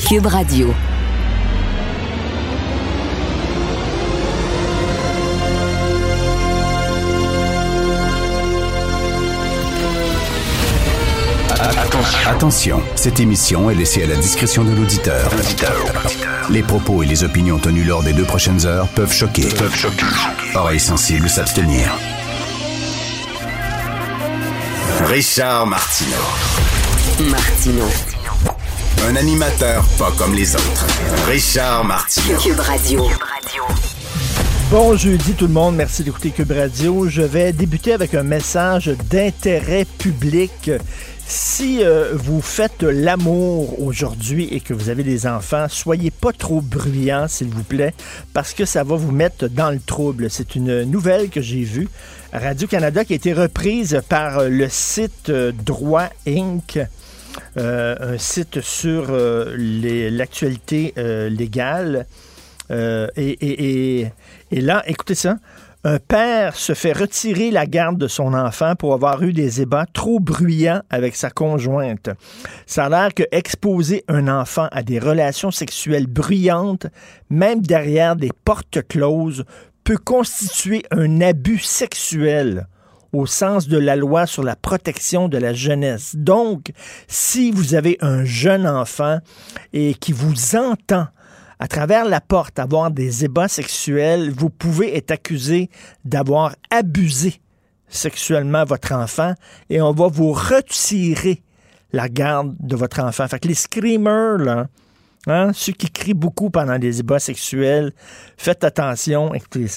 Cube Radio. Attention, cette émission est laissée à la discrétion de l'auditeur. Les propos et les opinions tenues lors des 2 prochaines heures peuvent choquer. Oreilles sensibles s'abstenir. Richard Martineau. Un animateur pas comme les autres. Richard Martineau. Cube Radio. Bon jeudi tout le monde, merci d'écouter Cube Radio. Je vais débuter avec un message d'intérêt public. Si vous faites l'amour aujourd'hui et que vous avez des enfants, soyez pas trop bruyants, s'il vous plaît, parce que ça va vous mettre dans le trouble. C'est une nouvelle que j'ai vue à Radio-Canada qui a été reprise par le site Droit Inc., un site sur l'actualité légale. Et là, écoutez ça. Un père se fait retirer la garde de son enfant pour avoir eu des ébats trop bruyants avec sa conjointe. Ça a l'air que exposer un enfant à des relations sexuelles bruyantes, même derrière des portes closes, peut constituer un abus sexuel au sens de la loi sur la protection de la jeunesse. Donc, si vous avez un jeune enfant et qui vous entend à travers la porte avoir des ébats sexuels, vous pouvez être accusé d'avoir abusé sexuellement votre enfant et on va vous retirer la garde de votre enfant. Fait que les screamers, là, ceux qui crient beaucoup pendant des ébats sexuels, faites attention. Écoutez,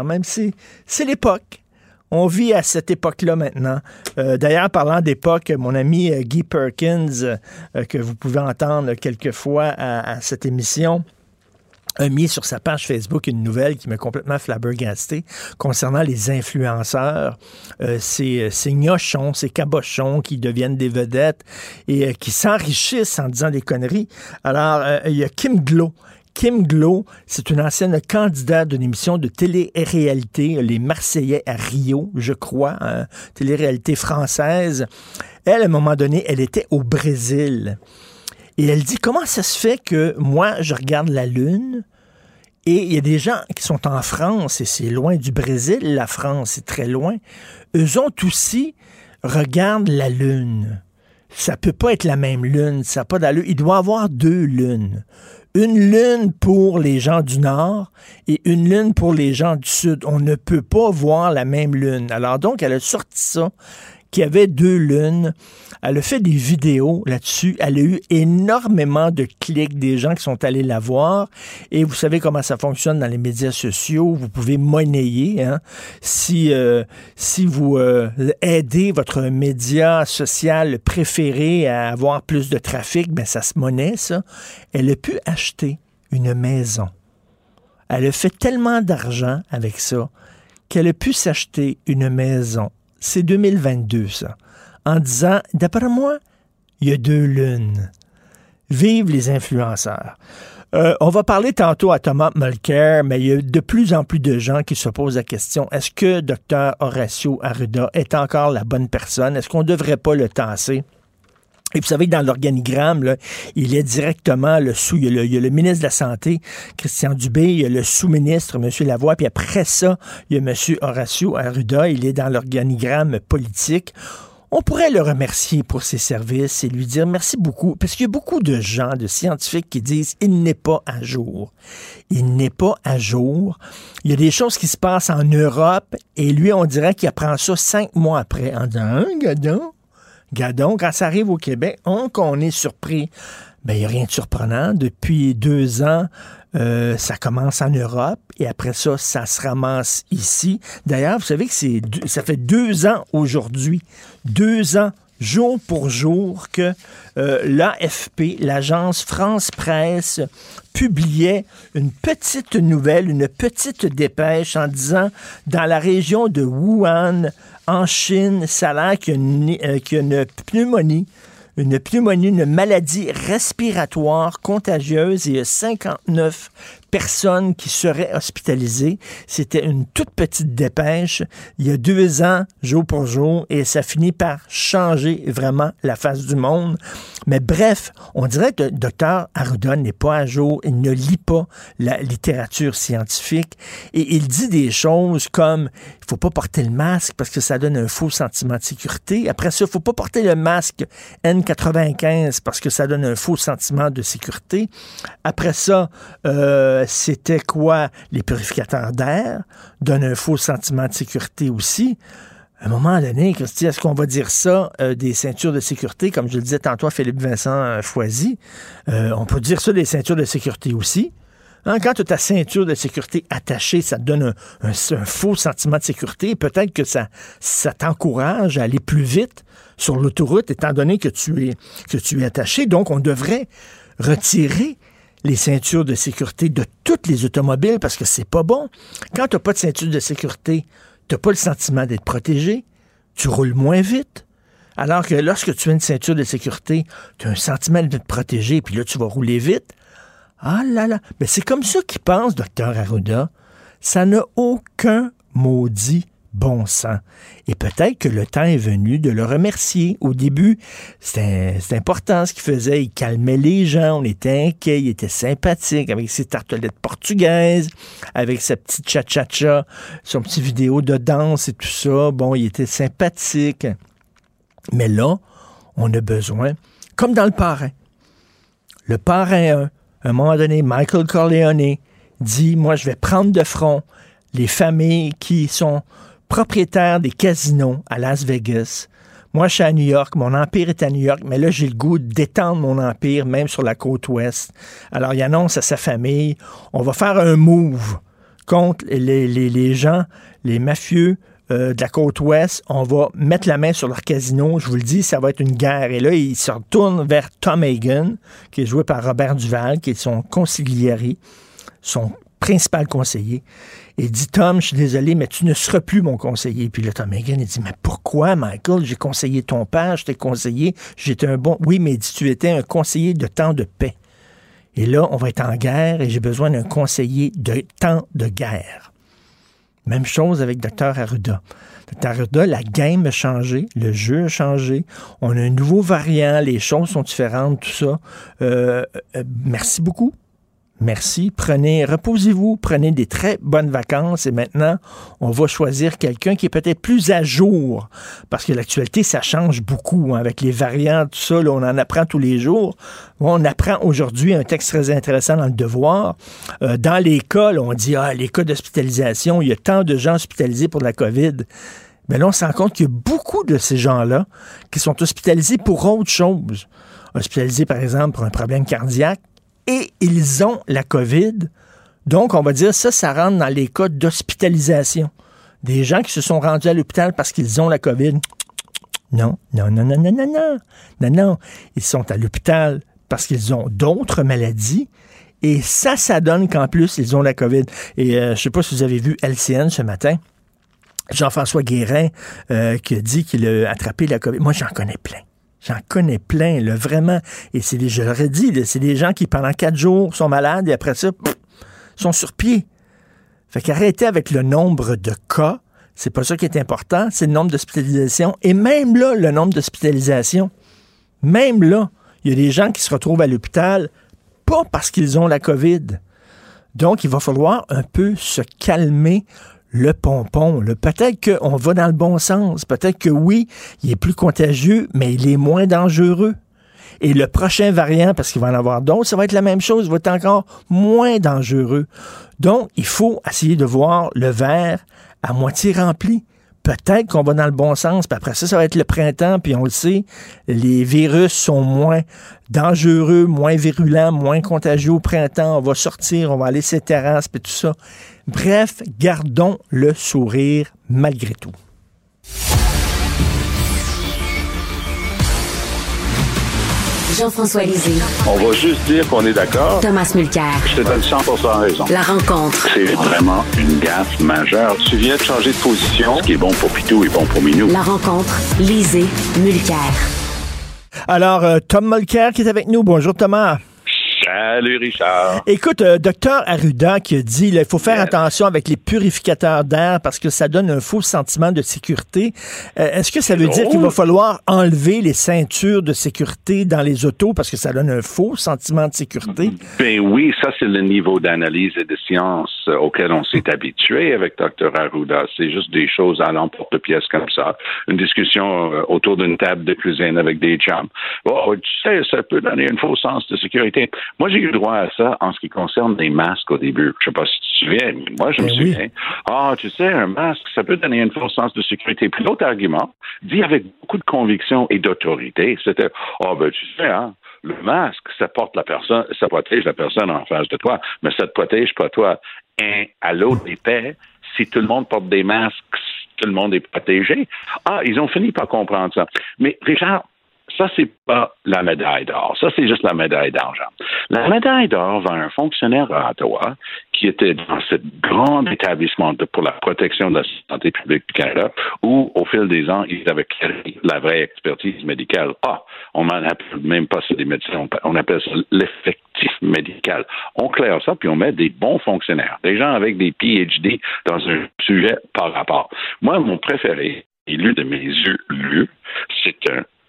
c'est l'époque. On vit à cette époque-là maintenant. D'ailleurs, parlant d'époque, mon ami Guy Perkins, que vous pouvez entendre quelquefois à cette émission, a mis sur sa page Facebook une nouvelle qui m'a complètement flabbergasté concernant les influenceurs, ces gnochons, ces cabochons qui deviennent des vedettes et qui s'enrichissent en disant des conneries. Alors, il y a Kim Glow. Kim Glow, c'est une ancienne candidate d'une émission de télé-réalité, Les Marseillais à Rio, je crois, télé-réalité française. Elle, à un moment donné, elle était au Brésil. Et elle dit, comment ça se fait que moi, je regarde la Lune et il y a des gens qui sont en France et c'est loin du Brésil, la France, c'est très loin. Eux autres aussi regardent la Lune. Ça peut pas être la même Lune, ça n'a pas d'allure. Il doit y avoir 2 lunes. Une lune pour les gens du Nord et une lune pour les gens du Sud. On ne peut pas voir la même lune. Alors donc, elle a sorti ça, qu'il y avait 2 lunes. Elle a fait des vidéos là-dessus. Elle a eu énormément de clics, des gens qui sont allés la voir. Et vous savez comment ça fonctionne dans les médias sociaux. Vous pouvez monnayer. Hein? Si vous aidez votre média social préféré à avoir plus de trafic, ben ça se monnaie, ça. Elle a pu acheter une maison. Elle a fait tellement d'argent avec ça qu'elle a pu s'acheter une maison. C'est 2022, ça. En disant, d'après moi, il y a 2 lunes. Vive les influenceurs. On va parler tantôt à Thomas Mulcair, mais il y a de plus en plus de gens qui se posent la question, est-ce que Dr Horacio Arruda est encore la bonne personne? Est-ce qu'on ne devrait pas le tasser? Et vous savez, dans l'organigramme, là, il est directement il y a le ministre de la Santé, Christian Dubé, il y a le sous-ministre, M. Lavoie, puis après ça, il y a M. Horacio Arruda, il est dans l'organigramme politique. On pourrait le remercier pour ses services et lui dire merci beaucoup, parce qu'il y a beaucoup de gens, de scientifiques qui disent « il n'est pas à jour ». Il n'est pas à jour. Il y a des choses qui se passent en Europe et lui, on dirait qu'il apprend ça 5 mois après en disant « Gadon, quand ça arrive au Québec, on est surpris. » Ben, il n'y a rien de surprenant. Depuis 2 ans, ça commence en Europe et après ça, ça se ramasse ici. D'ailleurs, vous savez que ça fait 2 ans aujourd'hui, 2 ans, jour pour jour, que l'AFP, l'agence France Presse, publiait une petite nouvelle, une petite dépêche en disant, dans la région de Wuhan, en Chine, ça a l'air qu'il y a une pneumonie, une maladie respiratoire contagieuse, et il y a 59 personnes qui seraient hospitalisées. C'était une toute petite dépêche il y a 2 ans, jour pour jour, et ça finit par changer vraiment la face du monde. Mais bref, on dirait que le docteur Arruda n'est pas à jour, il ne lit pas la littérature scientifique, et il dit des choses comme il faut pas porter le masque parce que ça donne un faux sentiment de sécurité. Après ça, il faut pas porter le masque N95 parce que ça donne un faux sentiment de sécurité. Après ça, c'était quoi? Les purificateurs d'air donnent un faux sentiment de sécurité aussi. À un moment donné, Christy, est-ce qu'on va dire ça des ceintures de sécurité, comme je le disais tantôt à Philippe Vincent Foisy? On peut dire ça des ceintures de sécurité aussi. Hein, quand tu as ta ceinture de sécurité attachée, ça te donne un faux sentiment de sécurité. Peut-être que ça t'encourage à aller plus vite sur l'autoroute, étant donné que tu es attaché. Donc, on devrait retirer les ceintures de sécurité de toutes les automobiles parce que c'est pas bon. Quand tu n'as pas de ceinture de sécurité, tu n'as pas le sentiment d'être protégé. Tu roules moins vite. Alors que lorsque tu as une ceinture de sécurité, tu as un sentiment d'être protégé, puis là, tu vas rouler vite. Ah là là, mais c'est comme ça qu'il pense, Dr Arruda. Ça n'a aucun maudit bon sens. Et peut-être que le temps est venu de le remercier. Au début, c'était important ce qu'il faisait. Il calmait les gens, on était inquiets, il était sympathique avec ses tartelettes portugaises, avec sa petite cha-cha-cha, son petit vidéo de danse et tout ça. Bon, il était sympathique. Mais là, on a besoin, comme dans Le Parrain. Le Parrain 1, à un moment donné, Michael Corleone dit, moi, je vais prendre de front les familles qui sont propriétaires des casinos à Las Vegas. Moi, je suis à New York, mon empire est à New York, mais là, j'ai le goût d'étendre mon empire, même sur la côte ouest. Alors, il annonce à sa famille, on va faire un move contre les gens, les mafieux de la côte ouest. On va mettre la main sur leur casino. Je vous le dis, ça va être une guerre. Et là, il se retourne vers Tom Hagen, qui est joué par Robert Duval, qui est son consigliere, son principal conseiller. Il dit, Tom, je suis désolé, mais tu ne seras plus mon conseiller. Puis là, Tom Hagen, il dit, mais pourquoi, Michael? J'ai conseillé ton père, je t'ai conseillé, j'étais un bon... Oui, mais il dit, tu étais un conseiller de temps de paix. Et là, on va être en guerre et j'ai besoin d'un conseiller de temps de guerre. Même chose avec Dr Arruda. Dr Arruda, la game a changé, le jeu a changé, on a un nouveau variant, les choses sont différentes, tout ça. Merci beaucoup. Merci. Reposez-vous, prenez des très bonnes vacances et maintenant, on va choisir quelqu'un qui est peut-être plus à jour parce que l'actualité, ça change beaucoup hein, avec les variants, tout ça, là, on en apprend tous les jours. On apprend aujourd'hui un texte très intéressant dans Le Devoir. Dans les cas, là, on dit, les cas d'hospitalisation, il y a tant de gens hospitalisés pour la COVID. Mais là, on se rend compte qu'il y a beaucoup de ces gens-là qui sont hospitalisés pour autre chose. Hospitalisés, par exemple, pour un problème cardiaque. Et ils ont la COVID. Donc, on va dire ça rentre dans les cas d'hospitalisation. Des gens qui se sont rendus à l'hôpital parce qu'ils ont la COVID. Non. Ils sont à l'hôpital parce qu'ils ont d'autres maladies. Et ça donne qu'en plus, ils ont la COVID. Et je ne sais pas si vous avez vu LCN ce matin. Jean-François Guérin qui a dit qu'il a attrapé la COVID. Moi, j'en connais plein. J'en connais plein, là, vraiment. Et je l'aurais dit, là, c'est des gens qui, pendant 4 jours, sont malades et après ça, sont sur pied. Fait qu'arrêtez avec le nombre de cas. C'est pas ça qui est important, c'est le nombre d'hospitalisations. Et même là, le nombre d'hospitalisations, même là, il y a des gens qui se retrouvent à l'hôpital, pas parce qu'ils ont la COVID. Donc, il va falloir un peu se calmer le pompon. Peut-être qu'on va dans le bon sens. Peut-être que oui, il est plus contagieux, mais il est moins dangereux. Et le prochain variant, parce qu'il va en avoir d'autres, ça va être la même chose, il va être encore moins dangereux. Donc, il faut essayer de voir le verre à moitié rempli. Peut-être qu'on va dans le bon sens, puis après ça, ça va être le printemps, puis on le sait, les virus sont moins dangereux, moins virulents, moins contagieux au printemps. On va sortir, on va aller sur les terrasses, puis tout ça. Bref, gardons le sourire malgré tout. Jean-François Lisée. On va juste dire qu'on est d'accord. Thomas Mulcair. Je te donne 100% raison. La rencontre. C'est vraiment une gaffe majeure. Tu viens de changer de position. Ce qui est bon pour Pitou est bon pour Minou. La rencontre. Lisée. Mulcair. Alors, Tom Mulcair qui est avec nous. Bonjour, Thomas. Salut, Richard. Écoute, docteur Arruda qui a dit il faut faire attention avec les purificateurs d'air parce que ça donne un faux sentiment de sécurité. Est-ce que ça veut dire qu'il va falloir enlever les ceintures de sécurité dans les autos parce que ça donne un faux sentiment de sécurité? Ben oui, ça, c'est le niveau d'analyse et de science auquel on s'est habitué avec Dr. Arruda. C'est juste des choses à l'emporte-pièce comme ça. Une discussion autour d'une table de cuisine avec des chums. Oh, tu sais, ça peut donner un faux sens de sécurité. Moi, j'ai eu droit à ça en ce qui concerne des masques au début. Je sais pas si tu te souviens, mais moi, je me souviens. Ah, tu sais, un masque, ça peut donner un faux sens de sécurité. Puis l'autre argument, dit avec beaucoup de conviction et d'autorité, c'était, ben tu sais, hein, le masque, ça protège la personne en face de toi, mais ça te protège pas toi. Et à l'autre épée, si tout le monde porte des masques, tout le monde est protégé. Ah, ils ont fini par comprendre ça. Mais Richard, ça, c'est pas la médaille d'or. Ça, c'est juste la médaille d'argent. La médaille d'or va à un fonctionnaire à Ottawa qui était dans ce grand établissement pour la protection de la santé publique du Canada où, au fil des ans, ils avaient créé la vraie expertise médicale. On n'en appelle même pas ça des médecins, on appelle ça l'effectif médical. On claire ça, puis on met des bons fonctionnaires, des gens avec des PhD dans un sujet par rapport. Moi, mon préféré, lu de mes yeux lus, c'est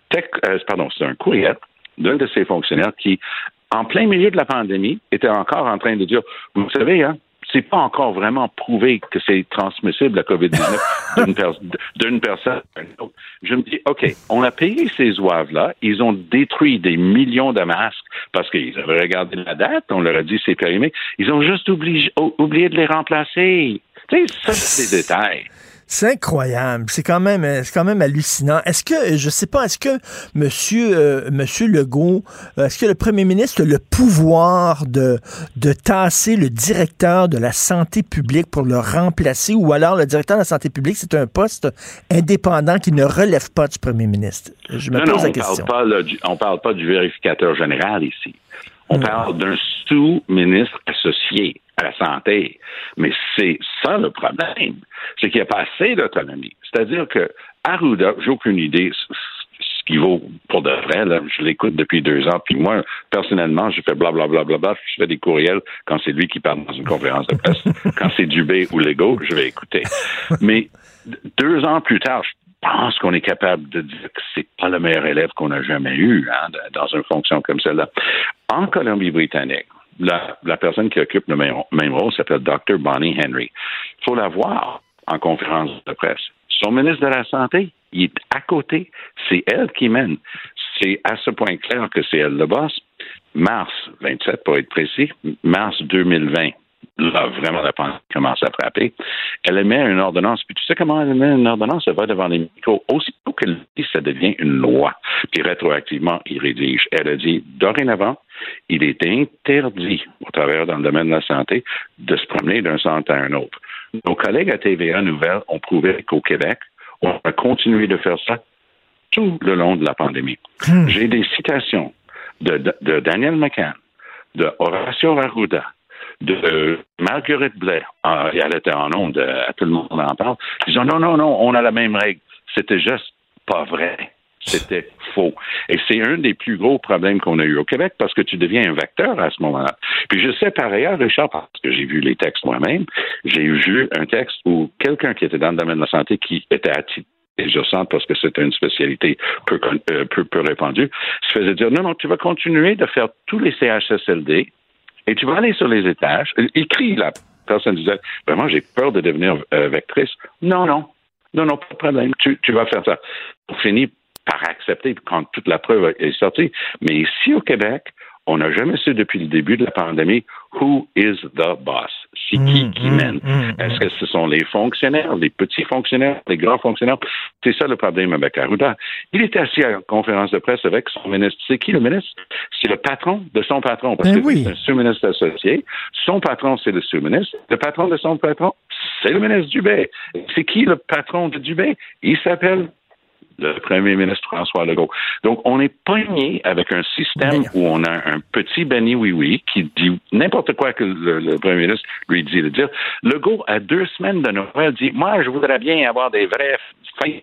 un courriel d'un de ces fonctionnaires qui, en plein milieu de la pandémie, était encore en train de dire, vous savez, hein, c'est pas encore vraiment prouvé que c'est transmissible, la COVID-19, d'une personne à une autre. Je me dis, OK, on a payé ces ouaves-là, ils ont détruit des millions de masques parce qu'ils avaient regardé la date, on leur a dit c'est périmé, ils ont juste oublié de les remplacer. Tu sais, ça, c'est des détails. C'est incroyable. C'est quand même hallucinant. Est-ce que Monsieur Legault, est-ce que le premier ministre a le pouvoir de tasser le directeur de la santé publique pour le remplacer, ou alors le directeur de la santé publique, c'est un poste indépendant qui ne relève pas du premier ministre? Je me pose la question. On parle pas du vérificateur général ici. On parle d'un sous-ministre associé à la santé. Mais c'est ça le problème. C'est qu'il n'y a pas assez d'autonomie. C'est-à-dire que Arruda, j'ai aucune idée ce qu'il vaut pour de vrai. Là, je l'écoute depuis 2 ans. Puis moi, personnellement, je fais blablabla. Je fais des courriels quand c'est lui qui parle dans une conférence de presse. Quand c'est Dubé ou Legault, je vais écouter. Mais 2 ans plus tard, je pense qu'on est capable de dire que c'est pas le meilleur élève qu'on a jamais eu dans une fonction comme celle-là. En Colombie-Britannique, la personne qui occupe le même rôle s'appelle Dr. Bonnie Henry. Il faut la voir en conférence de presse. Son ministre de la Santé, il est à côté. C'est elle qui mène. C'est à ce point clair que c'est elle le boss. Mars 27, pour être précis, mars 2020. Là, vraiment, la pandémie commence à frapper. Elle émet une ordonnance. Puis tu sais comment elle émet une ordonnance? Elle va devant les micros. Aussitôt qu'elle dit, ça devient une loi. Puis rétroactivement, il rédige. Elle a dit, dorénavant, il est interdit, au travers dans le domaine de la santé, de se promener d'un centre à un autre. Nos collègues à TVA Nouvelles ont prouvé qu'au Québec, on a continué de faire ça tout le long de la pandémie. J'ai des citations de Daniel McCann, de Horacio Arruda, de Marguerite Blais, elle était en ondes, tout le monde en parle, disant non, on a la même règle. C'était juste pas vrai. C'était faux. Et c'est un des plus gros problèmes qu'on a eu au Québec parce que tu deviens un vecteur à ce moment-là. Puis je sais par ailleurs, Richard, parce que j'ai vu les textes moi-même, j'ai vu un texte où quelqu'un qui était dans le domaine de la santé qui était attitré exerçante parce que c'était une spécialité peu répandue, se faisait dire non, tu vas continuer de faire tous les CHSLD et tu vas aller sur les étages. Il crie, la personne disait, vraiment, j'ai peur de devenir vectrice. Non, pas de problème, tu vas faire ça. On finit par accepter quand toute la preuve est sortie. Mais ici au Québec, on n'a jamais su depuis le début de la pandémie who is the boss. C'est qui mène? Est-ce que ce sont les fonctionnaires, les petits fonctionnaires, les grands fonctionnaires? C'est ça le problème avec Arruda. Il était assis à la conférence de presse avec son ministre. C'est qui le ministre? C'est le patron de son patron. Parce que c'est un sous-ministre associé. Son patron, c'est le sous-ministre. Le patron de son patron, c'est le ministre Dubé. C'est qui le patron de Dubé? Il s'appelle le premier ministre François Legault. Donc, on est pogné avec un système où on a un petit Benny oui qui dit n'importe quoi que le premier ministre lui dit de dire. Legault, à 2 semaines de Noël, dit « Moi, je voudrais bien avoir des vraies fêtes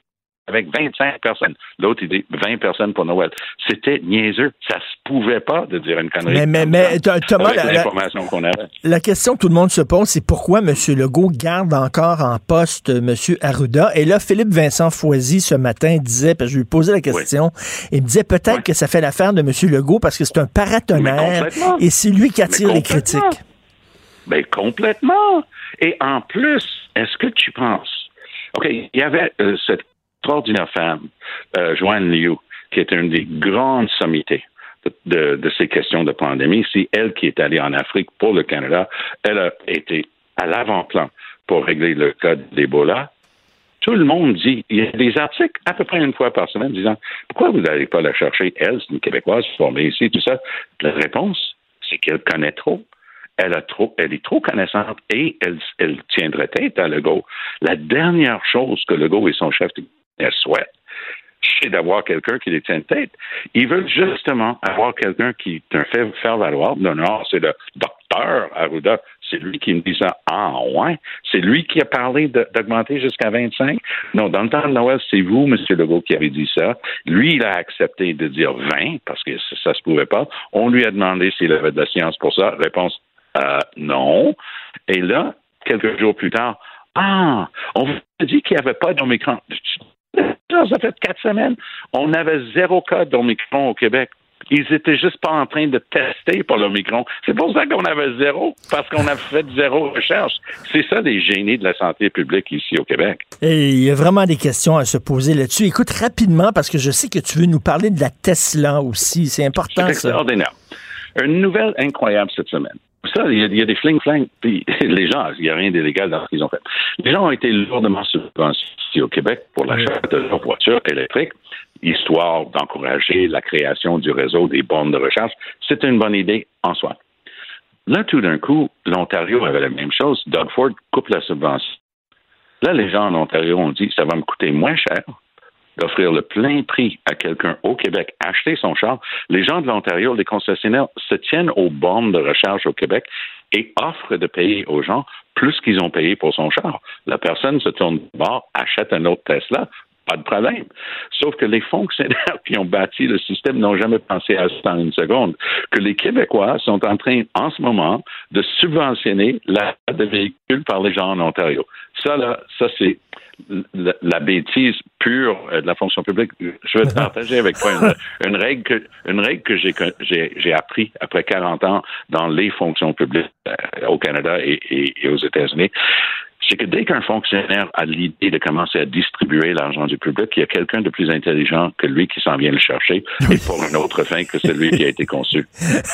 avec 25 personnes. L'autre, il dit 20 personnes pour Noël. C'était niaiseux. Ça se pouvait pas de dire une connerie. Mais Thomas, avec l'information qu'on avait. La question que tout le monde se pose, c'est pourquoi M. Legault garde encore en poste M. Arruda. Et là, Philippe Vincent Foisy, ce matin, disait, parce que je lui posais la question, il me disait peut-être que ça fait l'affaire de M. Legault parce que c'est un paratonnerre et c'est lui qui attire les critiques. Ben, complètement. Et en plus, est-ce que tu penses... OK, il y avait cette extraordinaire femme, Joanne Liu, qui est une des grandes sommités de ces questions de pandémie. C'est elle qui est allée en Afrique pour le Canada. Elle a été à l'avant-plan pour régler le cas d'Ebola. Tout le monde dit, il y a des articles à peu près une fois par semaine disant pourquoi vous n'allez pas la chercher? Elle, c'est une Québécoise formée ici, tout ça. La réponse, c'est qu'elle connaît trop. Elle est trop connaissante et elle tiendrait tête à Legault. La dernière chose que Legault et son chef souhaitent, c'est d'avoir quelqu'un qui les tienne tête. Ils veulent justement avoir quelqu'un qui fait faire valoir. Non, c'est le docteur Arruda. C'est lui qui me dit ça. Ah, ouais. C'est lui qui a parlé d'augmenter jusqu'à 25. Non, dans le temps de Noël, c'est vous, M. Legault, qui avez dit ça. Lui, il a accepté de dire 20 parce que ça se pouvait pas. On lui a demandé s'il avait de la science pour ça. Réponse, non. Et là, quelques jours plus tard, on vous a dit qu'il n'y avait pas d'Omicron. Ça fait 4 semaines. On avait 0 cas d'Omicron au Québec. Ils étaient juste pas en train de tester pour l'Omicron. C'est pour ça qu'on avait 0, parce qu'on a fait 0 recherche. C'est ça les génies de la santé publique ici au Québec. Et il y a vraiment des questions à se poser là-dessus. Écoute, rapidement, parce que je sais que tu veux nous parler de la Tesla aussi. C'est important, c'est extraordinaire. Une nouvelle incroyable cette semaine. Ça, il y a des fling-flang, puis les gens, il n'y a rien d'illégal dans ce qu'ils ont fait. Les gens ont été lourdement subventionnés au Québec pour l'achat de leur voiture électrique, histoire d'encourager la création du réseau des bornes de recharge. C'était une bonne idée en soi. Là, tout d'un coup, l'Ontario avait la même chose. Doug Ford coupe la subvention. Là, les gens en Ontario ont dit, ça va me coûter moins cher d'offrir le plein prix à quelqu'un au Québec, acheter son char. Les gens de l'Ontario, les concessionnaires, se tiennent aux bornes de recharge au Québec et offrent de payer aux gens plus qu'ils ont payé pour son char. La personne se tourne de bord, achète un autre Tesla, pas de problème. Sauf que les fonctionnaires qui ont bâti le système n'ont jamais pensé à ça en une seconde. Que les Québécois sont en train, en ce moment, de subventionner l'achat de véhicules par les gens en Ontario. Ça, c'est la bêtise pure de la fonction publique. Je vais te partager avec toi une règle que j'ai appris après 40 ans dans les fonctions publiques au Canada et aux États-Unis. C'est que dès qu'un fonctionnaire a l'idée de commencer à distribuer l'argent du public, il y a quelqu'un de plus intelligent que lui qui s'en vient le chercher et pour une autre fin que celui qui a été conçu.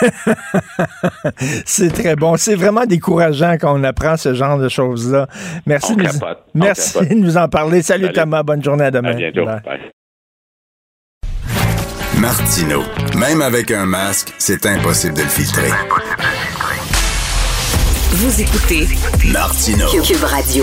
C'est très bon. C'est vraiment décourageant quand on apprend ce genre de choses-là. Merci de nous en parler. Salut Thomas. Bonne journée. À demain. À bientôt. Bye. Bye. Martineau. Même avec un masque, c'est impossible de le filtrer. Vous écoutez Martineau. Cube Radio.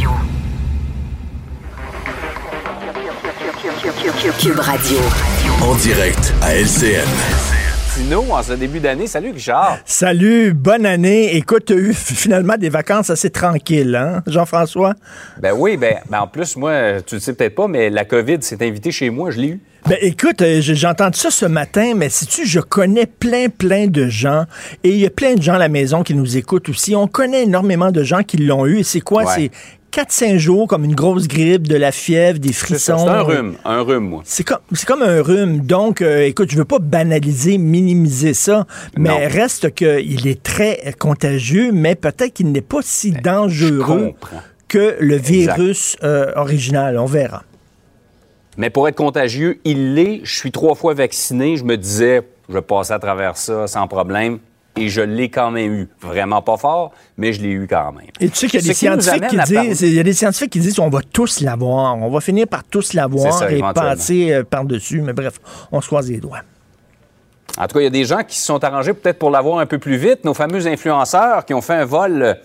Cube Radio. En direct à LCN. En ce début d'année. Salut, Richard. Salut, bonne année. Écoute, tu as eu finalement des vacances assez tranquilles, hein, Jean-François? Ben oui, en plus, moi, tu le sais peut-être pas, mais la COVID s'est invitée chez moi, je l'ai eu. Ben écoute, j'ai entendu ça ce matin, mais je connais plein de gens, et il y a plein de gens à la maison qui nous écoutent aussi. On connaît énormément de gens qui l'ont eu, et c'est quoi? Ouais. C'est 4-5 jours, comme une grosse grippe, de la fièvre, des frissons. C'est un rhume, moi. C'est comme un rhume. Donc, écoute, je veux pas banaliser, minimiser ça, mais reste qu'il est très contagieux, mais peut-être qu'il n'est pas si dangereux que le virus original. On verra. Mais pour être contagieux, il l'est. Je suis 3 fois vacciné. Je me disais, je vais passer à travers ça sans problème. Et je l'ai quand même eu. Vraiment pas fort, mais je l'ai eu quand même. Et tu sais qu'il y a des scientifiques qui disent qu'on va tous l'avoir. On va finir par tous l'avoir et passer par-dessus. Mais bref, on se croise les doigts. En tout cas, il y a des gens qui se sont arrangés peut-être pour l'avoir un peu plus vite. Nos fameux influenceurs qui ont fait un vol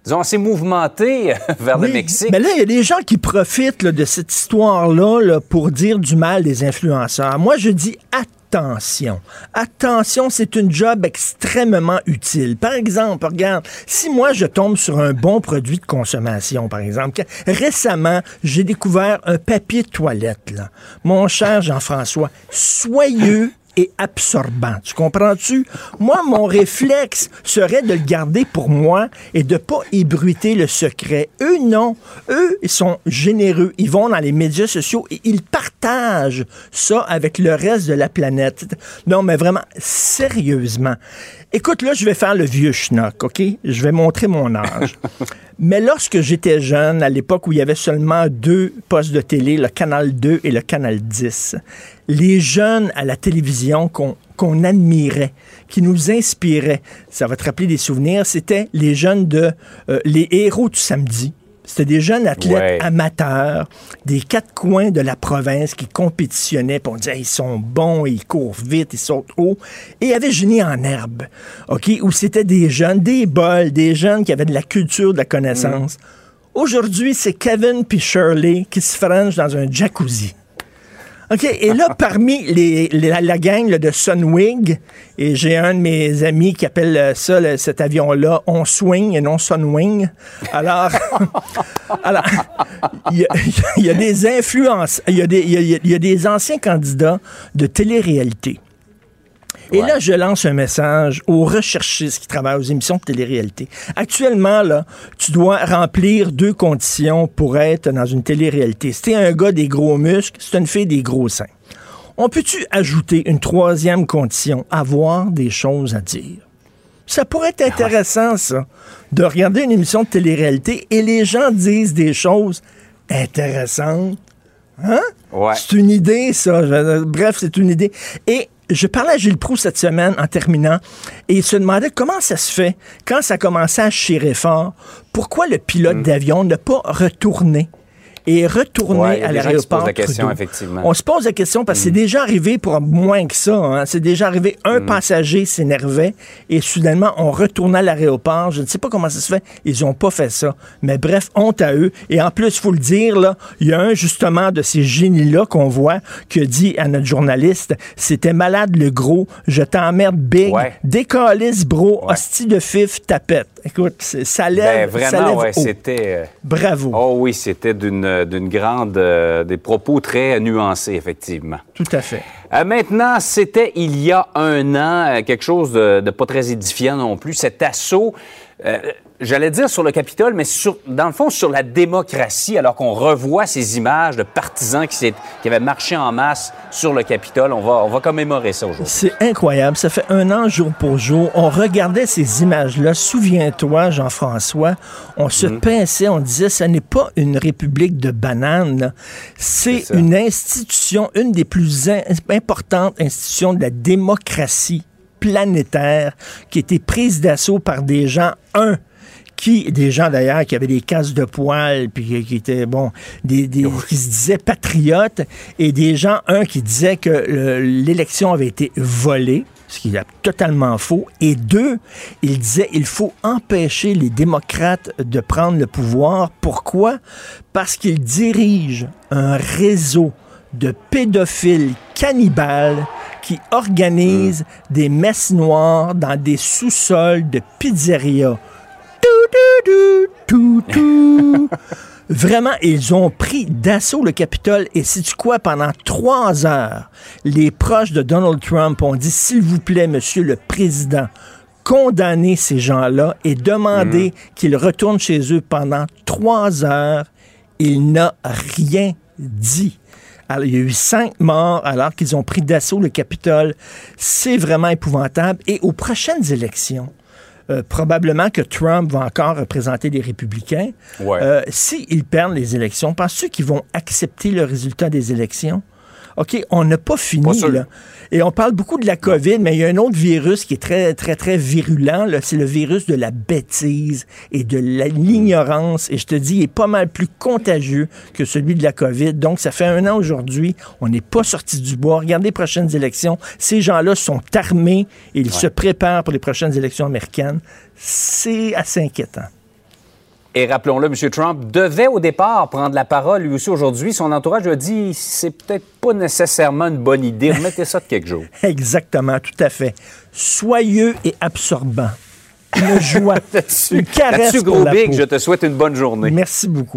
disons, assez mouvementé vers le Mexique. Mais là, il y a des gens qui profitent là, de cette histoire-là là, pour dire du mal des influenceurs. Moi, je dis attention. Attention, c'est une job extrêmement utile. Par exemple, regarde, si moi, je tombe sur un bon produit de consommation, par exemple, récemment, j'ai découvert un papier de toilette, là. Mon cher Jean-François, soyeux et absorbant. Tu comprends-tu? Moi, mon réflexe serait de le garder pour moi et de pas ébruiter le secret. Eux, non. Eux, ils sont généreux. Ils vont dans les médias sociaux et ils partagent ça avec le reste de la planète. Non, mais vraiment, sérieusement. Écoute, là, je vais faire le vieux schnock, OK? Je vais montrer mon âge. Mais lorsque j'étais jeune, à l'époque où il y avait seulement 2 postes de télé, le Canal 2 et le Canal 10, les jeunes à la télévision qu'on admirait, qui nous inspiraient, ça va te rappeler des souvenirs, c'était les jeunes de les héros du samedi. C'était des jeunes athlètes amateurs des 4 coins de la province qui compétitionnaient. Puis on disait, ils sont bons, ils courent vite, ils sautent haut. Et il y avait Génie en herbe, OK, où c'était des jeunes, des bols, des jeunes qui avaient de la culture, de la connaissance. Aujourd'hui, c'est Kevin puis Shirley qui se frangent dans un jacuzzi. OK, et là, parmi la gang là, de Sunwing, et j'ai un de mes amis qui appelle ça, cet avion-là, On Swing et non Sunwing. Alors, il y a des influences, il y a des anciens candidats de télé-réalité. Et là, je lance un message aux recherchistes qui travaillent aux émissions de télé-réalité. Actuellement, là, tu dois remplir 2 conditions pour être dans une télé-réalité. Si t'es un gars des gros muscles, si t'es une fille des gros seins. On peut-tu ajouter une 3e condition, avoir des choses à dire? Ça pourrait être intéressant, ça, de regarder une émission de télé-réalité et les gens disent des choses intéressantes. Hein? Ouais. C'est une idée, ça. Bref, c'est une idée. Et je parlais à Gilles Proulx cette semaine en terminant et il se demandait comment ça se fait, quand ça commençait à chirer fort, pourquoi le pilote d'avion n'a pas retourné et retourner à l'aéroport. On se pose la question, effectivement. On se pose la question parce que c'est déjà arrivé pour moins que ça. Hein. C'est déjà arrivé, un passager s'énervait et soudainement, on retournait à l'aéroport. Je ne sais pas comment ça se fait. Ils n'ont pas fait ça. Mais bref, honte à eux. Et en plus, il faut le dire, là, il y a un, justement, de ces génies-là qu'on voit qui a dit à notre journaliste, c'était malade le gros, je t'emmerde big, décalisse bro, hostie de fif, tapette. Écoute, ça lève, vraiment, ça lève haut. C'était... Bravo. Oh oui, c'était d'une grande... des propos très nuancés, effectivement. Tout à fait. Maintenant, c'était il y a un an, quelque chose de pas très édifiant non plus, cet assaut, j'allais dire sur le Capitole, mais dans le fond, sur la démocratie, alors qu'on revoit ces images de partisans qui avaient marché en masse sur le Capitole. On va commémorer ça aujourd'hui. C'est incroyable. Ça fait un an, jour pour jour. On regardait ces images-là. Souviens-toi, Jean-François, on se pinçait, on disait, ça n'est pas une république de bananes. C'est une institution, une des plus importantes institutions de la démocratie planétaire qui a été prise d'assaut par des gens, des gens d'ailleurs qui avaient des casques de poils puis qui étaient qui se disaient patriotes, et des gens qui disaient que l'élection avait été volée, ce qui est totalement faux, et 2, ils disaient il faut empêcher les démocrates de prendre le pouvoir. Pourquoi? Parce qu'ils dirigent un réseau de pédophiles cannibales qui organisent des messes noires dans des sous-sols de pizzerias. Vraiment, ils ont pris d'assaut le Capitole. Et sais-tu quoi? Pendant 3 heures, les proches de Donald Trump ont dit, s'il vous plaît, monsieur le président, condamnez ces gens-là et demandez qu'ils retournent chez eux pendant 3 heures. Il n'a rien dit. Alors, il y a eu 5 morts alors qu'ils ont pris d'assaut le Capitole. C'est vraiment épouvantable. Et aux prochaines élections, probablement que Trump va encore représenter les républicains. S'ils perdent les élections, penses-tu qu'ils vont accepter le résultat des élections? OK, on n'a pas fini, là. Et on parle beaucoup de la COVID, mais il y a un autre virus qui est très, très, très virulent, là. C'est le virus de la bêtise et de l'ignorance. Et je te dis, il est pas mal plus contagieux que celui de la COVID. Donc, ça fait 1 an aujourd'hui. On n'est pas sorti du bois. Regardez les prochaines élections. Ces gens-là sont armés et ils se préparent pour les prochaines élections américaines. C'est assez inquiétant. Et rappelons-le, M. Trump devait au départ prendre la parole lui aussi aujourd'hui. Son entourage a dit c'est peut-être pas nécessairement une bonne idée. Remettez ça de quelques jours. Exactement, tout à fait. Soyeux et absorbant. Une joie, une caresse là-dessus, pour gros la big, peau. je te souhaite une bonne journée. Merci beaucoup.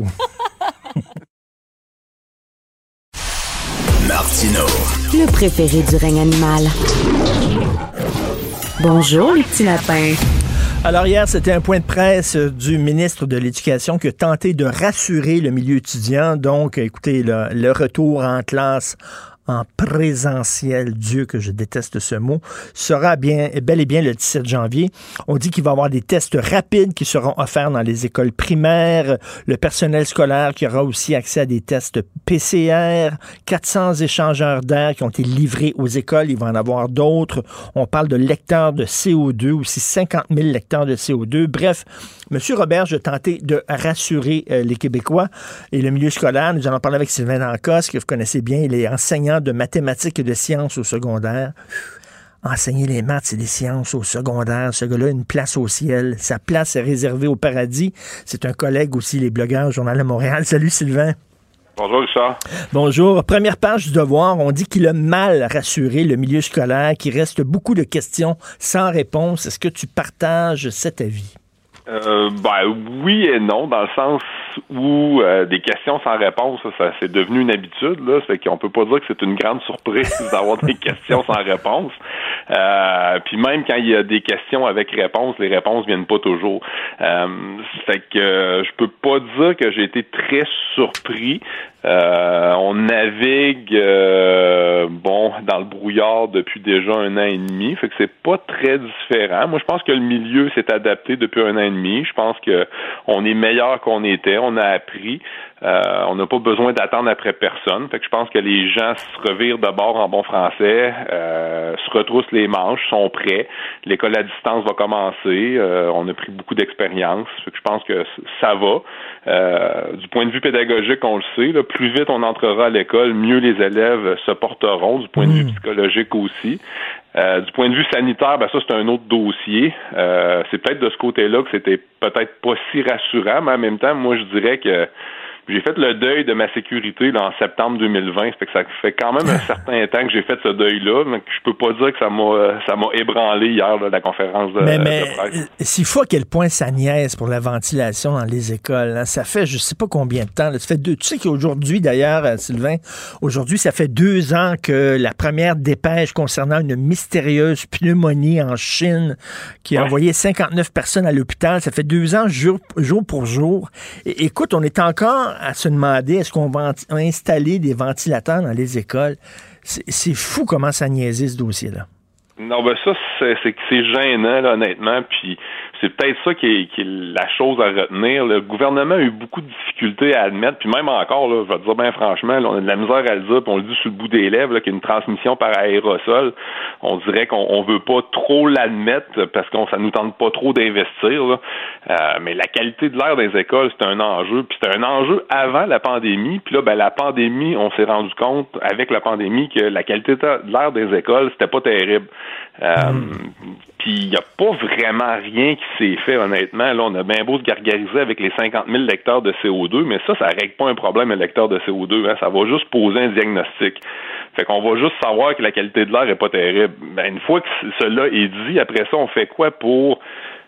Martino. Le préféré du règne animal. Bonjour, les petits lapins. Alors hier, c'était un point de presse du ministre de l'Éducation qui a tenté de rassurer le milieu étudiant. Donc, écoutez, le retour en classe en présentiel, Dieu que je déteste ce mot, sera bel et bien le 17 janvier. On dit qu'il va y avoir des tests rapides qui seront offerts dans les écoles primaires, le personnel scolaire qui aura aussi accès à des tests PCR, 400 échangeurs d'air qui ont été livrés aux écoles, il va en avoir d'autres. On parle de lecteurs de CO2, aussi 50 000 lecteurs de CO2. Bref, M. Robert, je tentais de rassurer les Québécois et le milieu scolaire. Nous allons parler avec Sylvain Dancos, que vous connaissez bien, il est enseignant de mathématiques et de sciences au secondaire. Enseigner les maths et les sciences au secondaire, ce gars-là a une place au ciel. Sa place est réservée au paradis. C'est un collègue aussi, les blogueurs, Journal de Montréal. Salut Sylvain. Bonjour, Richard. Bonjour. Première page du Devoir, on dit qu'il a mal rassuré le milieu scolaire, qu'il reste beaucoup de questions sans réponse. Est-ce que tu partages cet avis? Oui et non, dans le sens où des questions sans réponse, ça c'est devenu une habitude, là. Ça fait qu'on peut pas dire que c'est une grande surprise d'avoir des questions sans réponse. Puis même quand il y a des questions avec réponse, les réponses viennent pas toujours. Fait que je peux pas dire que j'ai été très surpris. On navigue dans le brouillard depuis déjà 1 an et demi, fait que c'est pas très différent. Moi, je pense que le milieu s'est adapté depuis 1 an et demi. Je pense que on est meilleur qu'on était, on a appris. On n'a pas besoin d'attendre après personne. Fait que je pense que les gens se revirent de bord en bon français, se retroussent les manches, sont prêts. L'école à distance va commencer. On a pris beaucoup d'expérience. Fait que je pense que ça va. Du point de vue pédagogique, on le sait, là, plus vite on entrera à l'école, mieux les élèves se porteront, du point de vue psychologique aussi. Du point de vue sanitaire, ça c'est un autre dossier. C'est peut-être de ce côté-là que c'était peut-être pas si rassurant, mais en même temps, moi je dirais que j'ai fait le deuil de ma sécurité là, en septembre 2020. Ça fait que ça fait quand même un certain temps que j'ai fait ce deuil-là, mais je peux pas dire que ça m'a ébranlé hier, là, la conférence de presse. S'il faut à quel point ça niaise pour la ventilation dans les écoles, hein, ça fait je sais pas combien de temps. Là, ça fait tu sais qu'aujourd'hui, d'ailleurs, Sylvain, aujourd'hui, ça fait 2 ans que la première dépêche concernant une mystérieuse pneumonie en Chine qui a envoyé 59 personnes à l'hôpital, ça fait 2 ans, jour pour jour. Et, écoute, on est encore à se demander est-ce qu'on va installer des ventilateurs dans les écoles. C'est fou comment ça niaise ce dossier-là. Non, ça, c'est gênant, là, honnêtement, puis c'est peut-être ça qui est la chose à retenir. Le gouvernement a eu beaucoup de difficultés à admettre, puis même encore, là, je vais te dire bien franchement, là, on a de la misère à le dire, puis on le dit sur le bout des lèvres, là, qu'il y a une transmission par aérosol. On dirait qu'on veut pas trop l'admettre parce que ça nous tente pas trop d'investir, là. Mais la qualité de l'air des écoles, c'est un enjeu, puis c'était un enjeu avant la pandémie, puis là, la pandémie, on s'est rendu compte avec la pandémie que la qualité de l'air des écoles, c'était pas terrible. Puis il n'y a pas vraiment rien qui s'est fait, honnêtement. Là, on a bien beau se gargariser avec les 50 000 lecteurs de CO2, mais ça règle pas un problème, un lecteur de CO2. Hein. Ça va juste poser un diagnostic. Fait qu'on va juste savoir que la qualité de l'air est pas terrible. Une fois que cela est dit, après ça, on fait quoi pour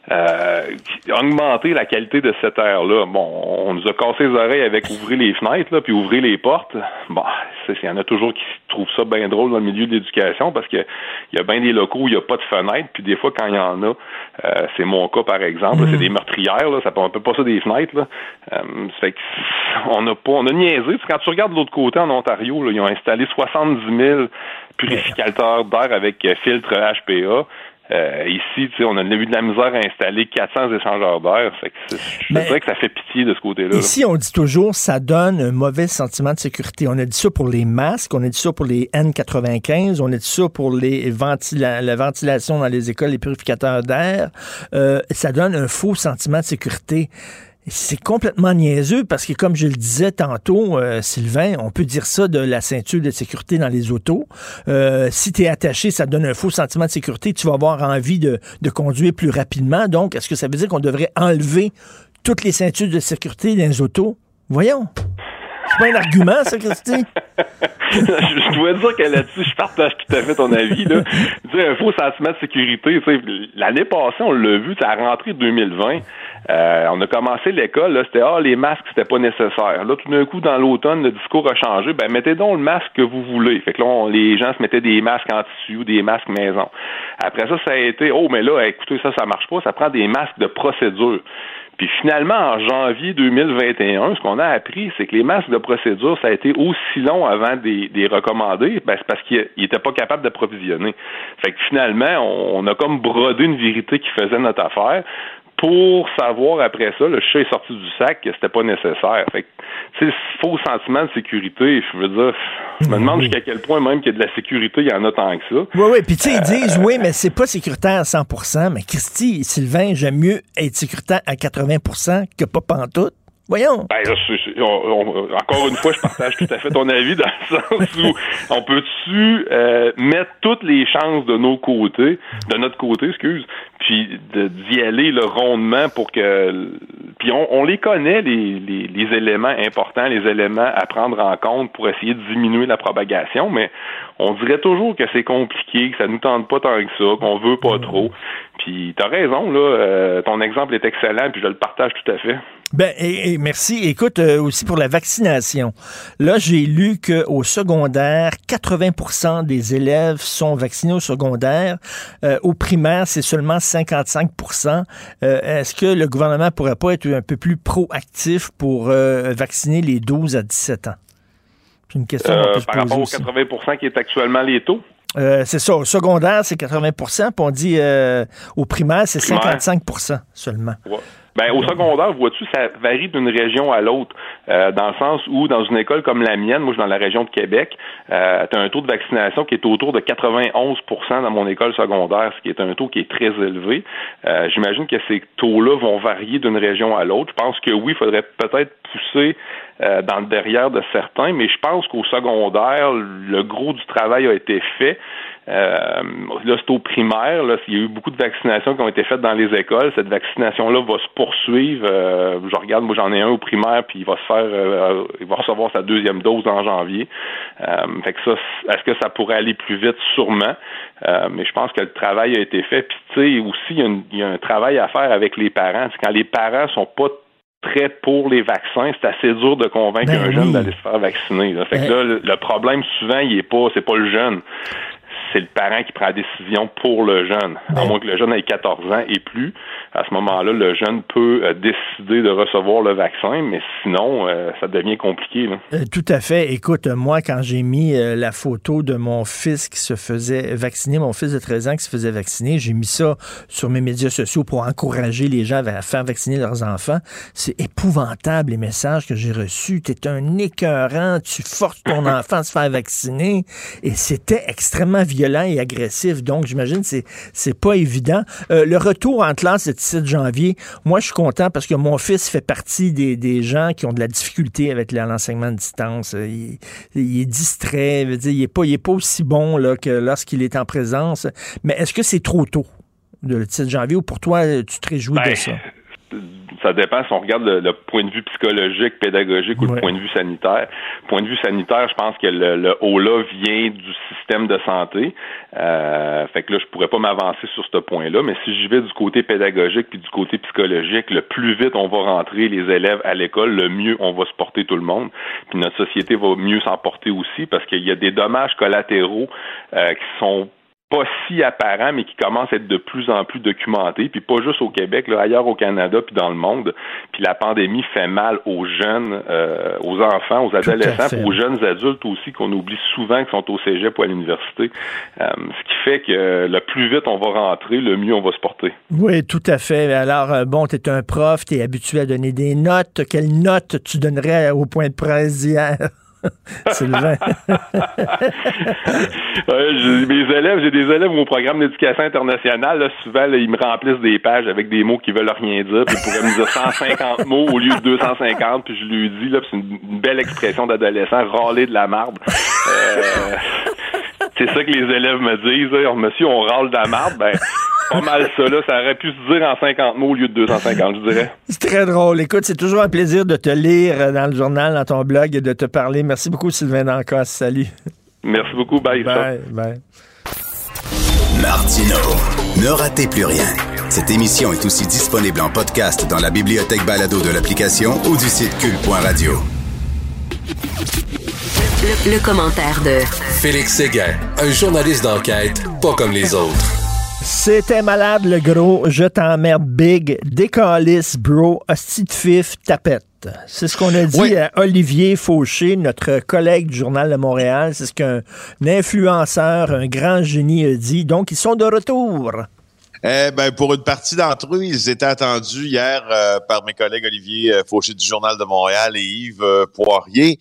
augmenter la qualité de cet air-là? Bon, on nous a cassé les oreilles avec ouvrir les fenêtres, là, puis ouvrir les portes. Bon, il y en a toujours qui trouvent ça bien drôle dans le milieu de l'éducation parce que il y a bien des locaux où il n'y a pas de fenêtres, puis des fois, quand il y en a, c'est mon cas, par exemple, là, c'est des meurtrières, là, on peut pas ça des fenêtres, là. Fait que on a niaisé. Quand tu regardes de l'autre côté, en Ontario, là, ils ont installé 70 000 purificateurs d'air avec filtre HPA. Ici, on a eu de la misère à installer 400 échangeurs d'air. Je dirais que ça fait pitié de ce côté-là. Ici, on dit toujours ça donne un mauvais sentiment de sécurité. On a dit ça pour les masques, on a dit ça pour les N95, on a dit ça pour la ventilation dans les écoles, les purificateurs d'air. Ça donne un faux sentiment de sécurité. C'est complètement niaiseux parce que, comme je le disais tantôt, Sylvain, on peut dire ça de la ceinture de sécurité dans les autos. Si tu es attaché, ça te donne un faux sentiment de sécurité. Tu vas avoir envie de conduire plus rapidement. Donc, est-ce que ça veut dire qu'on devrait enlever toutes les ceintures de sécurité dans les autos. Voyons. C'est pas un argument, ça, Christy? Je dois dire que là-dessus, je partage tout à fait ton avis. Là. Un faux sentiment de sécurité. L'année passée, on l'a vu, à la rentrée 2020, on a commencé l'école, là, c'était les masques, c'était pas nécessaire. Là, tout d'un coup, dans l'automne, le discours a changé. Mettez donc le masque que vous voulez. Fait que là, les gens se mettaient des masques en tissu ou des masques maison. Après ça, ça a été mais là, écoutez, ça marche pas, ça prend des masques de procédure. Puis finalement, en janvier 2021, ce qu'on a appris, c'est que les masques de procédure, ça a été aussi long avant des recommandés, c'est parce qu'ils n'étaient pas capables d'approvisionner. Fait que finalement, on a comme brodé une vérité qui faisait notre affaire pour savoir après ça, le chat est sorti du sac, que c'était pas nécessaire. Fait que, tu sais, faux sentiment de sécurité, je veux dire, je me demande jusqu'à quel point même qu'il y a de la sécurité, il y en a tant que ça. Oui, puis tu sais, ils disent, mais c'est pas sécuritaire à 100%, mais Christy, Sylvain, j'aime mieux être sécuritaire à 80% que pas pantoute. Voyons. Encore une fois, je partage tout à fait ton avis dans le sens où on peut-tu mettre toutes les chances de notre côté, puis d'y aller rondement pour que... Puis on les connaît, les éléments importants, les éléments à prendre en compte pour essayer de diminuer la propagation, mais on dirait toujours que c'est compliqué, que ça nous tente pas tant que ça, qu'on veut pas trop. Puis t'as raison, là, ton exemple est excellent, puis je le partage tout à fait. Et merci. Écoute, aussi pour la vaccination. Là, j'ai lu qu'au secondaire, 80% des élèves sont vaccinés au secondaire. Au primaire, c'est seulement 55%. Est-ce que le gouvernement pourrait pas être un peu plus proactif pour vacciner les 12 à 17 ans? C'est une question qu'on peut se poser par rapport aux aussi. 80% qui est actuellement les taux? C'est ça. Au secondaire, c'est 80%. Puis on dit au primaire, c'est 55% seulement. Ouais. Au secondaire, vois-tu, ça varie d'une région à l'autre, dans le sens où, dans une école comme la mienne, moi je suis dans la région de Québec, tu as un taux de vaccination qui est autour de 91% dans mon école secondaire, ce qui est un taux qui est très élevé. J'imagine que ces taux-là vont varier d'une région à l'autre. Je pense que oui, il faudrait peut-être pousser dans le derrière de certains, mais je pense qu'au secondaire, le gros du travail a été fait. Là, c'est au primaire. Là, il y a eu beaucoup de vaccinations qui ont été faites dans les écoles. Cette vaccination-là va se poursuivre. Je regarde, moi, j'en ai un au primaire, puis il va recevoir sa deuxième dose en janvier. Fait que ça, est-ce que ça pourrait aller plus vite? Sûrement. Mais je pense que le travail a été fait. Puis, tu sais, aussi, il y a un travail à faire avec les parents. C'est quand les parents sont pas très pour les vaccins, c'est assez dur de convaincre un jeune d'aller se faire vacciner. Là. Fait que là, le problème, souvent, c'est pas le jeune. C'est le parent qui prend la décision pour le jeune. À moins que le jeune ait 14 ans et plus, à ce moment-là, le jeune peut décider de recevoir le vaccin, mais sinon, ça devient compliqué. Là. Tout à fait. Écoute, moi, quand j'ai mis la photo de mon fils qui se faisait vacciner, mon fils de 13 ans qui se faisait vacciner, j'ai mis ça sur mes médias sociaux pour encourager les gens à faire vacciner leurs enfants. C'est épouvantable, les messages que j'ai reçus. T'es un écœurant, tu forces ton enfant à se faire vacciner. Et c'était extrêmement violent et agressif. Donc, j'imagine que c'est pas évident. Le retour en classe le 17 janvier, moi, je suis content parce que mon fils fait partie des gens qui ont de la difficulté avec l'enseignement à distance. Il est distrait, il est pas aussi bon là, que lorsqu'il est en présence. Mais est-ce que c'est trop tôt, le 17 janvier, ou pour toi, tu te réjouis de ça? Ça dépend si on regarde le point de vue psychologique, pédagogique ou le point de vue sanitaire. Point de vue sanitaire, je pense que le haut-là vient du système de santé. Fait que là, je pourrais pas m'avancer sur ce point-là, mais si j'y vais du côté pédagogique puis du côté psychologique, le plus vite on va rentrer les élèves à l'école, le mieux on va se porter tout le monde. Puis notre société va mieux s'en porter aussi parce qu'il y a des dommages collatéraux qui sont pas si apparent, mais qui commence à être de plus en plus documenté, puis pas juste au Québec, là, ailleurs au Canada, puis dans le monde. Puis la pandémie fait mal aux jeunes, aux enfants, aux adolescents, aux jeunes adultes aussi, qu'on oublie souvent qui sont au cégep ou à l'université. Ce qui fait que le plus vite on va rentrer, le mieux on va se porter. Oui, tout à fait. Alors, bon, tu es un prof, tu es habitué à donner des notes. Quelle note tu donnerais au point de presse d'hier? Sylvain. J'ai des élèves au programme d'éducation internationale. Là, souvent, là, ils me remplissent des pages avec des mots qui veulent rien dire. Puis ils pourraient me dire 150 mots au lieu de 250. Puis je lui dis, là, c'est une belle expression d'adolescent, râler de la marde. C'est ça que les élèves me disent. Monsieur, on râle de la marde. Ben, pas mal ça, là. Ça aurait pu se dire en 50 mots au lieu de 250, je dirais. C'est très drôle. Écoute, c'est toujours un plaisir de te lire dans le journal, dans ton blog et de te parler. Merci beaucoup, Sylvain Dancos. Salut. Merci beaucoup. Bye. Bye. Martino, ne ratez plus rien. Cette émission est aussi disponible en podcast dans la bibliothèque balado de l'application ou du site cul.radio. Le commentaire de Félix Séguin, un journaliste d'enquête pas comme les autres. C'était malade le gros, je t'emmerde big, décalisse bro, hostie de fif, tapette. C'est ce qu'on a dit à Olivier Fauché, notre collègue du Journal de Montréal. C'est ce qu'un influenceur, un grand génie a dit. Donc, ils sont de retour. Pour une partie d'entre eux, ils étaient attendus hier par mes collègues Olivier Fauché du Journal de Montréal et Yves Poirier.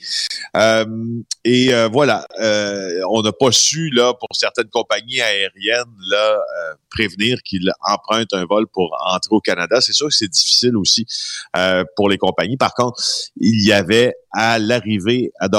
Voilà, on n'a pas su, là, pour certaines compagnies aériennes, là, prévenir qu'ils empruntent un vol pour entrer au Canada. C'est sûr que c'est difficile aussi pour les compagnies. Par contre, il y avait à l'arrivée à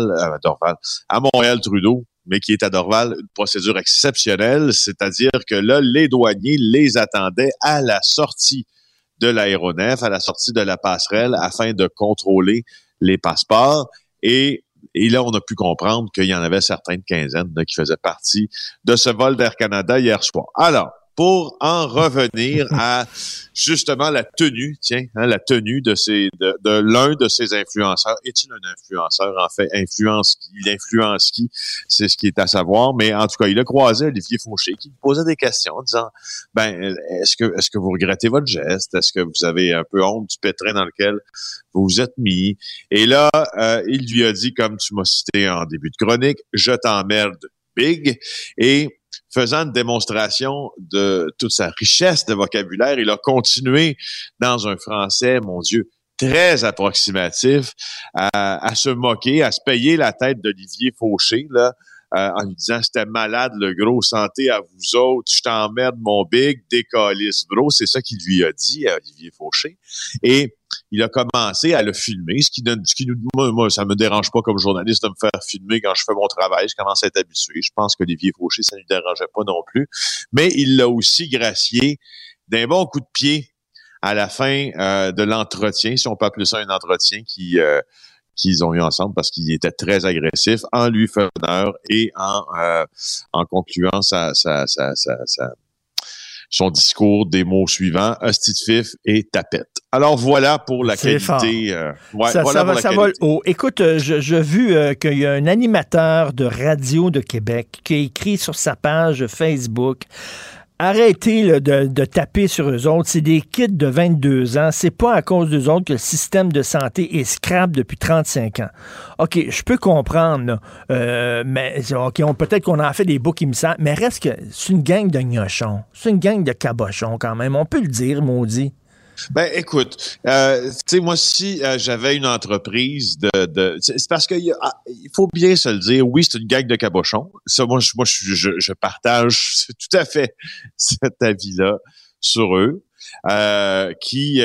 à Montréal-Trudeau, mais qui est à Dorval, une procédure exceptionnelle, c'est-à-dire que là, les douaniers les attendaient à la sortie de l'aéronef, à la sortie de la passerelle, afin de contrôler les passeports. Et là, on a pu comprendre qu'il y en avait certaines quinzaines qui faisaient partie de ce vol d'Air Canada hier soir. Alors, pour en revenir à justement la tenue, la tenue de l'un de ces influenceurs. Est-il un influenceur? En fait, il influence qui? C'est ce qui est à savoir. Mais en tout cas, il a croisé Olivier Fauché qui lui posait des questions en disant, est-ce que vous regrettez votre geste? Est-ce que vous avez un peu honte du pétrin dans lequel vous vous êtes mis? Et là, il lui a dit, comme tu m'as cité en début de chronique, je t'emmerde big. Et faisant une démonstration de toute sa richesse de vocabulaire, il a continué dans un français, mon Dieu, très approximatif, à se moquer, à se payer la tête d'Olivier Fauché, là, en lui disant « C'était malade, le gros, santé à vous autres, je t'emmerde, mon big, décalisse, bro ». C'est ça qu'il lui a dit à Olivier Fauché. Et il a commencé à le filmer, moi, ça me dérange pas comme journaliste de me faire filmer quand je fais mon travail, je commence à être habitué. Je pense qu'Olivier Fauché, ça ne lui dérangeait pas non plus. Mais il l'a aussi gracié d'un bon coup de pied à la fin de l'entretien, si on peut appeler ça un entretien qu'ils ont eu ensemble, parce qu'il était très agressif, en lui faisant honneur et en concluant son discours des mots suivants, hostie de fif et tapette. Alors voilà pour la qualité. Ça va le haut. Écoute, j'ai vu qu'il y a un animateur de radio de Québec qui a écrit sur sa page Facebook: arrêtez là, de taper sur eux autres. C'est des kids de 22 ans. C'est pas à cause d'eux autres que le système de santé est scrap depuis 35 ans. OK, je peux comprendre, mais peut-être qu'on en fait des boucs émissaires, mais reste que c'est une gang de gnochons. C'est une gang de cabochons quand même. On peut le dire, maudit. Écoute, tu sais, moi, si j'avais une entreprise c'est parce que il faut bien se le dire, oui, c'est une gang de cabochons. Ça, moi, je partage tout à fait cet avis-là sur eux, qui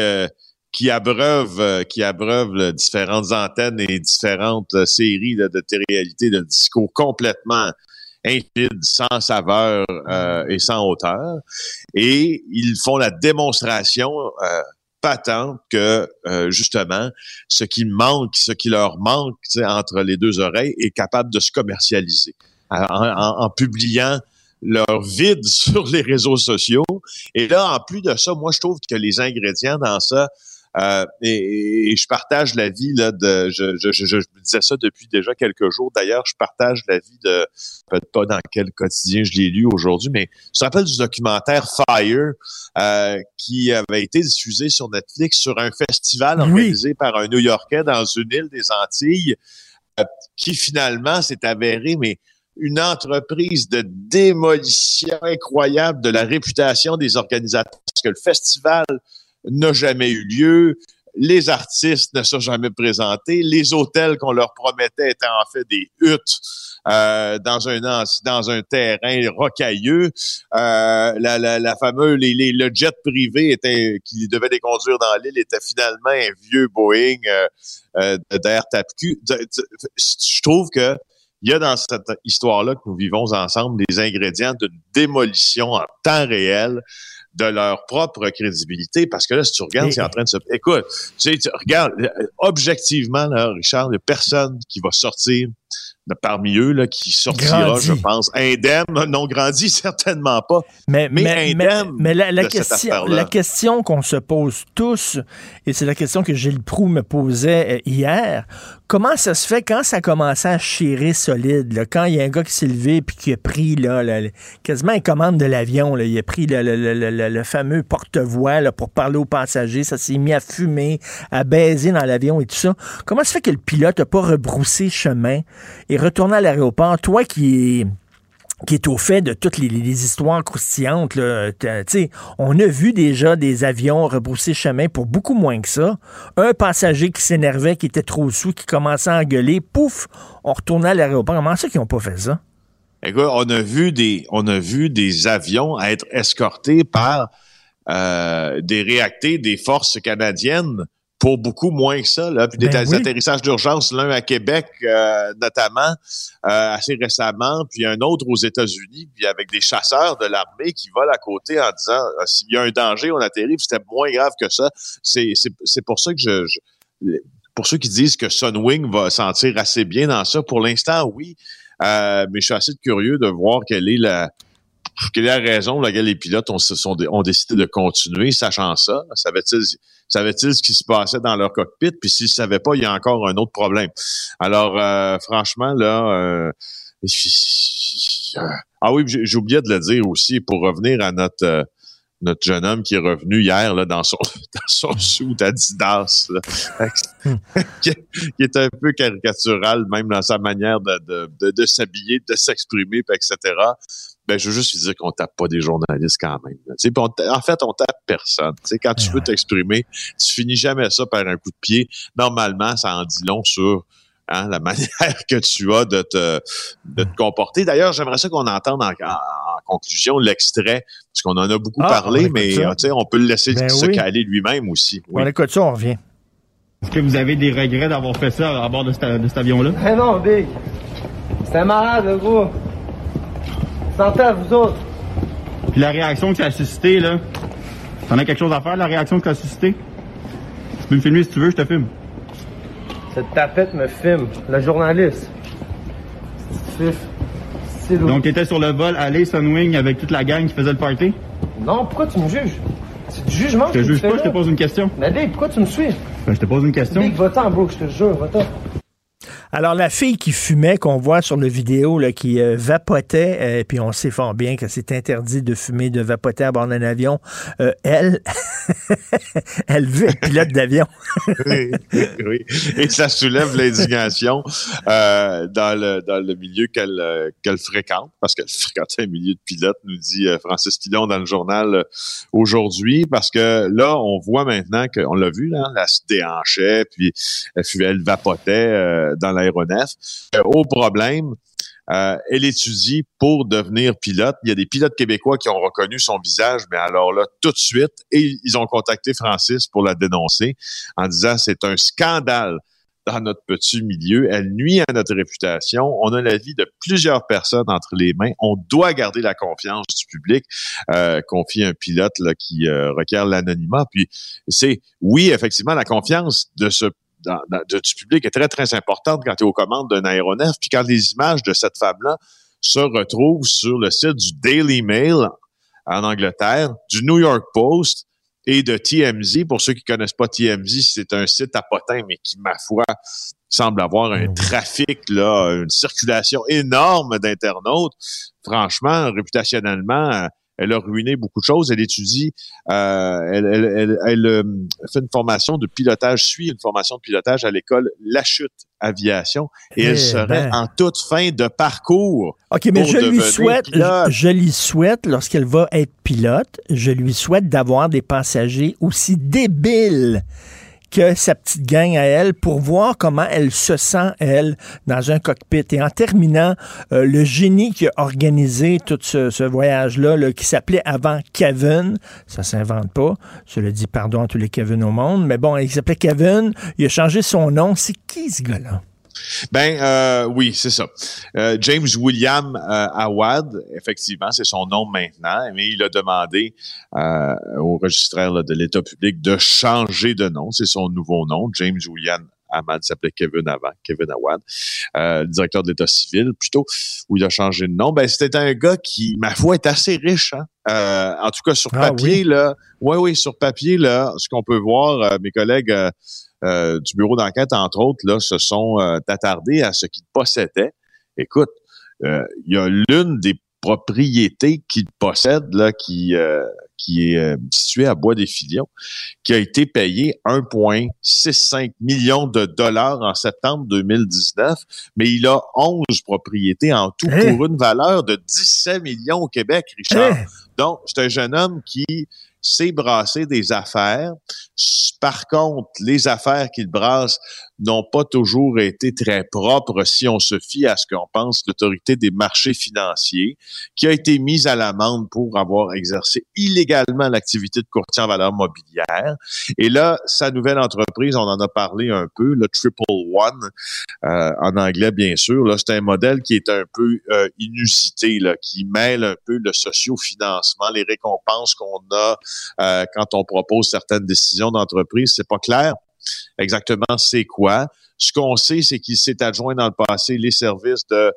abreuvent différentes antennes et différentes séries de télé-réalité, de discours complètement infides, sans saveur et sans hauteur. Et ils font la démonstration patente que, justement, ce qui leur manque entre les deux oreilles est capable de se commercialiser en publiant leur vide sur les réseaux sociaux. Et là, en plus de ça, moi, je trouve que les ingrédients dans ça, et je partage l'avis là je me disais ça depuis déjà quelques jours. D'ailleurs, je partage l'avis de, peut-être pas dans quel quotidien je l'ai lu aujourd'hui, mais je me rappelle du documentaire Fire qui avait été diffusé sur Netflix sur un festival organisé par un New-Yorkais dans une île des Antilles qui finalement s'est avéré, mais une entreprise de démolition incroyable de la réputation des organisateurs, parce que le festival n'a jamais eu lieu, les artistes ne sont jamais présentés, les hôtels qu'on leur promettait étaient en fait des huttes dans un terrain rocailleux. La fameuse le jet privé qui devait les conduire dans l'île était finalement un vieux Boeing d'Air Tape-Cul. Je trouve que il y a dans cette histoire-là que nous vivons ensemble les ingrédients d'une démolition en temps réel de leur propre crédibilité, parce que là, si tu regardes, c'est en train de se... Écoute, tu regardes, objectivement, là, Richard, il n'y a personne qui va sortir parmi eux, là, qui sortira, grandi. je pense, indemne, non grandi, certainement pas, mais indemne la question qu'on se pose tous, et c'est la question que Gilles Proulx me posait hier, comment ça se fait quand ça commençait à chirer solide, là, quand il y a un gars qui s'est levé puis qui a pris là, quasiment une commande de l'avion, là, il a pris le fameux porte-voix là, pour parler aux passagers, ça s'est mis à fumer, à baiser dans l'avion et tout ça. Comment ça se fait que le pilote n'a pas rebroussé chemin et retourné à l'aéroport, toi qui est au fait de toutes les histoires croustillantes, là, on a vu déjà des avions rebrousser chemin pour beaucoup moins que ça. Un passager qui s'énervait, qui était trop sous, qui commençait à engueuler, pouf, on retournait à l'aéroport. Comment ça qu'ils n'ont pas fait ça? Écoute, on a vu des avions être escortés par des réactés des forces canadiennes pour beaucoup moins que ça, là. Puis des atterrissages d'urgence, l'un à Québec notamment, assez récemment, puis un autre aux États-Unis, puis avec des chasseurs de l'armée qui volent à côté en disant s'il y a un danger, on atterrit, puis c'était moins grave que ça. C'est pour ça que pour ceux qui disent que Sunwing va sentir assez bien dans ça, pour l'instant, oui. Mais je suis assez curieux de voir quelle est la raison pour laquelle les pilotes ont décidé de continuer, sachant ça. Savaient-ils ce qui se passait dans leur cockpit? Puis s'ils ne savaient pas, il y a encore un autre problème. Alors, franchement, là... ah oui, j'ai oublié de le dire aussi, pour revenir à notre jeune homme qui est revenu hier là, dans son suit Adidas, là, qui est un peu caricatural, même dans sa manière de s'habiller, de s'exprimer, etc. Ben, je veux juste dire qu'on tape pas des journalistes quand même. En fait, on tape personne. T'sais, quand tu veux t'exprimer, tu finis jamais ça par un coup de pied. Normalement, ça en dit long sur la manière que tu as de te comporter. D'ailleurs, j'aimerais ça qu'on entende en conclusion l'extrait, parce qu'on en a beaucoup parlé, mais on peut le laisser se caler lui-même aussi. Oui. On écoute ça, on revient. Est-ce que vous avez des regrets d'avoir fait ça à bord de cet avion-là? Eh non, Big. C'était malade, le gros. Santé à vous autres. Puis la réaction que ça a suscité, là, t'en as quelque chose à faire, la réaction que ça a suscité? Tu peux me filmer si tu veux, je te filme. Cette tapette me filme. Le journaliste. C'est donc t'étais sur le vol aller Sunwing avec toute la gang qui faisait le party? Non, pourquoi tu me juges? C'est du jugement. Je te juge pas, je te pose une question. Mais Big, pourquoi tu me suis? Ben, je te pose une question. Big, va-t'en, bro, je te jure, va-t'en. Alors, la fille qui fumait, qu'on voit sur la vidéo, là, qui vapotait, puis on sait fort bien que c'est interdit de fumer, de vapoter à bord d'un avion, elle veut être pilote d'avion. oui. Et ça soulève l'indignation dans le milieu qu'elle fréquente, parce qu'elle fréquente un milieu de pilotes, nous dit Francis Pilon dans le journal aujourd'hui, parce que là, on voit maintenant qu'on l'a vu, là, elle se déhanchait, puis elle vapotait dans l'aéronef. Au problème, elle étudie pour devenir pilote. Il y a des pilotes québécois qui ont reconnu son visage, mais alors là, tout de suite, et ils ont contacté Francis pour la dénoncer en disant c'est un scandale dans notre petit milieu. Elle nuit à notre réputation. On a la vie de plusieurs personnes entre les mains. On doit garder la confiance du public, confie un pilote là, qui requiert l'anonymat. Puis oui, effectivement, la confiance du public est très, très importante quand tu es aux commandes d'un aéronef. Puis quand les images de cette femme-là se retrouvent sur le site du Daily Mail en Angleterre, du New York Post et de TMZ. Pour ceux qui connaissent pas TMZ, c'est un site à potins, mais qui, ma foi, semble avoir un trafic, là, une circulation énorme d'internautes. Franchement, réputationnellement, elle a ruiné beaucoup de choses. Elle étudie, elle fait une formation de pilotage, suit une formation de pilotage à l'école La Chute Aviation, et elle serait en toute fin de parcours. OK, mais je lui souhaite, lorsqu'elle va être pilote, je lui souhaite d'avoir des passagers aussi débiles que sa petite gang à elle, pour voir comment elle se sent, elle, dans un cockpit. Et en terminant, le génie qui a organisé tout ce voyage-là, là, qui s'appelait avant Kevin, ça s'invente pas, je le dis pardon à tous les Kevin au monde, mais bon, il s'appelait Kevin, il a changé son nom. C'est qui ce gars-là? Oui, c'est ça. James William Awad, effectivement, c'est son nom maintenant, mais il a demandé au registraire de l'État public de changer de nom. C'est son nouveau nom. James William Ahmad s'appelait Kevin Awad, le directeur de l'État civil, plutôt, où il a changé de nom. C'était un gars qui, ma foi, est assez riche, hein. En tout cas, sur papier, là. Oui, sur papier, là, ce qu'on peut voir, mes collègues du bureau d'enquête, entre autres, là, se sont attardés à ce qu'il possédait. Écoute, il y a l'une des propriétés qu'il possède, là, qui est située à Bois-des-Filions, qui a été payée 1,65 million de dollars en septembre 2019, mais il a 11 propriétés en tout pour une valeur de 17 millions au Québec, Richard. Donc, c'est un jeune homme qui s'est brassé des affaires. Par contre, les affaires qu'il brasse n'ont pas toujours été très propres si on se fie à ce qu'on pense l'autorité des marchés financiers, qui a été mise à l'amende pour avoir exercé illégalement l'activité de courtier en valeurs mobilières. Et là, sa nouvelle entreprise, on en a parlé un peu, le Triple One, en anglais bien sûr, là, c'est un modèle qui est un peu inusité, là, qui mêle un peu le socio-financement, les récompenses qu'on a quand on propose certaines décisions d'entreprise. C'est pas clair exactement c'est quoi. Ce qu'on sait, c'est qu'il s'est adjoint dans le passé les services de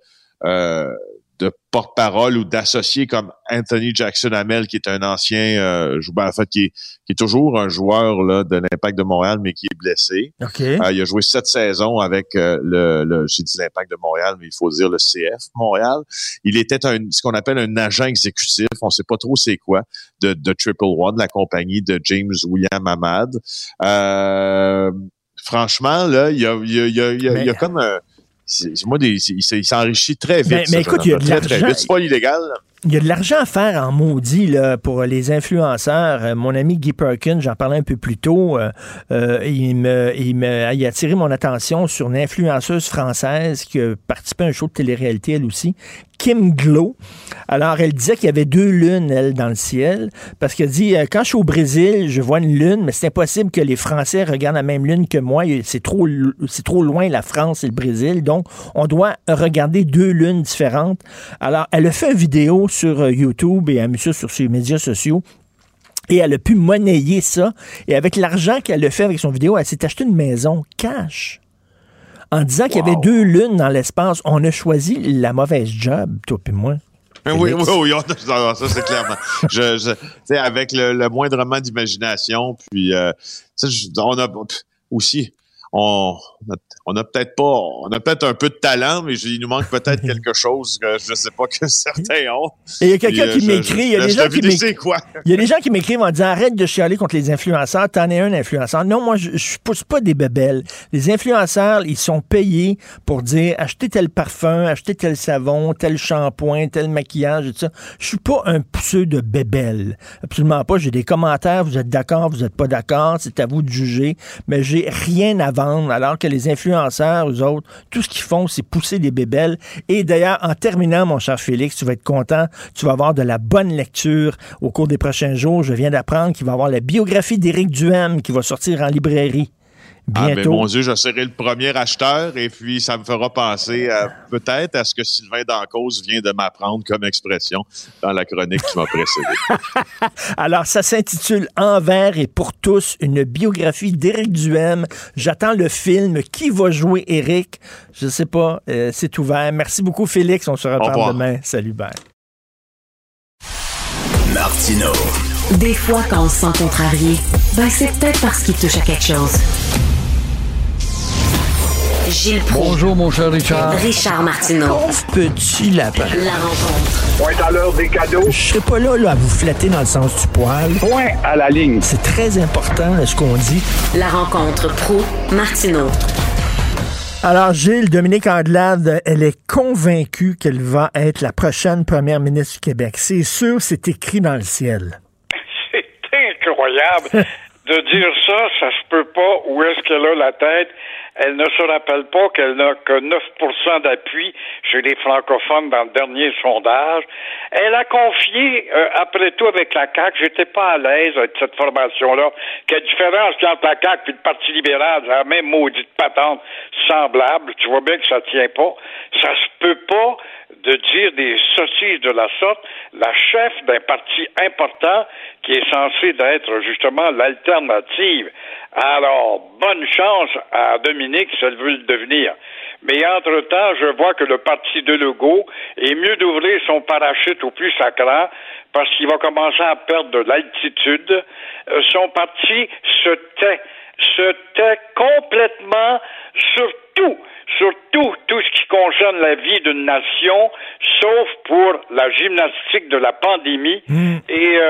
porte-parole ou d'associés comme Anthony Jackson-Hamel, qui est un ancien joueur, en fait, qui est toujours un joueur là, de l'Impact de Montréal, mais qui est blessé. Okay. Il a joué 7 saisons avec j'ai dit l'Impact de Montréal, mais il faut dire le CF Montréal. Il était ce qu'on appelle un agent exécutif, on sait pas trop c'est quoi, de Triple One, la compagnie de James William Ahmad. Franchement, là, il y a comme un... il s'enrichit très vite. Mais écoute, il y a de l'argent. Très vite. C'est pas illégal, là. Il y a de l'argent à faire en maudit là, pour les influenceurs. Mon ami Guy Perkins, j'en parlais un peu plus tôt, il a attiré mon attention sur une influenceuse française qui a participé à un show de télé-réalité, elle aussi, Kim Glow. Alors, elle disait qu'il y avait 2 lunes, elle, dans le ciel, parce qu'elle dit, quand je suis au Brésil, je vois une lune, mais c'est impossible que les Français regardent la même lune que moi. C'est trop loin, la France et le Brésil, donc on doit regarder 2 lunes différentes. Alors, elle a fait une vidéo sur YouTube et a mis ça sur ses médias sociaux. Et elle a pu monnayer ça. Et avec l'argent qu'elle a fait avec son vidéo, elle s'est acheté une maison cash. En disant qu'il y avait 2 lunes dans l'espace. On a choisi la mauvaise job, toi et moi. Oui, ça c'est clairement. Avec le moindrement d'imagination, puis on a aussi... On a peut-être un peu de talent, mais il nous manque peut-être quelque chose que je sais pas que certains ont. Et il y a quelqu'un qui m'écrit, il y a des gens qui m'écrivent en disant arrête de chialer contre les influenceurs, t'en es un influenceur. Non, moi je pousse pas des bébelles. Les influenceurs, ils sont payés pour dire achetez tel parfum, achetez tel savon, tel shampoing, tel maquillage et tout ça. Je suis pas un pousseux de bébelles. Absolument pas. J'ai des commentaires, vous êtes d'accord, vous êtes pas d'accord, c'est à vous de juger, mais j'ai rien à vendre, alors que les influenceurs, eux autres, tout ce qu'ils font, c'est pousser des bébelles. Et d'ailleurs, en terminant, mon cher Félix, tu vas être content, tu vas avoir de la bonne lecture au cours des prochains jours. Je viens d'apprendre qu'il va y avoir la biographie d'Éric Duhem qui va sortir en librairie bientôt. Ah, mais mon Dieu, je serai le premier acheteur et puis ça me fera penser peut-être à ce que Sylvain Dancause vient de m'apprendre comme expression dans la chronique qui m'a précédé. Alors, ça s'intitule « Envers et pour tous, une biographie d'Éric Duhem ». J'attends le film. Qui va jouer Éric? Je sais pas. C'est ouvert. Merci beaucoup, Félix. On se reparle demain. Salut, bye. Martino. Des fois, quand on se sent contrarié, c'est peut-être parce qu'il touche à quelque chose. Gilles Proulx. Bonjour, mon cher Richard. Richard Martineau. Petit lapin. La rencontre. Point à l'heure des cadeaux. Je serai pas là à vous flatter dans le sens du poil. Point à la ligne. C'est très important, ce qu'on dit. La rencontre Proulx-Martineau. Alors, Gilles, Dominique Anglade, elle est convaincue qu'elle va être la prochaine première ministre du Québec. C'est sûr, c'est écrit dans le ciel. C'est incroyable de dire ça, ça se peut pas. Où est-ce qu'elle a la tête? elle ne se rappelle pas qu'elle n'a que 9% d'appui chez les francophones dans le dernier sondage. Elle a confié, après tout, avec la CAQ, j'étais pas à l'aise avec cette formation-là. Quelle différence entre la CAQ et le Parti libéral? C'est la même maudite patente semblable. Tu vois bien que ça tient pas. Ça se peut pas de dire des sottises de la sorte. La chef d'un parti important qui est censé être justement l'alternative. Alors, bonne chance à Dominique si elle veut le devenir. Mais entre-temps, je vois que le parti de Legault est mieux d'ouvrir son parachute au plus sacrant parce qu'il va commencer à perdre de l'altitude. Son parti se tait complètement sur tout ce qui concerne la vie d'une nation, sauf pour la gymnastique de la pandémie. Et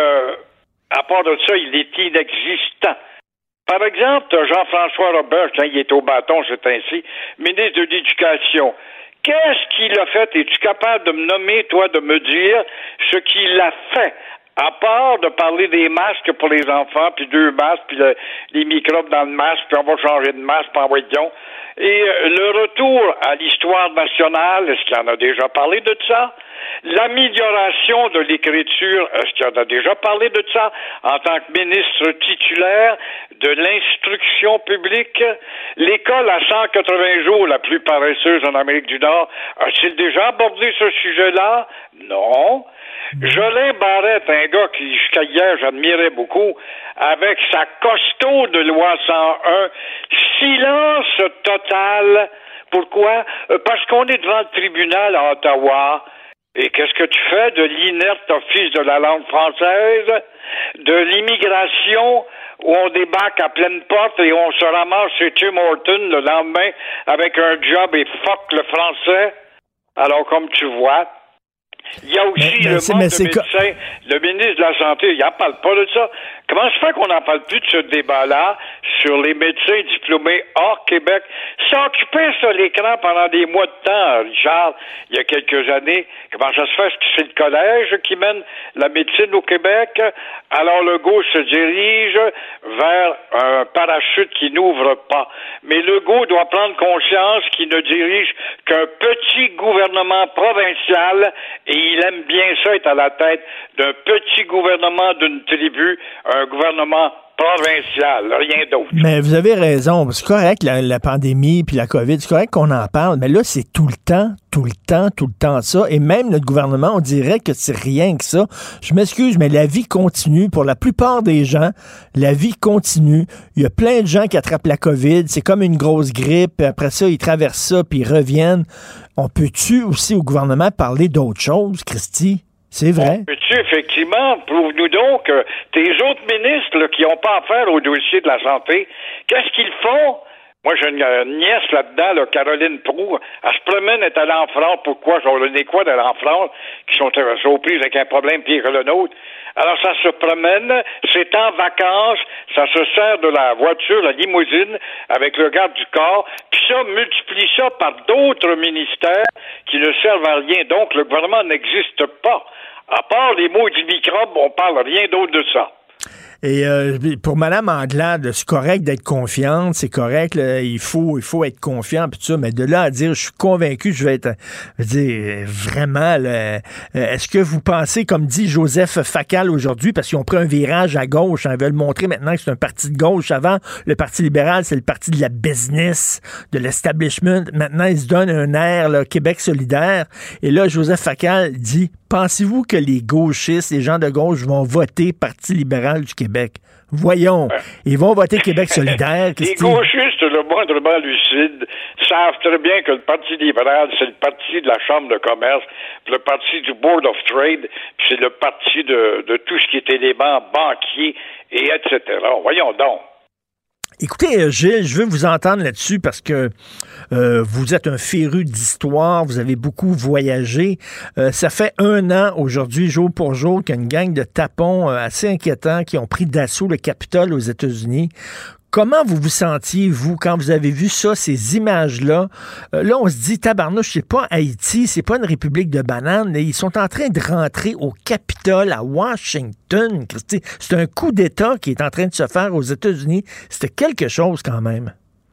à part de ça, il est inexistant. Par exemple, Jean-François Robert, quand il est au bâton, c'est ainsi, ministre de l'Éducation. Qu'est-ce qu'il a fait? Es-tu capable de me nommer, toi, de me dire ce qu'il a fait? À part de parler des masques pour les enfants, puis 2 masques, puis les microbes dans le masque, puis on va changer de masque, puis envoyons. Et le retour à l'histoire nationale, est-ce qu'il en a déjà parlé de ça? L'amélioration de l'écriture, est-ce qu'il en a déjà parlé de ça en tant que ministre titulaire de l'instruction publique? L'école à 180 jours, la plus paresseuse en Amérique du Nord, a-t-il déjà abordé ce sujet-là? Non. Jolin Barrette, un gars qui, jusqu'à hier, j'admirais beaucoup, avec sa costaud de loi 101, silence total. Pourquoi? Parce qu'on est devant le tribunal à Ottawa. Et qu'est-ce que tu fais de l'inerte office de la langue française, de l'immigration, où on débarque à pleine porte et on se ramasse chez Tim Horton le lendemain avec un job et fuck le français? Alors, comme tu vois, il y a aussi le manque de médecins. Le ministre de la Santé, il n'en parle pas de ça. Comment se fait qu'on n'en parle plus de ce débat-là sur les médecins diplômés hors Québec? Ça occupait ça l'écran pendant des mois de temps, Richard, il y a quelques années. Comment ça se fait? Est-ce que c'est le collège qui mène la médecine au Québec? Alors Legault se dirige vers un parachute qui n'ouvre pas. Mais Legault doit prendre conscience qu'il ne dirige qu'un petit gouvernement provincial et il aime bien ça être à la tête d'un petit gouvernement d'une tribu, un gouvernement provincial, rien d'autre. Mais vous avez raison. C'est correct, la pandémie puis la COVID, c'est correct qu'on en parle, mais là, c'est tout le temps ça. Et même notre gouvernement, on dirait que c'est rien que ça. Je m'excuse, mais la vie continue. Pour la plupart des gens, la vie continue. Il y a plein de gens qui attrapent la COVID. C'est comme une grosse grippe. Après ça, ils traversent ça puis ils reviennent. On peut-tu aussi au gouvernement parler d'autre chose, Christy? C'est vrai. Peux-tu, effectivement, prouve-nous donc que tes autres ministres là, qui n'ont pas affaire au dossier de la santé, qu'est-ce qu'ils font? Moi, j'ai une nièce là-dedans, là, Caroline Proulx. Elle se promène, elle est allée en France. Pourquoi? J'en ai quoi d'aller en France qui sont aux prises avec un problème pire que le nôtre? Alors, ça se promène, c'est en vacances, ça se sert de la voiture, la limousine, avec le garde du corps, puis ça, multiplie ça par d'autres ministères qui ne servent à rien. Donc, le gouvernement n'existe pas. À part les mots du microbe, on parle rien d'autre de ça. Et pour Mme Anglade, c'est correct d'être confiante, c'est correct, là, il faut être confiant, puis tout ça, mais de là à dire, je suis convaincu, je vais être, vraiment, là, est-ce que vous pensez, comme dit Joseph Facal aujourd'hui, parce qu'ils ont pris un virage à gauche, ils veulent montrer maintenant que c'est un parti de gauche. Avant, le Parti libéral, c'est le parti de la business, de l'establishment. Maintenant, ils se donnent un air, là, Québec solidaire. Et là, Joseph Facal dit, pensez-vous que les gauchistes, les gens de gauche vont voter Parti libéral du Québec? Voyons. Ils vont voter Québec solidaire. Les gauchistes, le moindrement lucides, savent très bien que le Parti libéral, c'est le parti de la Chambre de commerce, le parti du Board of Trade, puis c'est le parti de tout ce qui est élément banquier, et etc. Voyons donc. Écoutez, Gilles, je veux vous entendre là-dessus parce que vous êtes un féru d'histoire, vous avez beaucoup voyagé. Ça fait 1 an aujourd'hui, jour pour jour, qu'il y a une gang de tapons assez inquiétants qui ont pris d'assaut le Capitole aux États-Unis. Comment vous vous sentiez, vous, quand vous avez vu ça, ces images-là? Là, on se dit, tabarnouche, c'est pas Haïti, c'est pas une république de bananes, mais ils sont en train de rentrer au Capitole, à Washington, Christy. C'est un coup d'État qui est en train de se faire aux États-Unis. C'était quelque chose, quand même.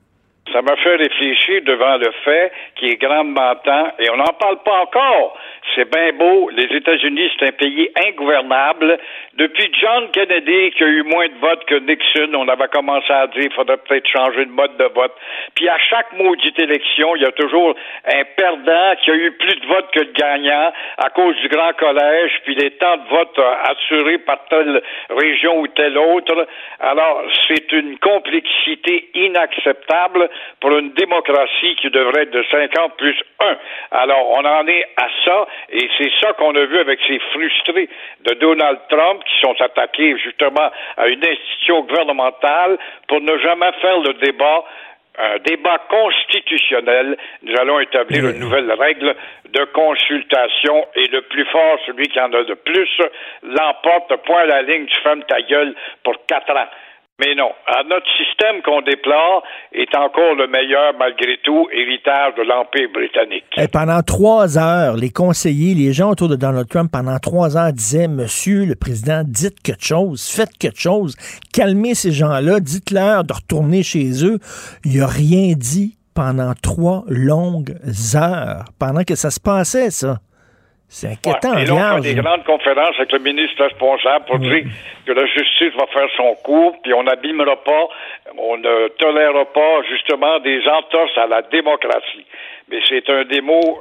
Ça m'a fait réfléchir devant le fait qui est grandement temps, et on n'en parle pas encore. C'est bien beau, les États-Unis, c'est un pays ingouvernable. Depuis John Kennedy, qui a eu moins de votes que Nixon, on avait commencé à dire qu'il faudrait peut-être changer de mode de vote. Puis à chaque maudite élection, il y a toujours un perdant qui a eu plus de votes que de gagnant à cause du grand collège, puis les temps de vote assurés par telle région ou telle autre. Alors, c'est une complexité inacceptable pour une démocratie qui devrait être de 50 plus 1. Alors, on en est à ça, et c'est ça qu'on a vu avec ces frustrés de Donald Trump qui sont attaqués justement à une institution gouvernementale pour ne jamais faire le débat. Un débat constitutionnel. Nous allons établir une nouvelle règle de consultation et le plus fort, celui qui en a le plus, l'emporte, point à la ligne, tu fermes ta gueule pour 4 ans. Mais non, notre système qu'on déplore est encore le meilleur, malgré tout, héritage de l'Empire britannique. Et pendant 3 heures, les conseillers, les gens autour de Donald Trump, pendant 3 heures, disaient « Monsieur le Président, dites quelque chose, faites quelque chose, calmez ces gens-là, dites-leur de retourner chez eux. » Il n'a rien dit pendant 3 longues heures, pendant que ça se passait, ça. C'est inquiétant. Et là, on fait des grandes conférences avec le ministre responsable pour dire que la justice va faire son cours, puis on n'abîmera pas, on ne tolérera pas justement des entorses à la démocratie. Mais c'est un des mots,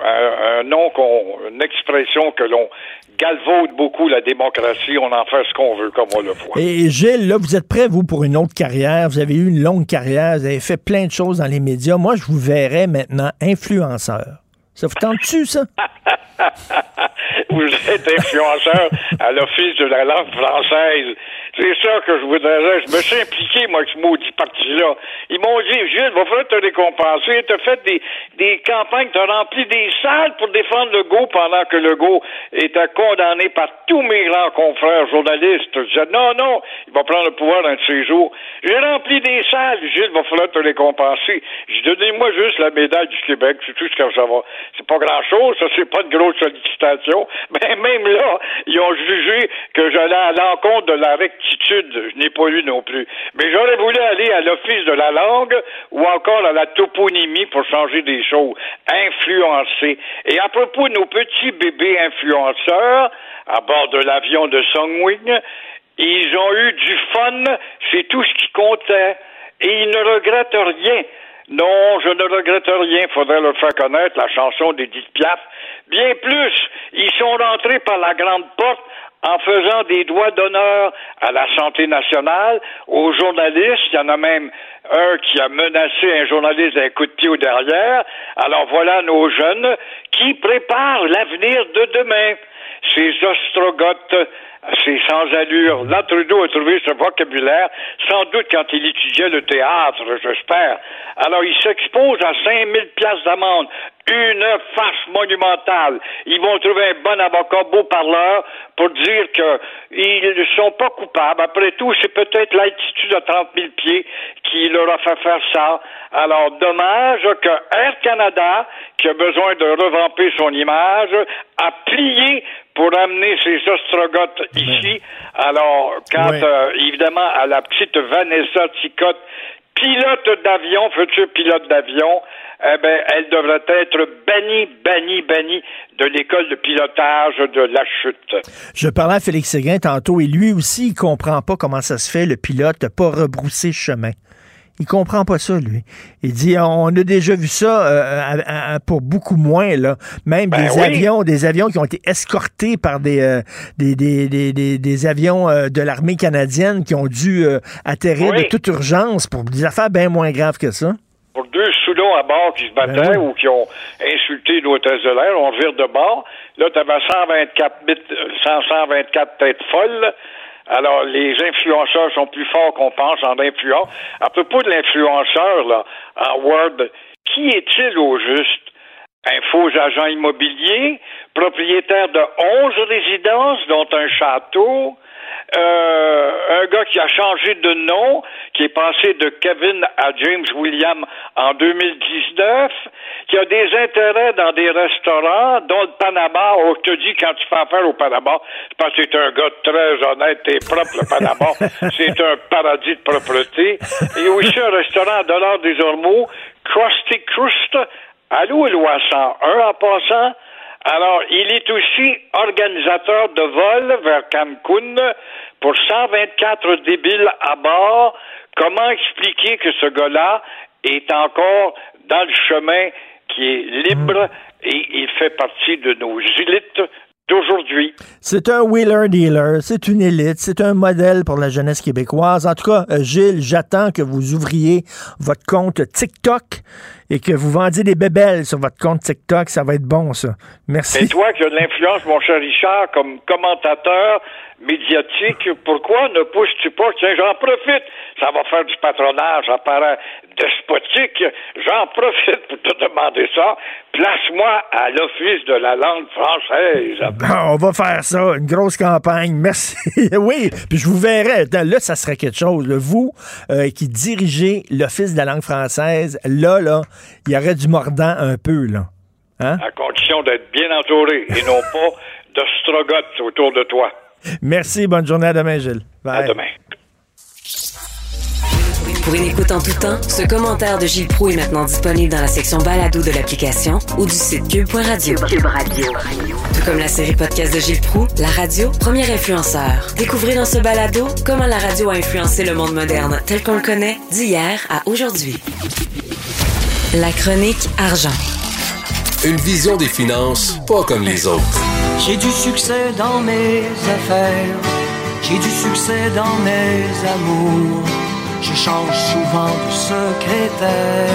une expression que l'on galvaude beaucoup, la démocratie. On en fait ce qu'on veut, comme on le voit. Et Gilles, là, vous êtes prêt, vous, pour une autre carrière. Vous avez eu une longue carrière, vous avez fait plein de choses dans les médias. Moi, je vous verrais maintenant influenceur. Ça vous tente-tu, ça? Vous êtes influenceur à l'Office de la langue française. C'est ça que je voudrais dire. Je me suis impliqué, moi, avec ce maudit parti-là. Ils m'ont dit, Gilles, il va falloir te récompenser. T'as fait des campagnes, t'as rempli des salles pour défendre Legault pendant que Legault était condamné par tous mes grands confrères journalistes. Je disais, non, il va prendre le pouvoir un de ces jours. J'ai rempli des salles, Gilles, il va falloir te récompenser. J'ai donné, moi, juste la médaille du Québec. C'est tout ce que ça va. C'est pas grand-chose, ça, c'est pas de grosse sollicitation. Mais même là, ils ont jugé que j'allais à l'encontre de la rectitude. Je n'ai pas lu non plus. Mais j'aurais voulu aller à l'Office de la langue ou encore à la toponymie pour changer des choses. Influencer. Et à propos de nos petits bébés influenceurs, à bord de l'avion de Sunwing, ils ont eu du fun, c'est tout ce qui comptait. Et ils ne regrettent rien. Non, je ne regrette rien. Faudrait leur faire connaître la chanson d'Édith Piaf. Bien plus, ils sont rentrés par la grande porte en faisant des doigts d'honneur à la santé nationale, aux journalistes. Il y en a même un qui a menacé un journaliste d'un coup de pied au derrière. Alors voilà nos jeunes qui préparent l'avenir de demain. Ces ostrogoths, c'est sans allure. Là, Trudeau a trouvé ce vocabulaire, sans doute quand il étudiait le théâtre, j'espère. Alors, il s'expose à 5 000 piastres d'amende. Une farce monumentale. Ils vont trouver un bon avocat, beau parleur, pour dire qu'ils ne sont pas coupables. Après tout, c'est peut-être l'altitude à 30 000 pieds qui leur a fait faire ça. Alors, dommage que Air Canada, qui a besoin de revamper son image, a plié pour amener ces ostrogoths ici. Alors, quand, évidemment, à la petite Vanessa Ticotte, pilote d'avion, futur pilote d'avion, elle devrait être bannie de l'école de pilotage de la chute. Je parlais à Félix Séguin tantôt, et lui aussi, il comprend pas comment ça se fait, le pilote, de pas rebrousser chemin. Il comprend pas ça, lui. Il dit, on a déjà vu ça pour beaucoup moins, là. Même des avions qui ont été escortés par des avions de l'armée canadienne qui ont dû atterrir de toute urgence pour des affaires bien moins graves que ça. Pour 2 Soudons à bord qui se battaient ou qui ont insulté l'hôtesse de l'air, on vire de bord. Là, tu avais 124 têtes folles. Alors, les influenceurs sont plus forts qu'on pense en influence. À propos de l'influenceur, là, en Word, qui est-il au juste? Un faux agent immobilier, propriétaire de 11 résidences, dont un château. un gars qui a changé de nom, qui est passé de Kevin à James William en 2019, qui a des intérêts dans des restaurants, dont le Panama. Oh, je te dis, quand tu fais affaire au Panama, c'est parce que c'est un gars très honnête et propre, le Panama. C'est un paradis de propreté. Il y a aussi un restaurant à Dollard-des-Ormeaux, Krusty Krust, à Louis-Lois 101 en passant. Alors, il est aussi organisateur de vol vers Cancun pour 124 débiles à bord. Comment expliquer que ce gars-là est encore dans le chemin qui est libre et il fait partie de nos élites d'aujourd'hui? C'est un wheeler-dealer, c'est une élite, c'est un modèle pour la jeunesse québécoise. En tout cas, Gilles, j'attends que vous ouvriez votre compte TikTok et que vous vendiez des bébelles sur votre compte TikTok. Ça va être bon, ça. Merci. Et toi qui as de l'influence, mon cher Richard, comme commentateur médiatique, pourquoi ne pousses-tu pas? Tiens, j'en profite. Ça va faire du patronage, ça paraît despotique. J'en profite pour te demander ça. Place-moi à l'Office de la langue française. Bon, on va faire ça, une grosse campagne. Merci. Oui, puis je vous verrai. Là, ça serait quelque chose. Là. Vous qui dirigez l'Office de la langue française, là, il y aurait du mordant un peu, là. Hein? À condition d'être bien entouré et non pas de strogotes autour de toi. Merci, bonne journée, à demain, Gilles. Bye. À demain. Pour une écoute en tout temps, ce commentaire de Gilles Proulx est maintenant disponible dans la section balado de l'application ou du site cube.radio. Cube Radio. Tout comme la série podcast de Gilles Proulx, la radio, premier influenceur. Découvrez dans ce balado comment la radio a influencé le monde moderne tel qu'on le connaît d'hier à aujourd'hui. La chronique argent. Une vision des finances pas comme les autres. J'ai du succès dans mes affaires, j'ai du succès dans mes amours, je change souvent de secrétaire.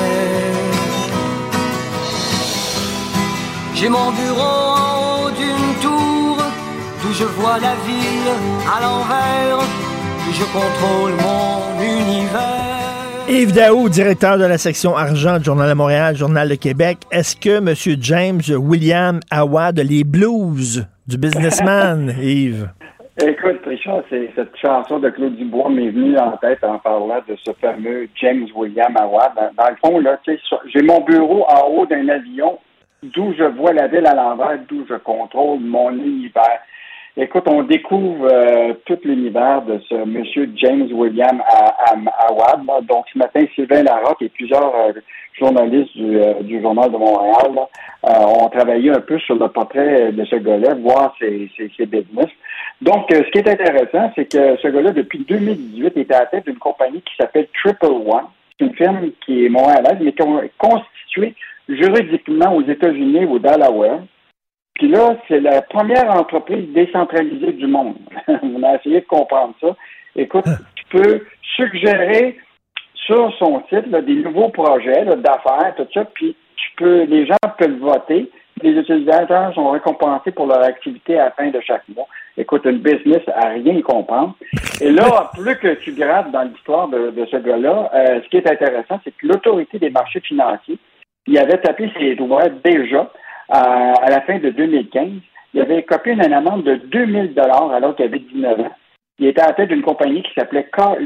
J'ai mon bureau en haut d'une tour, d'où je vois la ville à l'envers, et je contrôle mon univers. Yves Daou, directeur de la section argent du Journal de Montréal, Journal de Québec. Est-ce que M. James William Awad a les blues du businessman, Yves? Écoute, Richard, c'est cette chanson de Claude Dubois m'est venue en tête en parlant de ce fameux James William Awad. Dans le fond, là, tu sais, j'ai mon bureau en haut d'un avion d'où je vois la ville à l'envers, d'où je contrôle mon univers. Écoute, on découvre tout l'univers de ce monsieur James William Awad. Donc, ce matin, Sylvain Larocque et plusieurs journalistes du Journal de Montréal ont travaillé un peu sur le portrait de ce gars-là, voir ses business. Donc, ce qui est intéressant, c'est que ce gars-là, depuis 2018, était à la tête d'une compagnie qui s'appelle Triple One. C'est une firme qui est montréalaise, mais qui est constituée juridiquement aux États-Unis, au Delaware. Puis là, c'est la première entreprise décentralisée du monde. On a essayé de comprendre ça. Écoute, tu peux suggérer sur son site là, des nouveaux projets là, d'affaires, tout ça, puis les gens peuvent voter. Les utilisateurs sont récompensés pour leur activité à la fin de chaque mois. Écoute, une business à rien y comprendre. Et là, plus que tu grattes dans l'histoire de ce gars-là, ce qui est intéressant, c'est que l'autorité des marchés financiers, il avait tapé ses doigts déjà à la fin de 2015. Il avait copié une amende de 2000 $ alors qu'il avait 19 ans. Il était à la tête d'une compagnie qui s'appelait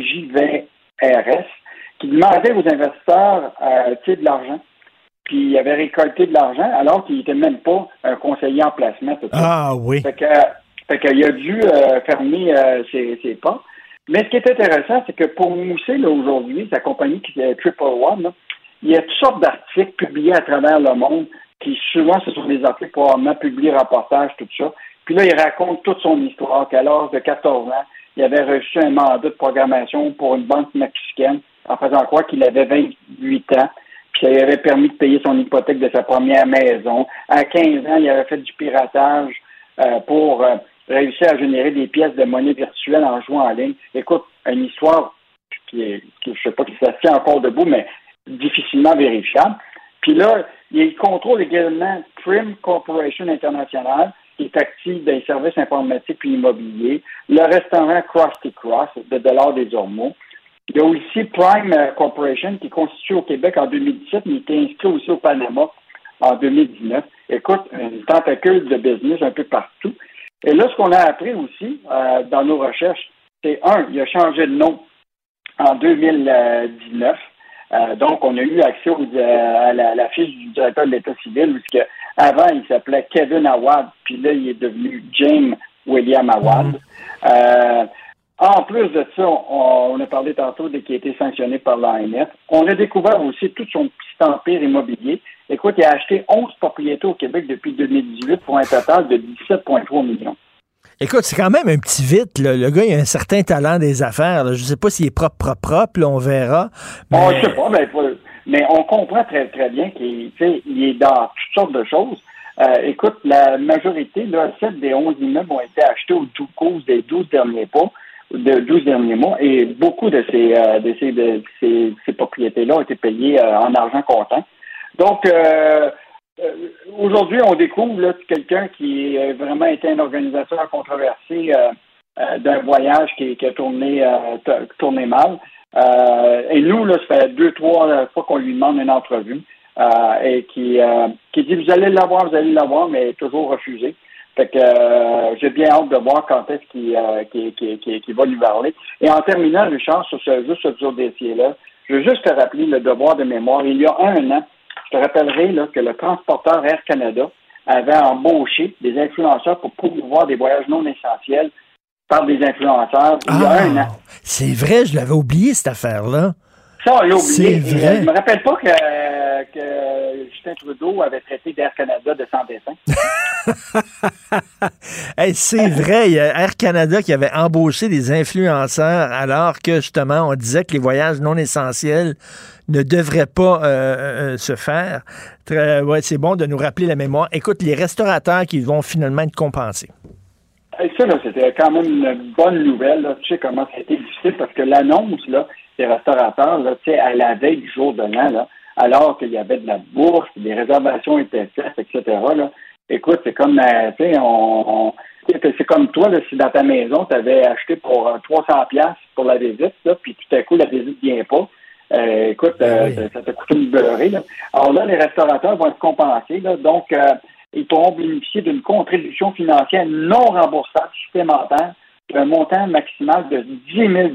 KJVRS, qui demandait aux investisseurs de l'argent. Puis il avait récolté de l'argent alors qu'il n'était même pas un conseiller en placement. Tout ça. Ah oui. Fait qu'il a dû fermer ses portes. Mais ce qui est intéressant, c'est que pour mousser là, aujourd'hui, sa compagnie qui est Triple One, là, il y a toutes sortes d'articles publiés à travers le monde qui souvent ce sont des articles probablement publiés, reportages, tout ça. Puis là, il raconte toute son histoire, qu'à l'âge de 14 ans, il avait reçu un mandat de programmation pour une banque mexicaine en faisant croire qu'il avait 28 ans. Puis ça lui avait permis de payer son hypothèque de sa première maison. À 15 ans, il avait fait du piratage pour réussir à générer des pièces de monnaie virtuelle en jouant en ligne. Écoute, une histoire qui je sais pas si ça se tient encore debout, mais difficilement vérifiable. Puis là, il contrôle également Prim Corporation International, qui est active dans les services informatiques et immobiliers, le restaurant Krusty Krust de Dollard-des-Ormeaux. Il y a aussi Prime Corporation, qui est constituée au Québec en 2017, mais qui est inscrit aussi au Panama en 2019. Écoute, une tentacule de business un peu partout. Et là, ce qu'on a appris aussi dans nos recherches, c'est il a changé de nom en 2019. Donc, on a eu accès à la fiche du directeur de l'État civil, parce que avant, il s'appelait Kevin Awad, puis là, il est devenu James William Awad. En plus de ça, on a parlé tantôt de qui a été sanctionné par l'AMF. On a découvert aussi tout son petit empire immobilier. Écoute, il a acheté 11 propriétés au Québec depuis 2018 pour un total de 17,3 millions. Écoute, c'est quand même un petit vite. Là. Le gars, il a un certain talent des affaires. Là. Je ne sais pas s'il est propre, là, on verra. Mais... On ne sait pas, mais on comprend très, très bien qu'il est dans toutes sortes de choses. Écoute, la majorité, là, 7 des 11 immeubles ont été achetés au cours des 12 derniers mois, et beaucoup de ces propriétés-là ont été payées en argent comptant. Donc, aujourd'hui, on découvre là, quelqu'un qui a vraiment été un organisateur controversé d'un voyage qui a tourné mal. Et nous, là, ça fait 2-3 fois qu'on lui demande une entrevue et qui dit vous allez l'avoir, mais toujours refusé. Fait que j'ai bien hâte de voir quand est-ce qu'il va lui parler. Et en terminant, Richard, sur ce dossier-là, je veux juste te rappeler le devoir de mémoire. Il y a un an, je te rappellerai là, que le transporteur Air Canada avait embauché des influenceurs pour promouvoir des voyages non essentiels par des influenceurs il y a un an. C'est vrai, je l'avais oublié, cette affaire-là. Ça, on l'a oublié. C'est vrai. Je me rappelle pas que Justin Trudeau avait traité d'Air Canada de sans dessin. Hey, c'est vrai, il y a Air Canada qui avait embauché des influenceurs alors que, justement, on disait que les voyages non essentiels ne devraient pas se faire. Ouais, c'est bon de nous rappeler la mémoire. Écoute, les restaurateurs qui vont finalement être compensés. Ça, là, c'était quand même une bonne nouvelle. Là. Tu sais comment ça a été difficile parce que l'annonce là, des restaurateurs, là, tu sais, à la veille du jour de l'an, là, alors qu'il y avait de la bourse, des réservations étaient faites, etc. Là. Écoute, c'est comme, tu sais, c'est comme toi, là, si dans ta maison, tu avais acheté pour 300$ pour la visite, là, puis tout à coup, la visite ne vient pas. Écoute, ça t'a coûté une beurrée. Là. Alors là, les restaurateurs vont être compensés. Là, donc, ils pourront bénéficier d'une contribution financière non remboursable supplémentaire d'un montant maximal de 10 000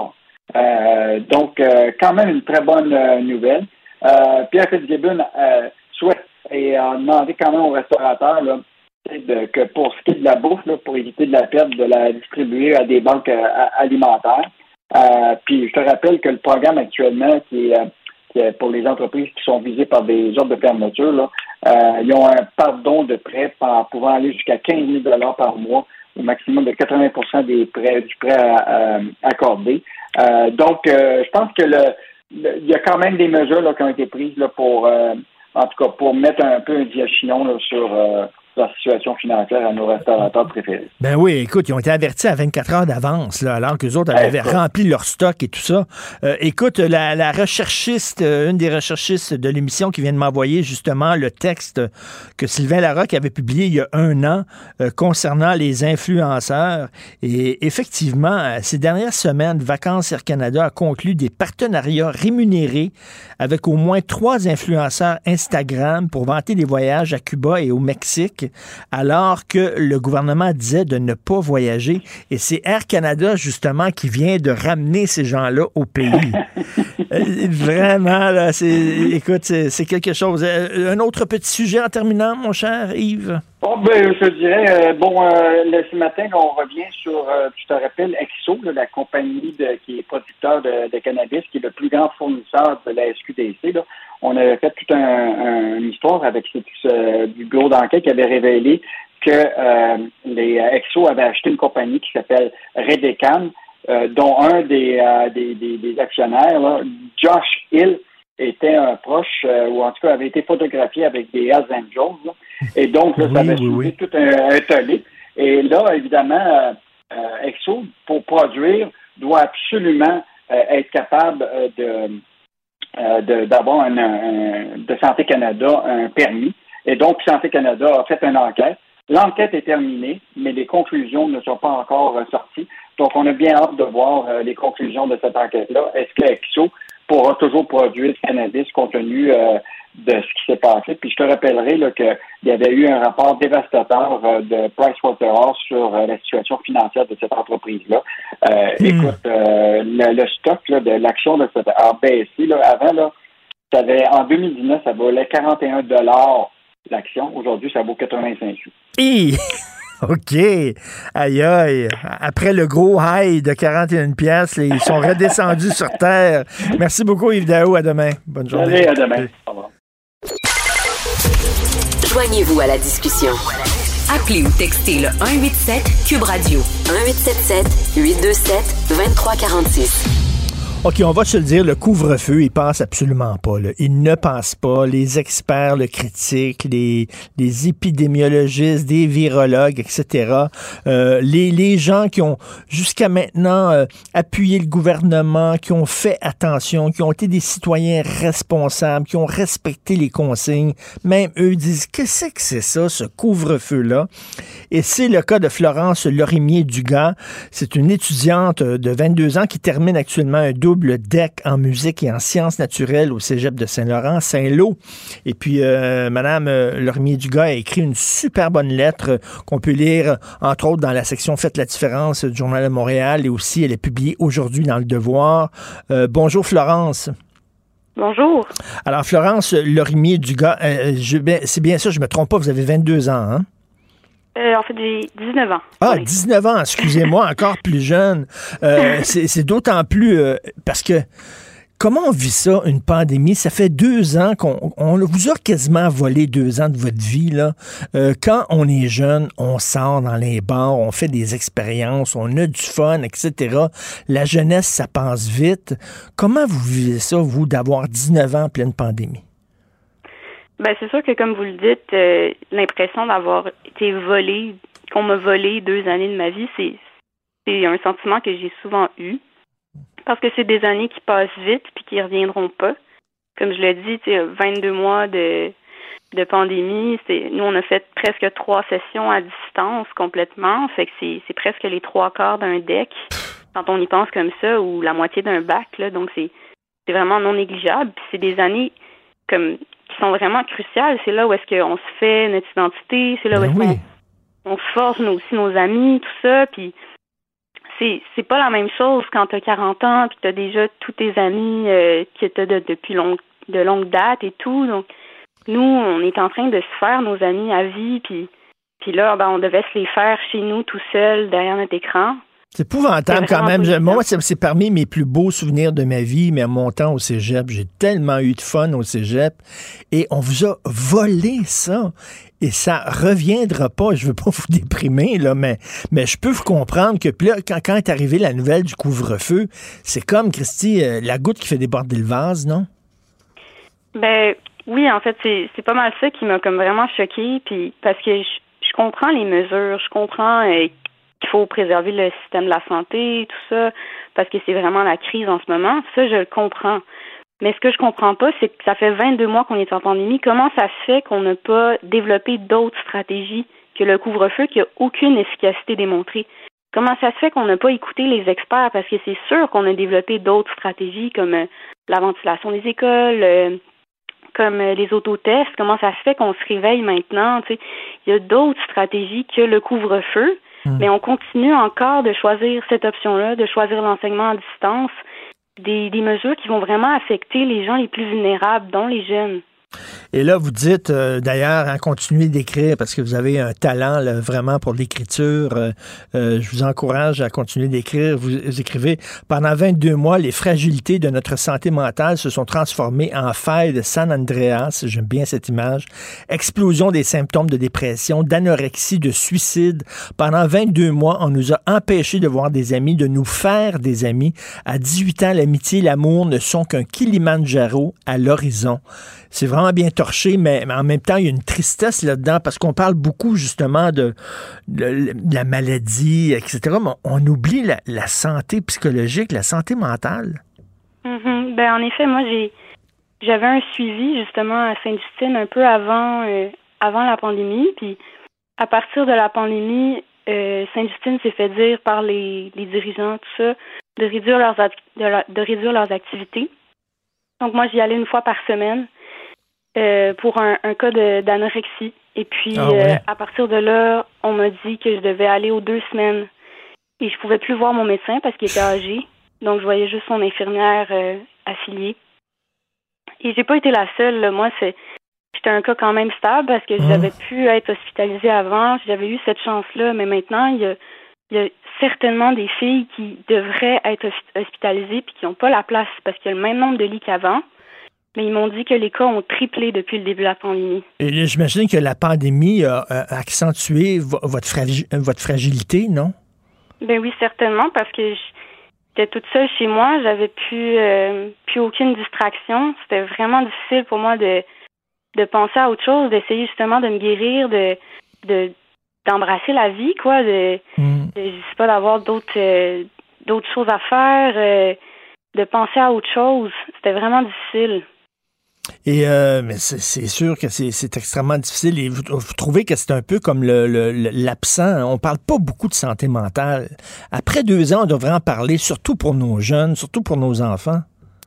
$. Donc, quand même une très bonne nouvelle. Pierre Fitzgibbon souhaite et a demandé quand même aux restaurateurs là, que pour ce qui est de la bouffe, là, pour éviter de la perte, de la distribuer à des banques alimentaires. Puis je te rappelle que le programme actuellement qui est pour les entreprises qui sont visées par des ordres de fermeture, là, ils ont un pardon de prêt pouvant aller jusqu'à 15 000 $ par mois, au maximum de 80% du prêt accordé. Donc, je pense que il y a quand même des mesures là, qui ont été prises là, pour, en tout cas, pour mettre un peu un diachinon là, sur la situation financière à nos restaurateurs préférés. Ben oui, écoute, ils ont été avertis à 24 heures d'avance, là, alors qu'eux autres avaient rempli leur stock et tout ça. Écoute, la recherchiste, une des recherchistes de l'émission qui vient de m'envoyer justement le texte que Sylvain Larocque avait publié il y a un an concernant les influenceurs. Et effectivement, ces dernières semaines, Vacances Air Canada a conclu des partenariats rémunérés avec au moins 3 influenceurs Instagram pour vanter des voyages à Cuba et au Mexique, alors que le gouvernement disait de ne pas voyager. Et c'est Air Canada, justement, qui vient de ramener ces gens-là au pays. Vraiment, là, écoute, c'est quelque chose. Un autre petit sujet en terminant, mon cher Yves? Oh, ben, je dirais, ce matin, on revient sur, tu te rappelles, Exo, là, la compagnie qui est producteur de cannabis, qui est le plus grand fournisseur de la SQDC, là. On avait fait toute une histoire avec du bureau d'enquête qui avait révélé que les Exo avaient acheté une compagnie qui s'appelle Redecan, dont un des actionnaires, là, Josh Hill, était un proche, ou en tout cas avait été photographié avec des Hells Angels. Là. Et donc, là, ça avait soulevé tout un tollé. Et là, évidemment, Exo, pour produire, doit absolument être capable d'avoir de Santé Canada un permis. Et donc, Santé Canada a fait une enquête. L'enquête est terminée, mais les conclusions ne sont pas encore sorties. Donc, on a bien hâte de voir les conclusions de cette enquête-là. Est-ce que Exo pourra toujours produire du cannabis compte tenu de ce qui s'est passé. Puis je te rappellerai là, qu'il y avait eu un rapport dévastateur de Pricewaterhouse sur la situation financière de cette entreprise-là. Écoute, le stock là, de l'action de cette a baissé. Là, avant, là, en 2019, ça valait 41 $ l'action. Aujourd'hui, ça vaut 85 sous. OK. Aïe, aïe. Après le gros high de 41 piastres, ils sont redescendus sur terre. Merci beaucoup, Yves Daou. À demain. Bonne journée. Allez, à demain. Au revoir. Joignez-vous à la discussion. Appelez ou textez le 187 Cube Radio. 1877-827-2346. OK, on va se le dire, le couvre-feu, il passe absolument pas. Là. Il ne passe pas. Les experts le critiquent, les épidémiologistes, des virologues, etc. Les gens qui ont jusqu'à maintenant appuyé le gouvernement, qui ont fait attention, qui ont été des citoyens responsables, qui ont respecté les consignes, même eux disent, qu'est-ce que c'est ça, ce couvre-feu-là? Et c'est le cas de Florence Lorimier-Dugas. C'est une étudiante de 22 ans qui termine actuellement un double DEC en musique et en sciences naturelles au cégep de Saint-Laurent, Saint-Lô. Et puis, Mme Lorimier-Dugas a écrit une super bonne lettre qu'on peut lire, entre autres, dans la section Faites la différence du Journal de Montréal, et aussi, elle est publiée aujourd'hui dans Le Devoir. Bonjour, Florence. Bonjour. Alors, Florence Lorimier-Dugas, c'est bien ça, je me trompe pas, vous avez 22 ans, hein? En fait, j'ai 19 ans. Ah, 19 ans, excusez-moi, encore plus jeune. C'est d'autant plus... parce que, comment on vit ça, une pandémie? Ça fait 2 ans qu'on vous a quasiment volé 2 ans de votre vie, là. Quand on est jeune, on sort dans les bars, on fait des expériences, on a du fun, etc. La jeunesse, ça passe vite. Comment vous vivez ça, vous, d'avoir 19 ans en pleine pandémie? Ben, c'est sûr que, comme vous le dites, l'impression d'avoir été volée, qu'on m'a volé 2 années de ma vie, c'est un sentiment que j'ai souvent eu. Parce que c'est des années qui passent vite puis qui reviendront pas. Comme je l'ai dit, 22 mois de pandémie. Nous, on a fait presque 3 sessions à distance complètement. Fait que c'est presque les 3/4 d'un DEC, quand on y pense comme ça, ou la moitié d'un bac, là. Donc, c'est vraiment non négligeable. Puis c'est des années qui sont vraiment cruciales. C'est là où est-ce qu'on se fait notre identité, c'est là où est-ce qu'on forge aussi nos amis, tout ça, puis c'est pas la même chose quand t'as 40 ans puis t'as déjà tous tes amis que t'as depuis de longue date et tout. Donc, nous, on est en train de se faire nos amis à vie, puis là, on devait se les faire chez nous tout seul, derrière notre écran. C'est épouvantable quand même. Moi, c'est parmi mes plus beaux souvenirs de ma vie, mais en montant au cégep, j'ai tellement eu de fun au cégep, et on vous a volé ça. Et ça reviendra pas. Je veux pas vous déprimer, là, mais je peux vous comprendre que puis là, quand est arrivée la nouvelle du couvre-feu, c'est comme, Christy, la goutte qui fait déborder le vase, non? Ben oui, en fait, c'est pas mal ça qui m'a comme vraiment choquée, puis parce que je comprends les mesures, je comprends qu'il faut préserver le système de la santé, tout ça, parce que c'est vraiment la crise en ce moment. Ça, je le comprends. Mais ce que je comprends pas, c'est que ça fait 22 mois qu'on est en pandémie. Comment ça se fait qu'on n'a pas développé d'autres stratégies que le couvre-feu qui a aucune efficacité démontrée? Comment ça se fait qu'on n'a pas écouté les experts? Parce que c'est sûr qu'on a développé d'autres stratégies comme la ventilation des écoles, comme les autotests. Comment ça se fait qu'on se réveille maintenant? Il y a d'autres stratégies que le couvre-feu. Mais on continue encore de choisir cette option-là, de choisir l'enseignement à distance, des mesures qui vont vraiment affecter les gens les plus vulnérables, dont les jeunes. Et là, vous dites, d'ailleurs, continuez d'écrire parce que vous avez un talent là, vraiment pour l'écriture. Je vous encourage à continuer d'écrire. Vous écrivez, pendant 22 mois, les fragilités de notre santé mentale se sont transformées en failles de San Andreas. J'aime bien cette image. Explosion des symptômes de dépression, d'anorexie, de suicide. Pendant 22 mois, on nous a empêchés de voir des amis, de nous faire des amis. À 18 ans, l'amitié et l'amour ne sont qu'un Kilimandjaro à l'horizon. C'est vraiment bien torché, mais en même temps, il y a une tristesse là-dedans parce qu'on parle beaucoup justement de la maladie, etc. Mais on oublie la santé psychologique, la santé mentale. Mm-hmm. Ben, en effet, moi, j'avais un suivi justement à Sainte-Justine un peu avant la pandémie. Puis à partir de la pandémie, Sainte-Justine s'est fait dire par les dirigeants, tout ça, de réduire leurs activités. Donc moi, j'y allais une fois par semaine. pour un cas d'anorexie. Et puis, à partir de là, on m'a dit que je devais aller aux 2 semaines. Et je pouvais plus voir mon médecin parce qu'il était âgé. Donc, je voyais juste son infirmière affiliée. Et j'ai pas été la seule. Là. Moi, j'étais un cas quand même stable parce que j'avais pu être hospitalisée avant. J'avais eu cette chance-là. Mais maintenant, il y a certainement des filles qui devraient être hospitalisées puis qui n'ont pas la place parce qu'il y a le même nombre de lits qu'avant. Mais ils m'ont dit que les cas ont triplé depuis le début de la pandémie. Et là, j'imagine que la pandémie a accentué votre fragilité, non? Ben oui, certainement, parce que j'étais toute seule chez moi. J'avais plus aucune distraction. C'était vraiment difficile pour moi de penser à autre chose, d'essayer justement de me guérir, d'embrasser la vie, quoi, je sais pas, d'avoir d'autres choses à faire, de penser à autre chose. C'était vraiment difficile. Et mais c'est sûr que c'est extrêmement difficile. Et vous trouvez que c'est un peu comme l'absent. On parle pas beaucoup de santé mentale. Après 2 ans, on devrait en parler, surtout pour nos jeunes, surtout pour nos enfants.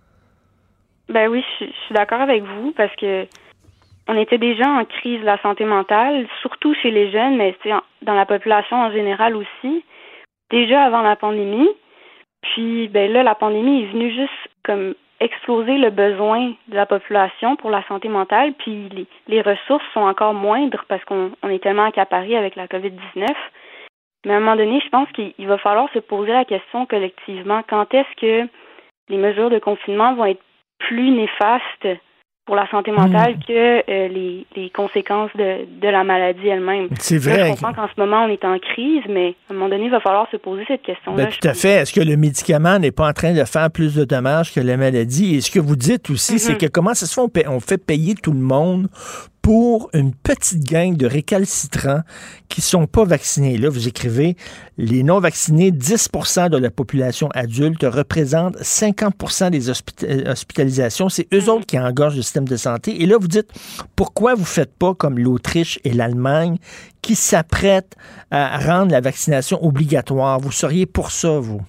Ben oui, je suis d'accord avec vous, parce que on était déjà en crise de la santé mentale, surtout chez les jeunes, mais dans la population en général aussi, déjà avant la pandémie. Puis ben là, la pandémie est venue juste comme exploser le besoin de la population pour la santé mentale, puis les ressources sont encore moindres parce qu'on est tellement accaparés avec la COVID-19. Mais à un moment donné, je pense qu'il va falloir se poser la question collectivement, quand est-ce que les mesures de confinement vont être plus néfastes pour la santé mentale que les conséquences de la maladie elle-même. C'est vrai. Là, je comprends qu'en ce moment, on est en crise, mais à un moment donné, il va falloir se poser cette question-là. Ben, tout à fait. Est-ce que le médicament n'est pas en train de faire plus de dommages que la maladie? Et ce que vous dites aussi, c'est que comment ça se fait on fait payer tout le monde pour une petite gang de récalcitrants qui ne sont pas vaccinés. Là, vous écrivez, les non-vaccinés, 10% de la population adulte, représentent 50% des hospitalisations. C'est eux autres qui engorgent le système de santé. Et là, vous dites, pourquoi vous ne faites pas comme l'Autriche et l'Allemagne qui s'apprêtent à rendre la vaccination obligatoire? Vous seriez pour ça, vous?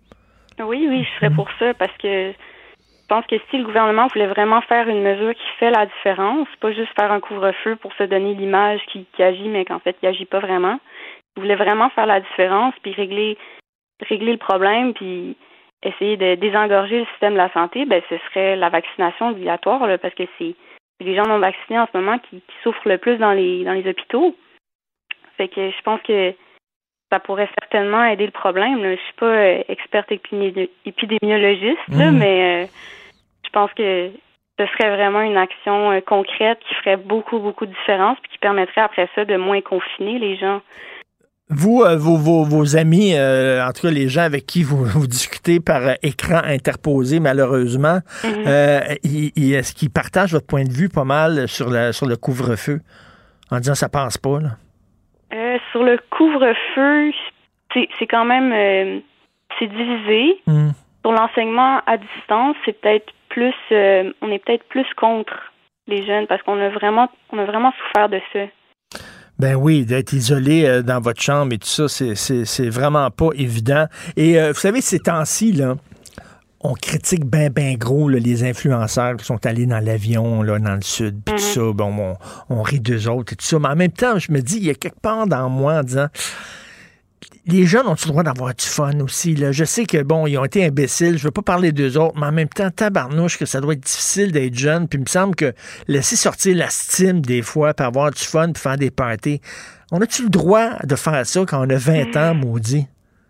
Oui, je serais pour ça, parce que je pense que si le gouvernement voulait vraiment faire une mesure qui fait la différence, pas juste faire un couvre-feu pour se donner l'image qui agit, mais qu'en fait, il agit pas vraiment. Il voulait vraiment faire la différence, puis régler le problème, puis essayer de désengorger le système de la santé, ben ce serait la vaccination obligatoire, là, parce que c'est les gens non vaccinés en ce moment qui souffrent le plus dans les hôpitaux. Fait que je pense que ça pourrait certainement aider le problème, là. Je suis pas experte épidémiologiste, là, mais je pense que ce serait vraiment une action concrète qui ferait beaucoup, beaucoup de différence puis qui permettrait après ça de moins confiner les gens. Vous, vos amis, en tout cas les gens avec qui vous discutez par écran interposé, malheureusement, est-ce qu'ils partagent votre point de vue pas mal sur le couvre-feu en disant ça passe pas, là? Sur le couvre-feu, c'est quand même c'est divisé. Sur l'enseignement à distance, c'est peut-être plus on est peut-être plus contre les jeunes parce qu'on a vraiment souffert de ça. Ben oui, d'être isolé dans votre chambre et tout ça, c'est vraiment pas évident. Et vous savez, ces temps-ci, là, on critique ben gros là, les influenceurs qui sont allés dans l'avion là, dans le sud, puis tout ça, bon, on rit d'eux autres et tout ça. Mais en même temps, je me dis, il y a quelque part dans moi en disant, les jeunes ont-ils le droit d'avoir du fun aussi? Là? Je sais que, bon, ils ont été imbéciles, je veux pas parler d'eux autres, mais en même temps, tabarnouche que ça doit être difficile d'être jeune, puis il me semble que laisser sortir la stime des fois, puis avoir du fun, puis faire des parties, on a-tu le droit de faire ça quand on a 20 ans, maudit?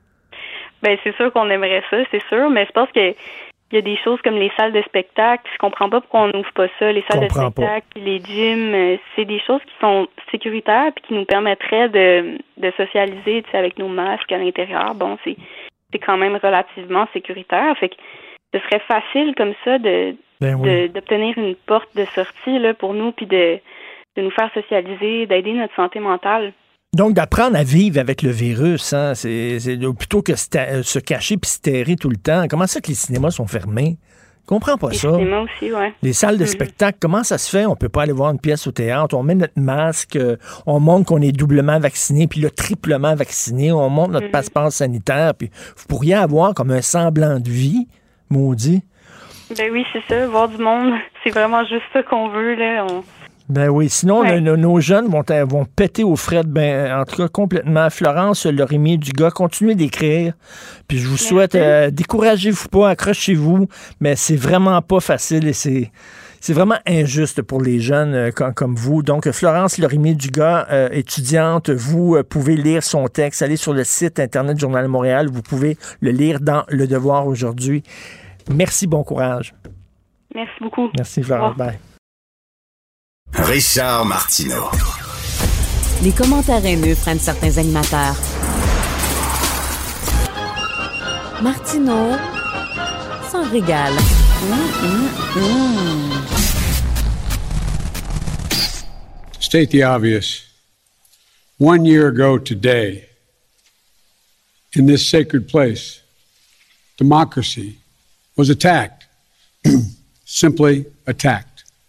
Ben c'est sûr qu'on aimerait ça, c'est sûr, mais je pense que il y a des choses comme les salles de spectacle, je comprends pas pourquoi on n'ouvre pas ça, les salles de spectacle, les gyms, c'est des choses qui sont sécuritaires puis qui nous permettraient de socialiser, tu sais, avec nos masques à l'intérieur. Bon, c'est quand même relativement sécuritaire, fait que ce serait facile comme ça d'obtenir une porte de sortie là pour nous puis de nous faire socialiser, d'aider notre santé mentale. Donc, d'apprendre à vivre avec le virus, hein, c'est plutôt que se cacher puis se terrer tout le temps. Comment ça que les cinémas sont fermés? Je comprends pas ça. Les cinémas aussi, ouais. Les salles de spectacle, comment ça se fait? On peut pas aller voir une pièce au théâtre. On met notre masque, on montre qu'on est doublement vacciné, puis là, triplement vacciné. On montre notre passeport sanitaire, puis vous pourriez avoir comme un semblant de vie, maudit. Ben oui, c'est ça, voir du monde, c'est vraiment juste ça qu'on veut, là. Ben oui, sinon, nos jeunes vont péter aux frettes, en tout cas, complètement. Florence Lorimier-Dugas, continuez d'écrire. Puis je vous souhaite, découragez-vous pas, accrochez-vous, mais c'est vraiment pas facile et c'est vraiment injuste pour les jeunes comme vous. Donc, Florence Lorimier-Dugas, étudiante, vous pouvez lire son texte, allez sur le site Internet du Journal de Montréal, vous pouvez le lire dans Le Devoir aujourd'hui. Merci, bon courage. Merci beaucoup. Merci, Florence. Bye. Richard Martineau. Les commentaires haineux prennent certains animateurs. Martineau s'en régale. State the obvious. 1 year ago today, in this sacred place, democracy was attacked. Simply attacked.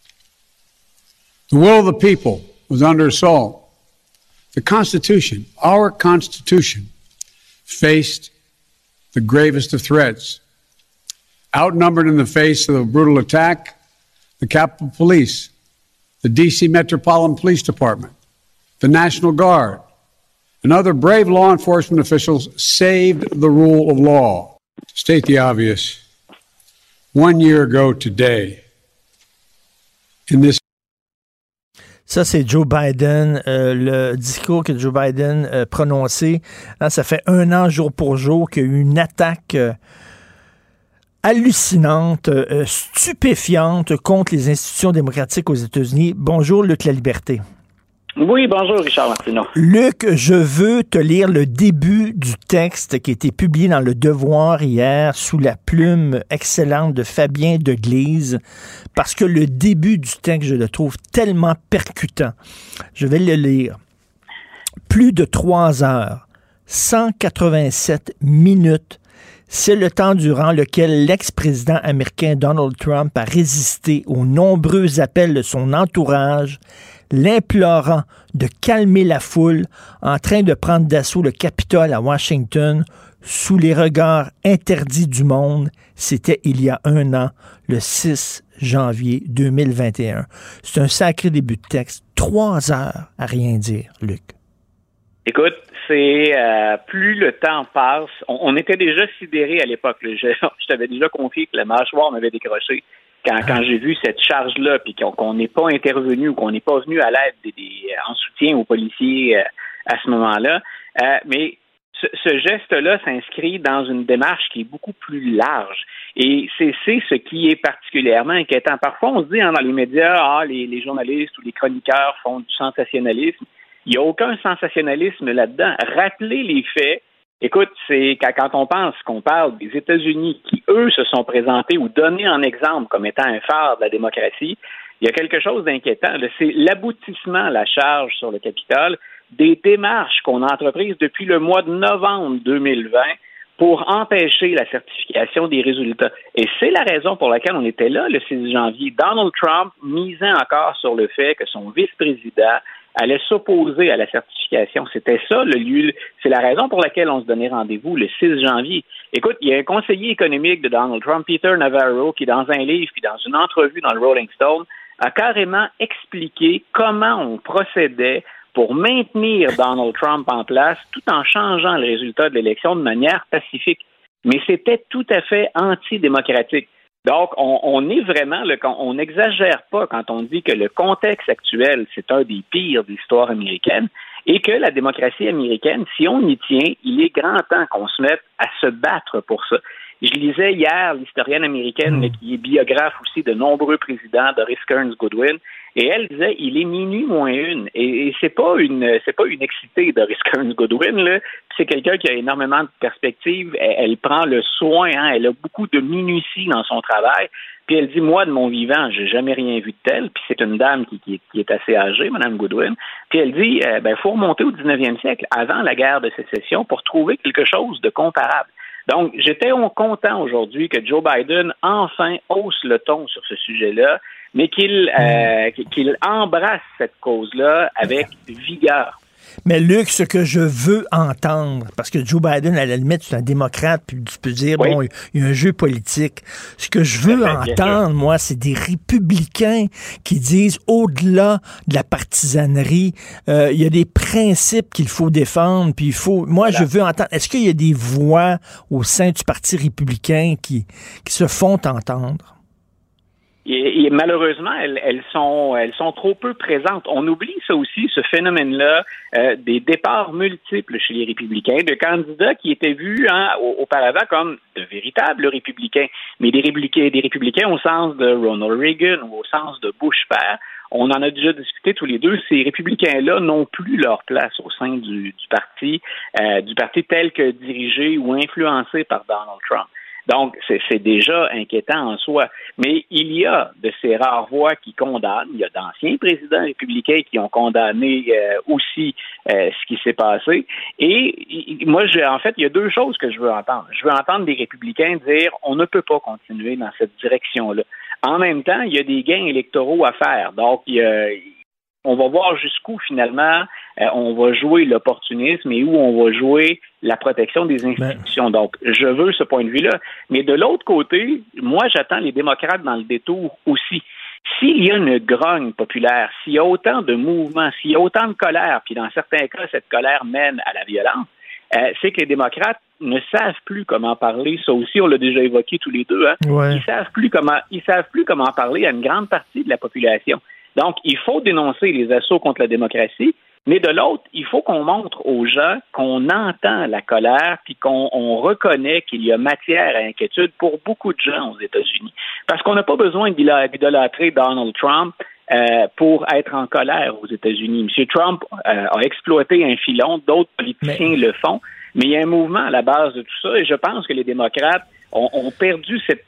The will of the people was under assault. The Constitution, our Constitution, faced the gravest of threats. Outnumbered in the face of a brutal attack, the Capitol Police, the D.C. Metropolitan Police Department, the National Guard, and other brave law enforcement officials saved the rule of law. To state the obvious, 1 year ago today, in this. Ça, c'est Joe Biden, le discours que Joe Biden a prononcé. Ça fait 1 an, jour pour jour, qu'il y a eu une attaque hallucinante, stupéfiante contre les institutions démocratiques aux États-Unis. Bonjour, Luc La Liberté. Oui, bonjour, Richard Martineau. Luc, je veux te lire le début du texte qui a été publié dans Le Devoir hier sous la plume excellente de Fabien Deglise, parce que le début du texte, je le trouve tellement percutant. Je vais le lire. Plus de 3 heures, 187 minutes, c'est le temps durant lequel l'ex-président américain Donald Trump a résisté aux nombreux appels de son entourage, l'implorant de calmer la foule en train de prendre d'assaut le Capitole à Washington sous les regards interdits du monde. C'était il y a 1 an, le 6 janvier 2021. C'est un sacré début de texte. 3 heures à rien dire, Luc. Écoute, c'est plus le temps passe. On était déjà sidérés à l'époque. Je t'avais déjà confié que la mâchoire m'avait décroché quand j'ai vu cette charge-là, puis qu'on n'est pas intervenu ou qu'on n'est pas venu à l'aide en soutien aux policiers à ce moment-là. Mais ce geste-là s'inscrit dans une démarche qui est beaucoup plus large. Et c'est ce qui est particulièrement inquiétant. Parfois, on se dit dans les médias, les journalistes ou les chroniqueurs font du sensationnalisme. Il n'y a aucun sensationnalisme là-dedans. Rappelez les faits. Écoute, c'est quand on pense qu'on parle des États-Unis qui, eux, se sont présentés ou donnés en exemple comme étant un phare de la démocratie, il y a quelque chose d'inquiétant. C'est l'aboutissement à la charge sur le Capitole des démarches qu'on a entreprises depuis le mois de novembre 2020 pour empêcher la certification des résultats. Et c'est la raison pour laquelle on était là le 6 janvier. Donald Trump misant encore sur le fait que son vice-président allait s'opposer à la certification. C'était ça le lieu. C'est la raison pour laquelle on se donnait rendez-vous le 6 janvier. Écoute, il y a un conseiller économique de Donald Trump, Peter Navarro, qui dans un livre puis dans une entrevue dans le Rolling Stone a carrément expliqué comment on procédait pour maintenir Donald Trump en place tout en changeant le résultat de l'élection de manière pacifique. Mais c'était tout à fait antidémocratique. Donc, on est vraiment, on n'exagère pas quand on dit que le contexte actuel, c'est un des pires de l'histoire américaine et que la démocratie américaine, si on y tient, il est grand temps qu'on se mette à se battre pour ça. Je lisais hier l'historienne américaine qui est biographe aussi de nombreux présidents, Doris Kearns Goodwin, et elle disait il est minuit moins 1. Et c'est pas une excitée, Doris Kearns Goodwin, là. C'est quelqu'un qui a énormément de perspectives. Elle prend le soin, elle a beaucoup de minutie dans son travail. Puis elle dit, moi, de mon vivant, j'ai jamais rien vu de tel. Puis c'est une dame qui est assez âgée, Mme Goodwin. Puis elle dit, faut remonter au 19e siècle, avant la guerre de sécession, pour trouver quelque chose de comparable. Donc, j'étais content aujourd'hui que Joe Biden enfin hausse le ton sur ce sujet-là, mais qu'il embrasse cette cause-là avec vigueur. Mais Luc, ce que je veux entendre, parce que Joe Biden, à la limite, c'est un démocrate, puis tu peux dire, bon, il y a un jeu politique. Ce que je veux entendre, moi, c'est des républicains qui disent, au-delà de la partisanerie, il y a des principes qu'il faut défendre, puis il faut... Moi, je veux entendre... Est-ce qu'il y a des voix au sein du Parti républicain qui se font entendre? Et malheureusement, elles sont trop peu présentes. On oublie ça aussi, ce phénomène-là, des départs multiples chez les républicains, de candidats qui étaient vus auparavant comme de véritables républicains, mais des républicains au sens de Ronald Reagan ou au sens de Bush père. On en a déjà discuté tous les deux. Ces républicains-là n'ont plus leur place au sein du parti tel que dirigé ou influencé par Donald Trump. Donc, c'est déjà inquiétant en soi. Mais il y a de ces rares voix qui condamnent. Il y a d'anciens présidents républicains qui ont condamné aussi ce qui s'est passé. Et moi, il y a deux choses que je veux entendre. Je veux entendre des républicains dire on ne peut pas continuer dans cette direction-là. En même temps, il y a des gains électoraux à faire. Donc, on va voir jusqu'où, finalement, on va jouer l'opportunisme et où on va jouer la protection des institutions. Donc, je veux ce point de vue-là. Mais de l'autre côté, moi, j'attends les démocrates dans le détour aussi. S'il y a une grogne populaire, s'il y a autant de mouvements, s'il y a autant de colère, puis dans certains cas, cette colère mène à la violence, c'est que les démocrates ne savent plus comment parler. Ça aussi, on l'a déjà évoqué tous les deux. Ouais. Ils savent plus comment parler à une grande partie de la population. Donc, il faut dénoncer les assauts contre la démocratie, mais de l'autre, il faut qu'on montre aux gens qu'on entend la colère puis qu'on reconnaît qu'il y a matière à inquiétude pour beaucoup de gens aux États-Unis. Parce qu'on n'a pas besoin d'idolâtrer Donald Trump pour être en colère aux États-Unis. M. Trump a exploité un filon, d'autres politiciens le font, mais il y a un mouvement à la base de tout ça et je pense que les démocrates ont perdu cette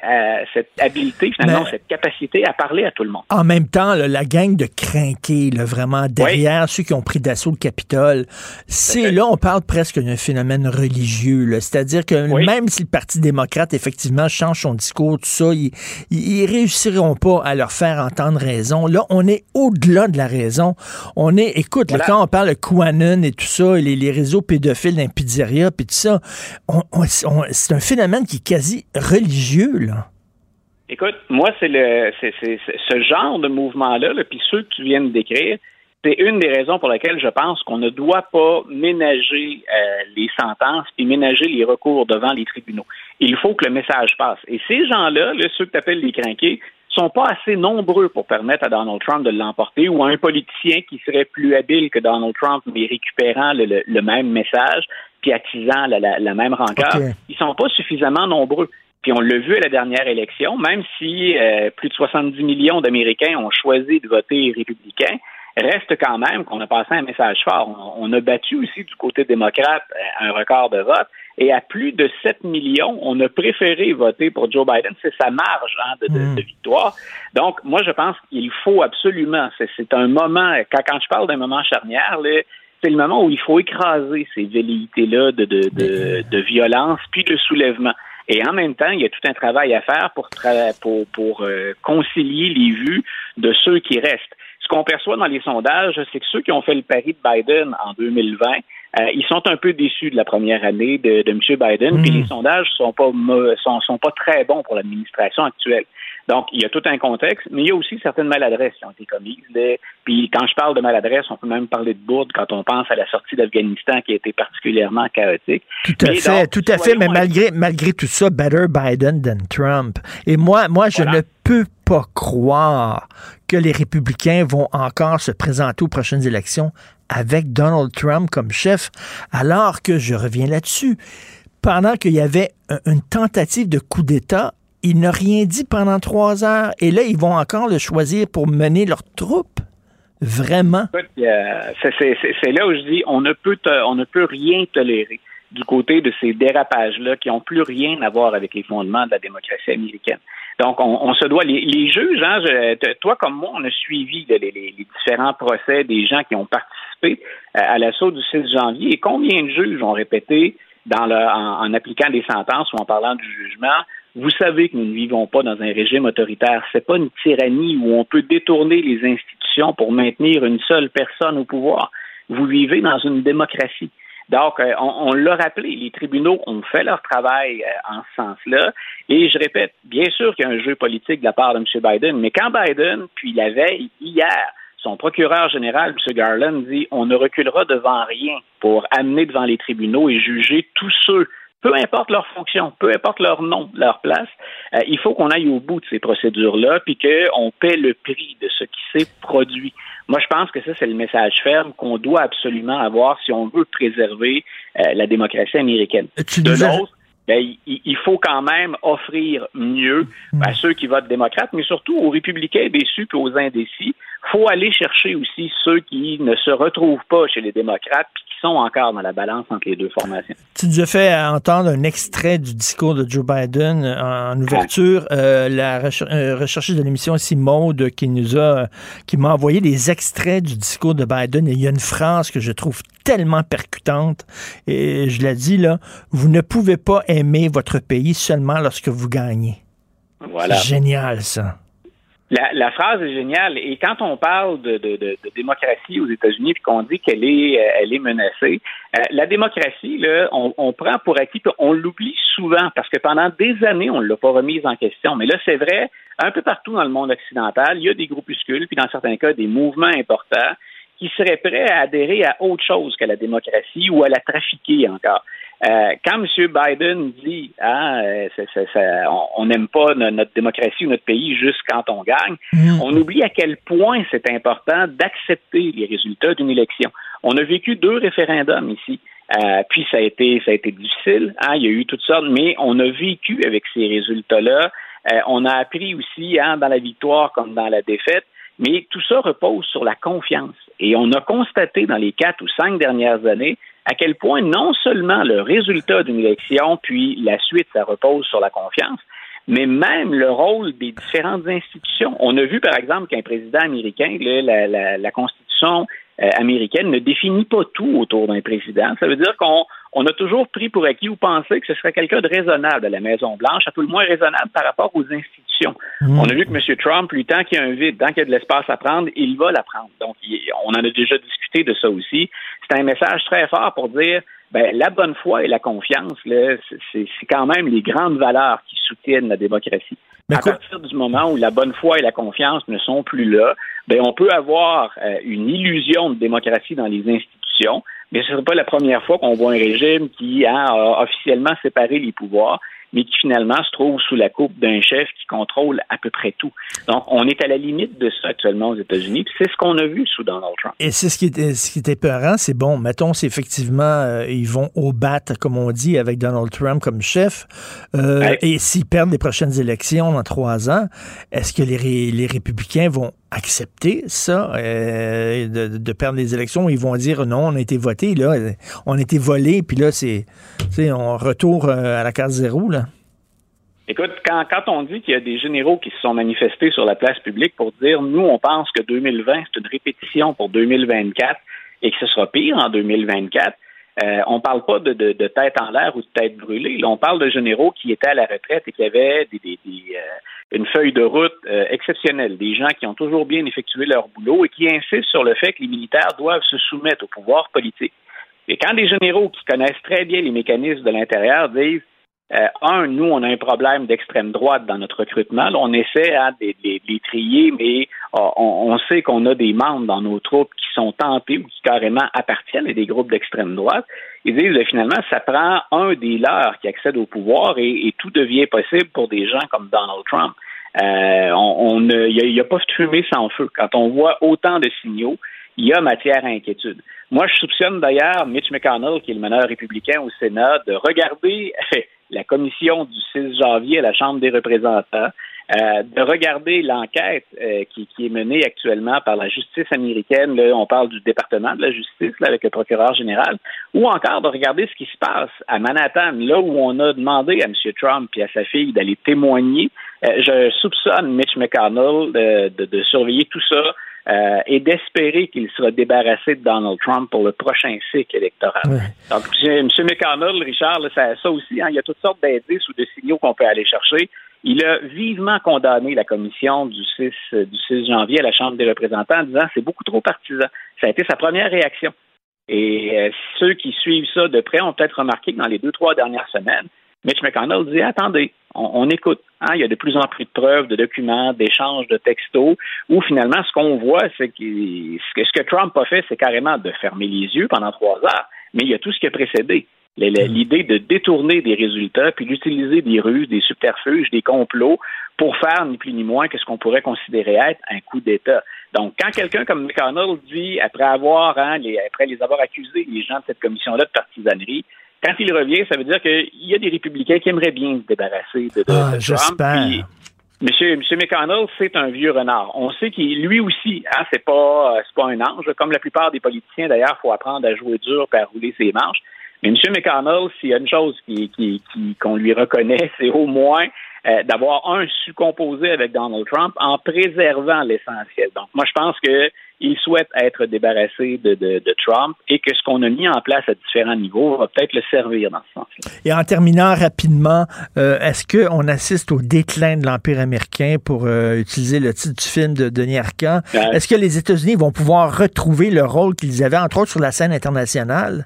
habileté, finalement, cette capacité à parler à tout le monde. En même temps, la gang de crinqués, vraiment, derrière ceux qui ont pris d'assaut le Capitole, là, on parle presque d'un phénomène religieux. C'est-à-dire que même si le Parti démocrate, effectivement, change son discours, tout ça, ils réussiront pas à leur faire entendre raison. Là, on est au-delà de la raison. Écoute, quand on parle de QAnon et tout ça, les réseaux pédophiles dans les pizzerias, puis tout ça, c'est un phénomène qui est quasi religieux, là. Écoute, moi, c'est ce genre de mouvement-là, puis ceux que tu viens de décrire, c'est une des raisons pour lesquelles je pense qu'on ne doit pas ménager les sentences et ménager les recours devant les tribunaux. Il faut que le message passe. Et ces gens-là, ceux que tu appelles les crinqués, sont pas assez nombreux pour permettre à Donald Trump de l'emporter ou à un politicien qui serait plus habile que Donald Trump, mais récupérant le même message puis attisant la même rancœur. Okay. Ils sont pas suffisamment nombreux. Puis on l'a vu à la dernière élection, même si plus de 70 millions d'Américains ont choisi de voter républicain, reste quand même qu'on a passé un message fort. On a battu aussi du côté démocrate un record de vote. Et à plus de 7 millions, on a préféré voter pour Joe Biden. C'est sa marge de victoire. Donc, moi, je pense qu'il faut absolument, c'est un moment, quand je parle d'un moment charnière, c'est le moment où il faut écraser ces velléités-là de violence puis de soulèvement. Et en même temps, il y a tout un travail à faire pour concilier les vues de ceux qui restent. Ce qu'on perçoit dans les sondages, c'est que ceux qui ont fait le pari de Biden en 2020, ils sont un peu déçus de la première année de M. Biden, puis les sondages sont pas très bons pour l'administration actuelle. Donc, il y a tout un contexte, mais il y a aussi certaines maladresses qui ont été commises. Puis quand je parle de maladresse, on peut même parler de bourde quand on pense à la sortie d'Afghanistan qui a été particulièrement chaotique. Tout à fait, mais malgré tout ça, better Biden than Trump. Et moi, je ne peux pas croire que les républicains vont encore se présenter aux prochaines élections avec Donald Trump comme chef, alors que, je reviens là-dessus, pendant qu'il y avait une tentative de coup d'État, il n'a rien dit pendant 3 heures. Et là, ils vont encore le choisir pour mener leurs troupes. Vraiment. Écoute, c'est là où je dis on ne peut rien tolérer du côté de ces dérapages-là qui n'ont plus rien à voir avec les fondements de la démocratie américaine. Donc, on se doit... Les juges, toi comme moi, on a suivi les différents procès des gens qui ont participé à l'assaut du 6 janvier. Et combien de juges ont répété en appliquant des sentences ou en parlant du jugement, vous savez que nous ne vivons pas dans un régime autoritaire. C'est pas une tyrannie où on peut détourner les institutions pour maintenir une seule personne au pouvoir. vous vivez dans une démocratie. Donc, on l'a rappelé, les tribunaux ont fait leur travail en ce sens-là. Et je répète, bien sûr qu'il y a un jeu politique de la part de M. Biden, mais quand Biden, puis la veille, hier, son procureur général, M. Garland, dit « On ne reculera devant rien pour amener devant les tribunaux et juger tous ceux, peu importe leur fonction, peu importe leur nom, leur place, il faut qu'on aille au bout de ces procédures-là puis qu'on paie le prix de ce qui s'est produit. » Moi, je pense que ça, c'est le message ferme qu'on doit absolument avoir si on veut préserver la démocratie américaine. De l'autre, il faut quand même offrir mieux à ceux qui votent démocrates, mais surtout aux républicains déçus et aux indécis. Il faut aller chercher aussi ceux qui ne se retrouvent pas chez les démocrates puis qui sont encore dans la balance entre les deux formations. Tu nous as fait entendre un extrait du discours de Joe Biden en ouverture. La recherchiste de l'émission ici, Maude, qui m'a envoyé des extraits du discours de Biden. Et il y a une phrase que je trouve tellement percutante. Et je la dis là, vous ne pouvez pas aimer votre pays seulement lorsque vous gagnez. Voilà. C'est génial, ça. La phrase est géniale. Et quand on parle de démocratie aux États-Unis puis qu'on dit qu'elle est menacée, la démocratie, là, on prend pour acquis, puis on l'oublie souvent parce que pendant des années, on ne l'a pas remise en question. Mais là, c'est vrai, un peu partout dans le monde occidental, il y a des groupuscules, puis dans certains cas, des mouvements importants qui seraient prêts à adhérer à autre chose qu'à la démocratie ou à la trafiquer encore. Quand M. Biden dit on n'aime pas notre démocratie ou notre pays juste quand on gagne, on oublie à quel point c'est important d'accepter les résultats d'une élection. On a vécu 2 référendums ici, puis ça a été difficile, il y a eu toutes sortes, mais on a vécu avec ces résultats-là. On a appris aussi dans la victoire comme dans la défaite, mais tout ça repose sur la confiance. Et on a constaté dans les 4 ou 5 dernières années à quel point non seulement le résultat d'une élection, puis la suite, ça repose sur la confiance, mais même le rôle des différentes institutions. On a vu, par exemple, qu'un président américain, la Constitution américaine ne définit pas tout autour d'un président. Ça veut dire qu'on a toujours pris pour acquis ou pensé que ce serait quelqu'un de raisonnable à la Maison-Blanche, à tout le moins raisonnable par rapport aux institutions. On a vu que M. Trump, lui, tant qu'il y a un vide, tant qu'il y a de l'espace à prendre, il va la prendre. Donc, on en a déjà discuté de ça aussi. C'est un message très fort pour dire la bonne foi et la confiance, là, c'est quand même les grandes valeurs qui soutiennent la démocratie. À partir du moment où la bonne foi et la confiance ne sont plus là, on peut avoir une illusion de démocratie dans les institutions, mais ce ne serait pas la première fois qu'on voit un régime qui a officiellement séparé les pouvoirs, mais qui finalement se trouve sous la coupe d'un chef qui contrôle à peu près tout. Donc, on est à la limite de ça actuellement aux États-Unis, puis c'est ce qu'on a vu sous Donald Trump. Et c'est ce qui est épeurant, c'est bon, mettons, c'est effectivement, ils vont au bat, comme on dit, avec Donald Trump comme chef, et s'ils perdent les prochaines élections dans 3 ans, est-ce que les républicains vont accepter ça, de perdre les élections, où ils vont dire non, on a été voté, là, on a été volé, puis là, on retourne à la case zéro, là. Écoute, quand on dit qu'il y a des généraux qui se sont manifestés sur la place publique pour dire, nous, on pense que 2020, c'est une répétition pour 2024 et que ce sera pire en 2024, on parle pas de tête en l'air ou de tête brûlée. Là, on parle de généraux qui étaient à la retraite et qui avaient une feuille de route exceptionnelle. Des gens qui ont toujours bien effectué leur boulot et qui insistent sur le fait que les militaires doivent se soumettre au pouvoir politique. Et quand des généraux qui connaissent très bien les mécanismes de l'intérieur disent nous, on a un problème d'extrême droite dans notre recrutement. Là, on essaie de les trier, mais on sait qu'on a des membres dans nos troupes qui sont tentés ou qui carrément appartiennent à des groupes d'extrême droite. Ils disent finalement, ça prend un des leurs qui accède au pouvoir et tout devient possible pour des gens comme Donald Trump. Il n'y a pas de fumée sans feu. Quand on voit autant de signaux, il y a matière à inquiétude. Moi, je soupçonne d'ailleurs Mitch McConnell, qui est le meneur républicain au Sénat, de regarder la commission du 6 janvier à la Chambre des représentants, de regarder l'enquête qui est menée actuellement par la justice américaine. Là, on parle du département de la justice là, avec le procureur général, ou encore de regarder ce qui se passe à Manhattan, là où on a demandé à M. Trump et à sa fille d'aller témoigner. Je soupçonne Mitch McConnell de surveiller tout ça et d'espérer qu'il sera débarrassé de Donald Trump pour le prochain cycle électoral. Ouais. Donc, M. McConnell, Richard, là, ça aussi, il y a toutes sortes d'indices ou de signaux qu'on peut aller chercher. Il a vivement condamné la commission du 6 janvier à la Chambre des représentants en disant que c'est beaucoup trop partisan. Ça a été sa première réaction. Et ceux qui suivent ça de près ont peut-être remarqué que dans les 2-3 dernières semaines, Mitch McConnell dit « Attendez, on écoute. Hein, il y a de plus en plus de preuves, de documents, d'échanges de textos, où finalement, ce qu'on voit, c'est que ce que Trump a fait, c'est carrément de fermer les yeux pendant 3 heures, mais il y a tout ce qui a précédé. L'idée de détourner des résultats, puis d'utiliser des ruses, des subterfuges, des complots pour faire ni plus ni moins que ce qu'on pourrait considérer être un coup d'État. Donc, quand quelqu'un comme McConnell dit, après les avoir accusés, les gens de cette commission-là de partisanerie, quand il revient, ça veut dire qu'il y a des républicains qui aimeraient bien se débarrasser de Trump. J'espère. Puis, Monsieur McConnell, c'est un vieux renard. On sait qu'il, lui aussi, c'est pas un ange. Comme la plupart des politiciens, d'ailleurs, il faut apprendre à jouer dur et à rouler ses manches. Mais M. McConnell, s'il y a une chose qu'on lui reconnaît, c'est au moins d'avoir su composer avec Donald Trump en préservant l'essentiel. Donc, moi, je pense qu'il souhaite être débarrassé de Trump et que ce qu'on a mis en place à différents niveaux va peut-être le servir dans ce sens-là. Et en terminant rapidement, est-ce qu'on assiste au déclin de l'Empire américain, pour utiliser le titre du film de Denis Arcand? Est-ce que les États-Unis vont pouvoir retrouver le rôle qu'ils avaient, entre autres, sur la scène internationale?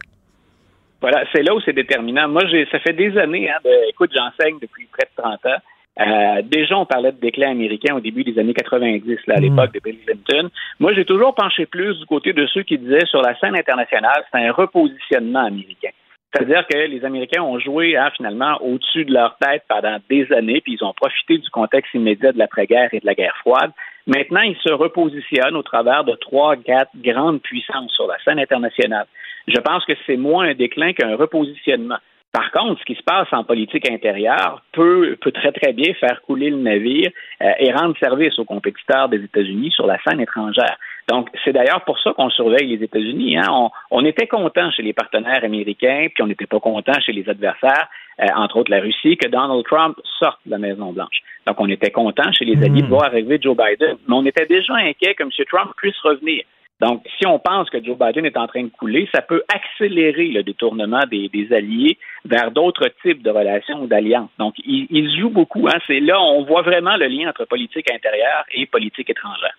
Voilà, c'est là où c'est déterminant. Moi, ça fait des années, écoute, j'enseigne depuis près de 30 ans. Déjà, on parlait de déclin américain au début des années 90, à l'époque de Bill Clinton. Moi, j'ai toujours penché plus du côté de ceux qui disaient sur la scène internationale, c'est un repositionnement américain. C'est-à-dire que les Américains ont joué finalement au-dessus de leur tête pendant des années, puis ils ont profité du contexte immédiat de l'après-guerre et de la guerre froide. Maintenant, ils se repositionnent au travers de 3-4 grandes puissances sur la scène internationale. Je pense que c'est moins un déclin qu'un repositionnement. Par contre, ce qui se passe en politique intérieure peut très, très bien faire couler le navire et rendre service aux compétiteurs des États-Unis sur la scène étrangère. Donc, c'est d'ailleurs pour ça qu'on surveille les États-Unis. On était content chez les partenaires américains, puis on n'était pas content chez les adversaires, entre autres la Russie, que Donald Trump sorte de la Maison-Blanche. Donc, on était content chez les alliés de voir arriver Joe Biden, mais on était déjà inquiet que M. Trump puisse revenir. Donc, si on pense que Joe Biden est en train de couler, ça peut accélérer le détournement des alliés vers d'autres types de relations ou d'alliances. Donc, il se joue beaucoup. C'est là, on voit vraiment le lien entre politique intérieure et politique étrangère.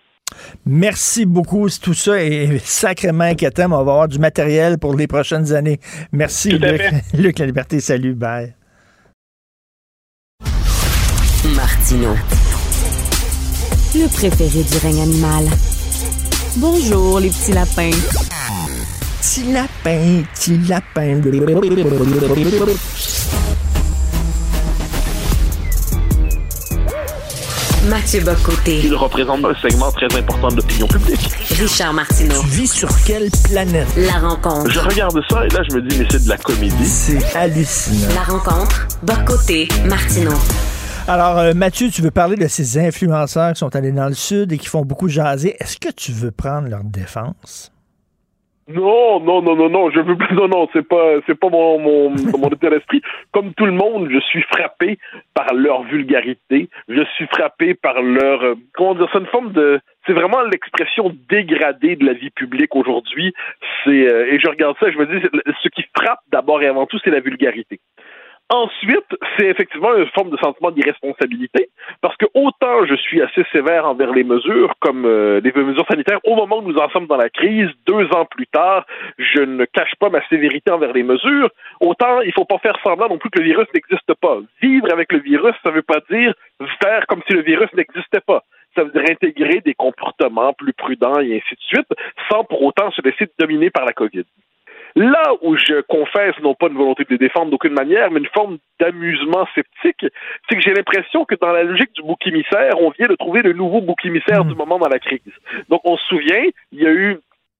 Merci beaucoup. Tout ça est sacrément inquiétant, mais on va avoir du matériel pour les prochaines années. Merci, Luc La Liberté. Salut, bye. Martineau, le préféré du règne animal. Bonjour, les petits lapins. Petit lapin, petit lapin. Mathieu Bock-Côté. Il représente un segment très important de l'opinion publique. Richard Martineau. Tu vis sur quelle planète? La rencontre. Je regarde ça et là, je me dis, mais c'est de la comédie. C'est hallucinant. La rencontre. Bock-Côté, Martineau. Alors, Mathieu, tu veux parler de ces influenceurs qui sont allés dans le Sud et qui font beaucoup jaser. Est-ce que tu veux prendre leur défense? Non, je veux plus. Non, c'est pas mon état d'esprit. Comme tout le monde, je suis frappé par leur vulgarité. Je suis frappé par leur, c'est une forme de, c'est vraiment l'expression dégradée de la vie publique aujourd'hui. Et je regarde ça et je me dis, ce qui frappe d'abord et avant tout, c'est la vulgarité. Ensuite, c'est effectivement une forme de sentiment d'irresponsabilité, parce que autant je suis assez sévère envers les mesures, comme les mesures sanitaires, au moment où nous en sommes dans la crise, 2 ans plus tard, je ne cache pas ma sévérité envers les mesures, autant il faut pas faire semblant non plus que le virus n'existe pas. Vivre avec le virus, ça veut pas dire faire comme si le virus n'existait pas. Ça veut dire intégrer des comportements plus prudents et ainsi de suite, sans pour autant se laisser dominer par la COVID. Là où je confesse, non pas une volonté de les défendre d'aucune manière, mais une forme d'amusement sceptique, c'est que j'ai l'impression que dans la logique du bouc émissaire, on vient de trouver le nouveau bouc émissaire du moment dans la crise. Donc on se souvient, il y a eu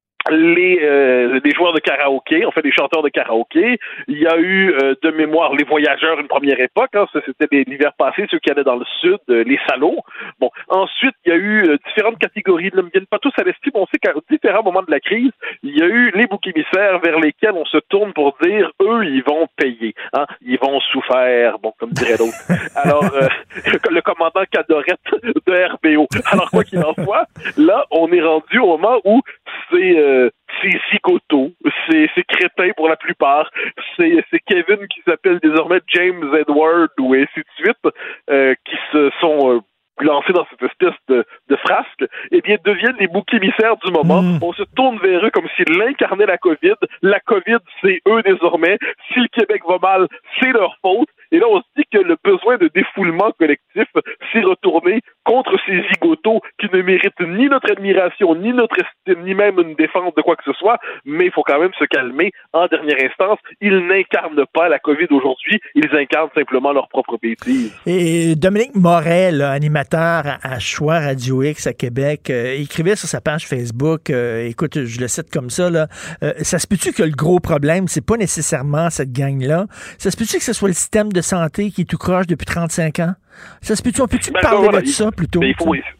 des joueurs de karaoké, en fait des chanteurs de karaoké. Il y a eu de mémoire les voyageurs une première époque, ça c'était l'hiver passé, ceux qui allaient dans le sud, les salauds. Bon, ensuite il y a eu différentes catégories, ils ne me viennent pas tous à l'esprit, mais on sait qu'à différents moments de la crise, il y a eu les boucs émissaires vers lesquels on se tourne pour dire eux ils vont payer, ils vont souffrir, bon comme dirait l'autre. Alors le commandant Cadorette de RBO. Alors quoi qu'il en soit, là on est rendu au moment où c'est zigoto, c'est crétin pour la plupart, c'est Kevin qui s'appelle désormais James Edward ou ainsi de suite, qui se sont lancés dans cette espèce de frasque, eh bien, deviennent les boucs émissaires du moment. On se tourne vers eux comme s'ils incarnaient la COVID. La COVID, c'est eux désormais. Si le Québec va mal, c'est leur faute. Et là, on se dit que le besoin de défoulement collectif s'est retourné contre ces zigotos qui ne méritent ni notre admiration, ni notre estime, ni même une défense de quoi que ce soit. Mais il faut quand même se calmer. En dernière instance, ils n'incarnent pas la COVID aujourd'hui. Ils incarnent simplement leur propre bêtise. Et Dominique Moret, là, animateur à Choix Radio X à Québec, écrivait sur sa page Facebook, écoute, je le cite comme ça, là, ça se peut-tu que le gros problème, c'est pas nécessairement cette gang-là? Ça se peut-tu que ce soit le système de santé qui est tout croche depuis 35 ans? Ça se peut-tu, on peut-tu parler de ça plutôt? Mais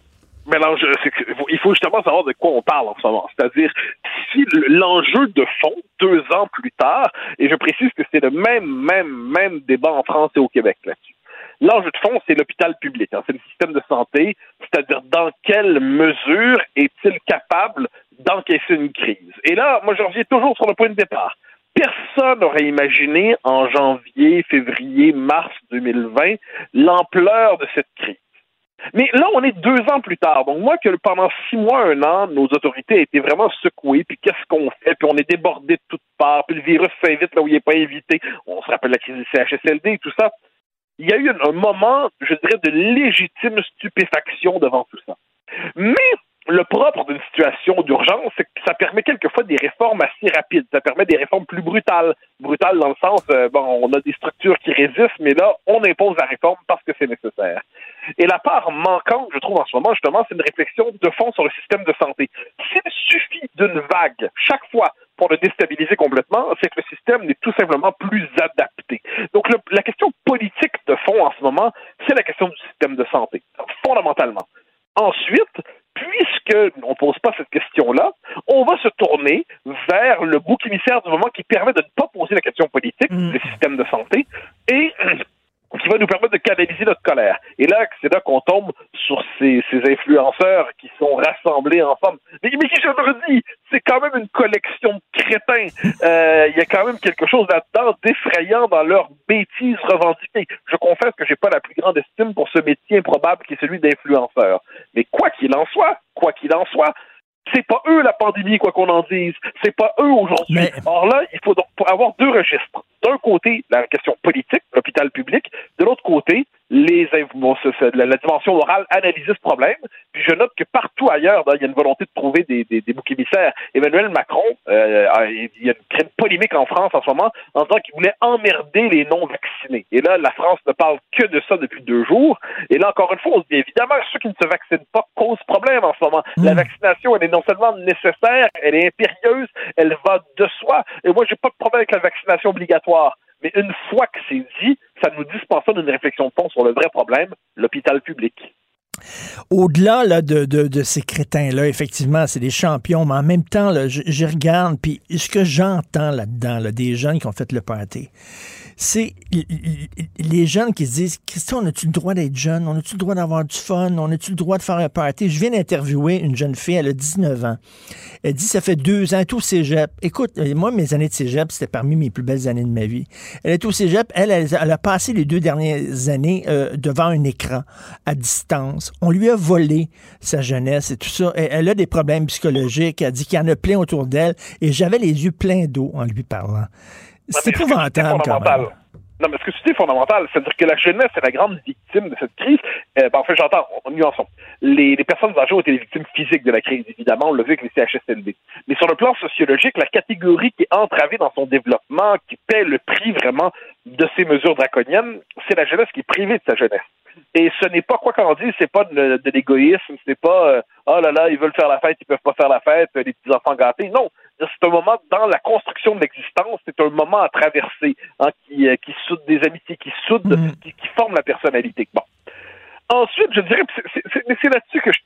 il faut justement savoir de quoi on parle en ce moment. C'est-à-dire, si l'enjeu de fond, 2 ans plus tard, et je précise que c'est le même débat en France et au Québec là-dessus. L'enjeu de fond, c'est l'hôpital public. Hein. C'est le système de santé, c'est-à-dire dans quelle mesure est-il capable d'encaisser une crise. Et là, moi, je reviens toujours sur le point de départ. Personne n'aurait imaginé en janvier, février, mars 2020 l'ampleur de cette crise. Mais là, on est 2 ans plus tard. Donc, moi, que pendant 6 mois, 1 an, nos autorités étaient vraiment secouées. Puis, qu'est-ce qu'on fait? Puis, on est débordé de toutes parts. Puis, le virus s'invite là où il n'est pas invité. On se rappelle la crise du CHSLD et tout ça. Il y a eu un moment, je dirais, de légitime stupéfaction devant tout ça. Mais le propre d'une situation d'urgence, c'est que ça permet quelquefois des réformes assez rapides. Ça permet des réformes plus brutales. Brutales dans le sens, on a des structures qui résistent, mais là, on impose la réforme parce que c'est nécessaire. Et la part manquante, je trouve, en ce moment, justement, c'est une réflexion de fond sur le système de santé. S'il suffit d'une vague chaque fois pour le déstabiliser complètement, c'est que le système n'est tout simplement plus adapté. Donc, la question politique de fond en ce moment, c'est la question du système de santé, fondamentalement. Ensuite, puisque on ne pose pas cette question-là, on va se tourner vers le bouc émissaire du moment qui permet de ne pas poser la question politique, le système de santé, et qui va nous permettre de canaliser notre colère. Et là, c'est là qu'on tombe sur ces influenceurs qui sont rassemblés ensemble. Mais qui, je me redis, c'est quand même une collection de crétins. Il y a quand même quelque chose là-dedans d'effrayant dans leur bêtise revendiquée. Je confesse que j'ai pas la plus grande estime pour ce métier improbable qui est celui d'influenceur. Mais quoi qu'il en soit, c'est pas eux la pandémie, quoi qu'on en dise. C'est pas eux aujourd'hui. Or là, il faut donc avoir 2 registres. D'un côté, la question politique, l'hôpital public. De l'autre côté, la dimension morale analyser ce problème. Puis je note que partout ailleurs, il y a une volonté de trouver des boucs émissaires. Emmanuel Macron, il y a une polémique en France en ce moment en disant qu'il voulait emmerder les non-vaccinés. Et là, la France ne parle que de ça depuis 2 jours. Et là, encore une fois, on se dit évidemment ceux qui ne se vaccinent pas causent problème en ce moment. La vaccination, elle est non seulement nécessaire, elle est impérieuse, elle va de soi. Et moi, j'ai pas de problème avec la vaccination obligatoire. Mais une fois que c'est dit, ça nous dispense d'une réflexion de fond sur le vrai problème, l'hôpital public. Au-delà là, de ces crétins-là, effectivement, c'est des champions, mais en même temps, là, je regarde, puis ce que j'entends là-dedans, là, des jeunes qui ont fait le party, c'est les jeunes qui se disent « Christian, on a-tu le droit d'être jeune? On a-tu le droit d'avoir du fun? On a-tu le droit de faire un party? » Je viens d'interviewer une jeune fille, elle a 19 ans. Elle dit « Ça fait 2 ans, elle est au cégep. » Écoute, moi, mes années de cégep, c'était parmi mes plus belles années de ma vie. Elle est au cégep, elle a passé les 2 dernières années devant un écran, à distance. On lui a volé sa jeunesse et tout ça. Elle a des problèmes psychologiques. Elle dit qu'il y en a plein autour d'elle. Et j'avais les yeux pleins d'eau en lui parlant. C'est épouvantable, quand même. Non, mais ce que tu dis est fondamental. C'est-à-dire que la jeunesse est la grande victime de cette crise. En fait, j'entends, nuançons. Les personnes âgées ont été les victimes physiques de la crise, évidemment. On l'a vu avec les CHSLD. Mais sur le plan sociologique, la catégorie qui est entravée dans son développement, qui paie le prix vraiment de ces mesures draconiennes, c'est la jeunesse qui est privée de sa jeunesse. Et ce n'est pas, quoi qu'on dise, c'est pas de l'égoïsme, c'est pas oh là là, ils veulent faire la fête, ils peuvent pas faire la fête, les petits enfants gâtés. Non, c'est un moment dans la construction de l'existence, c'est un moment à traverser, hein, qui soude des amitiés, qui forment la personnalité. Bon. Ensuite, je dirais, c'est là-dessus que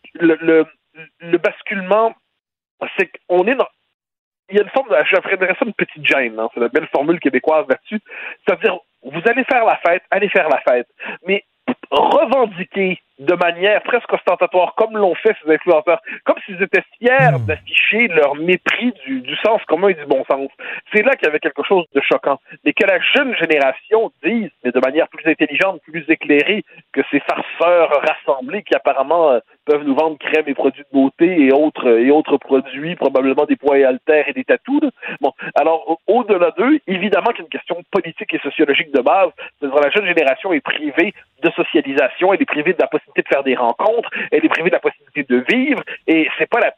le basculement, c'est qu'on est dans. Il y a une forme, j'appellerais ça une petite gêne, hein, c'est la belle formule québécoise là-dessus. C'est-à-dire, vous allez faire la fête, mais revendiquer de manière presque ostentatoire, comme l'ont fait ces influenceurs, comme s'ils étaient fiers d'afficher leur mépris du sens commun et du bon sens. C'est là qu'il y avait quelque chose de choquant. Et que la jeune génération dise, mais de manière plus intelligente, plus éclairée, que ces farceurs rassemblés qui apparemment peuvent nous vendre crème et produits de beauté et autres produits, probablement des poids et haltères et des tatous. Là. Bon, alors, au-delà d'eux, évidemment qu'il y a une question politique et sociologique de base. C'est-à-dire, la jeune génération est privée de socialisation, elle est privée de la possibilité de faire des rencontres, elle est privée de la possibilité de vivre, et c'est pas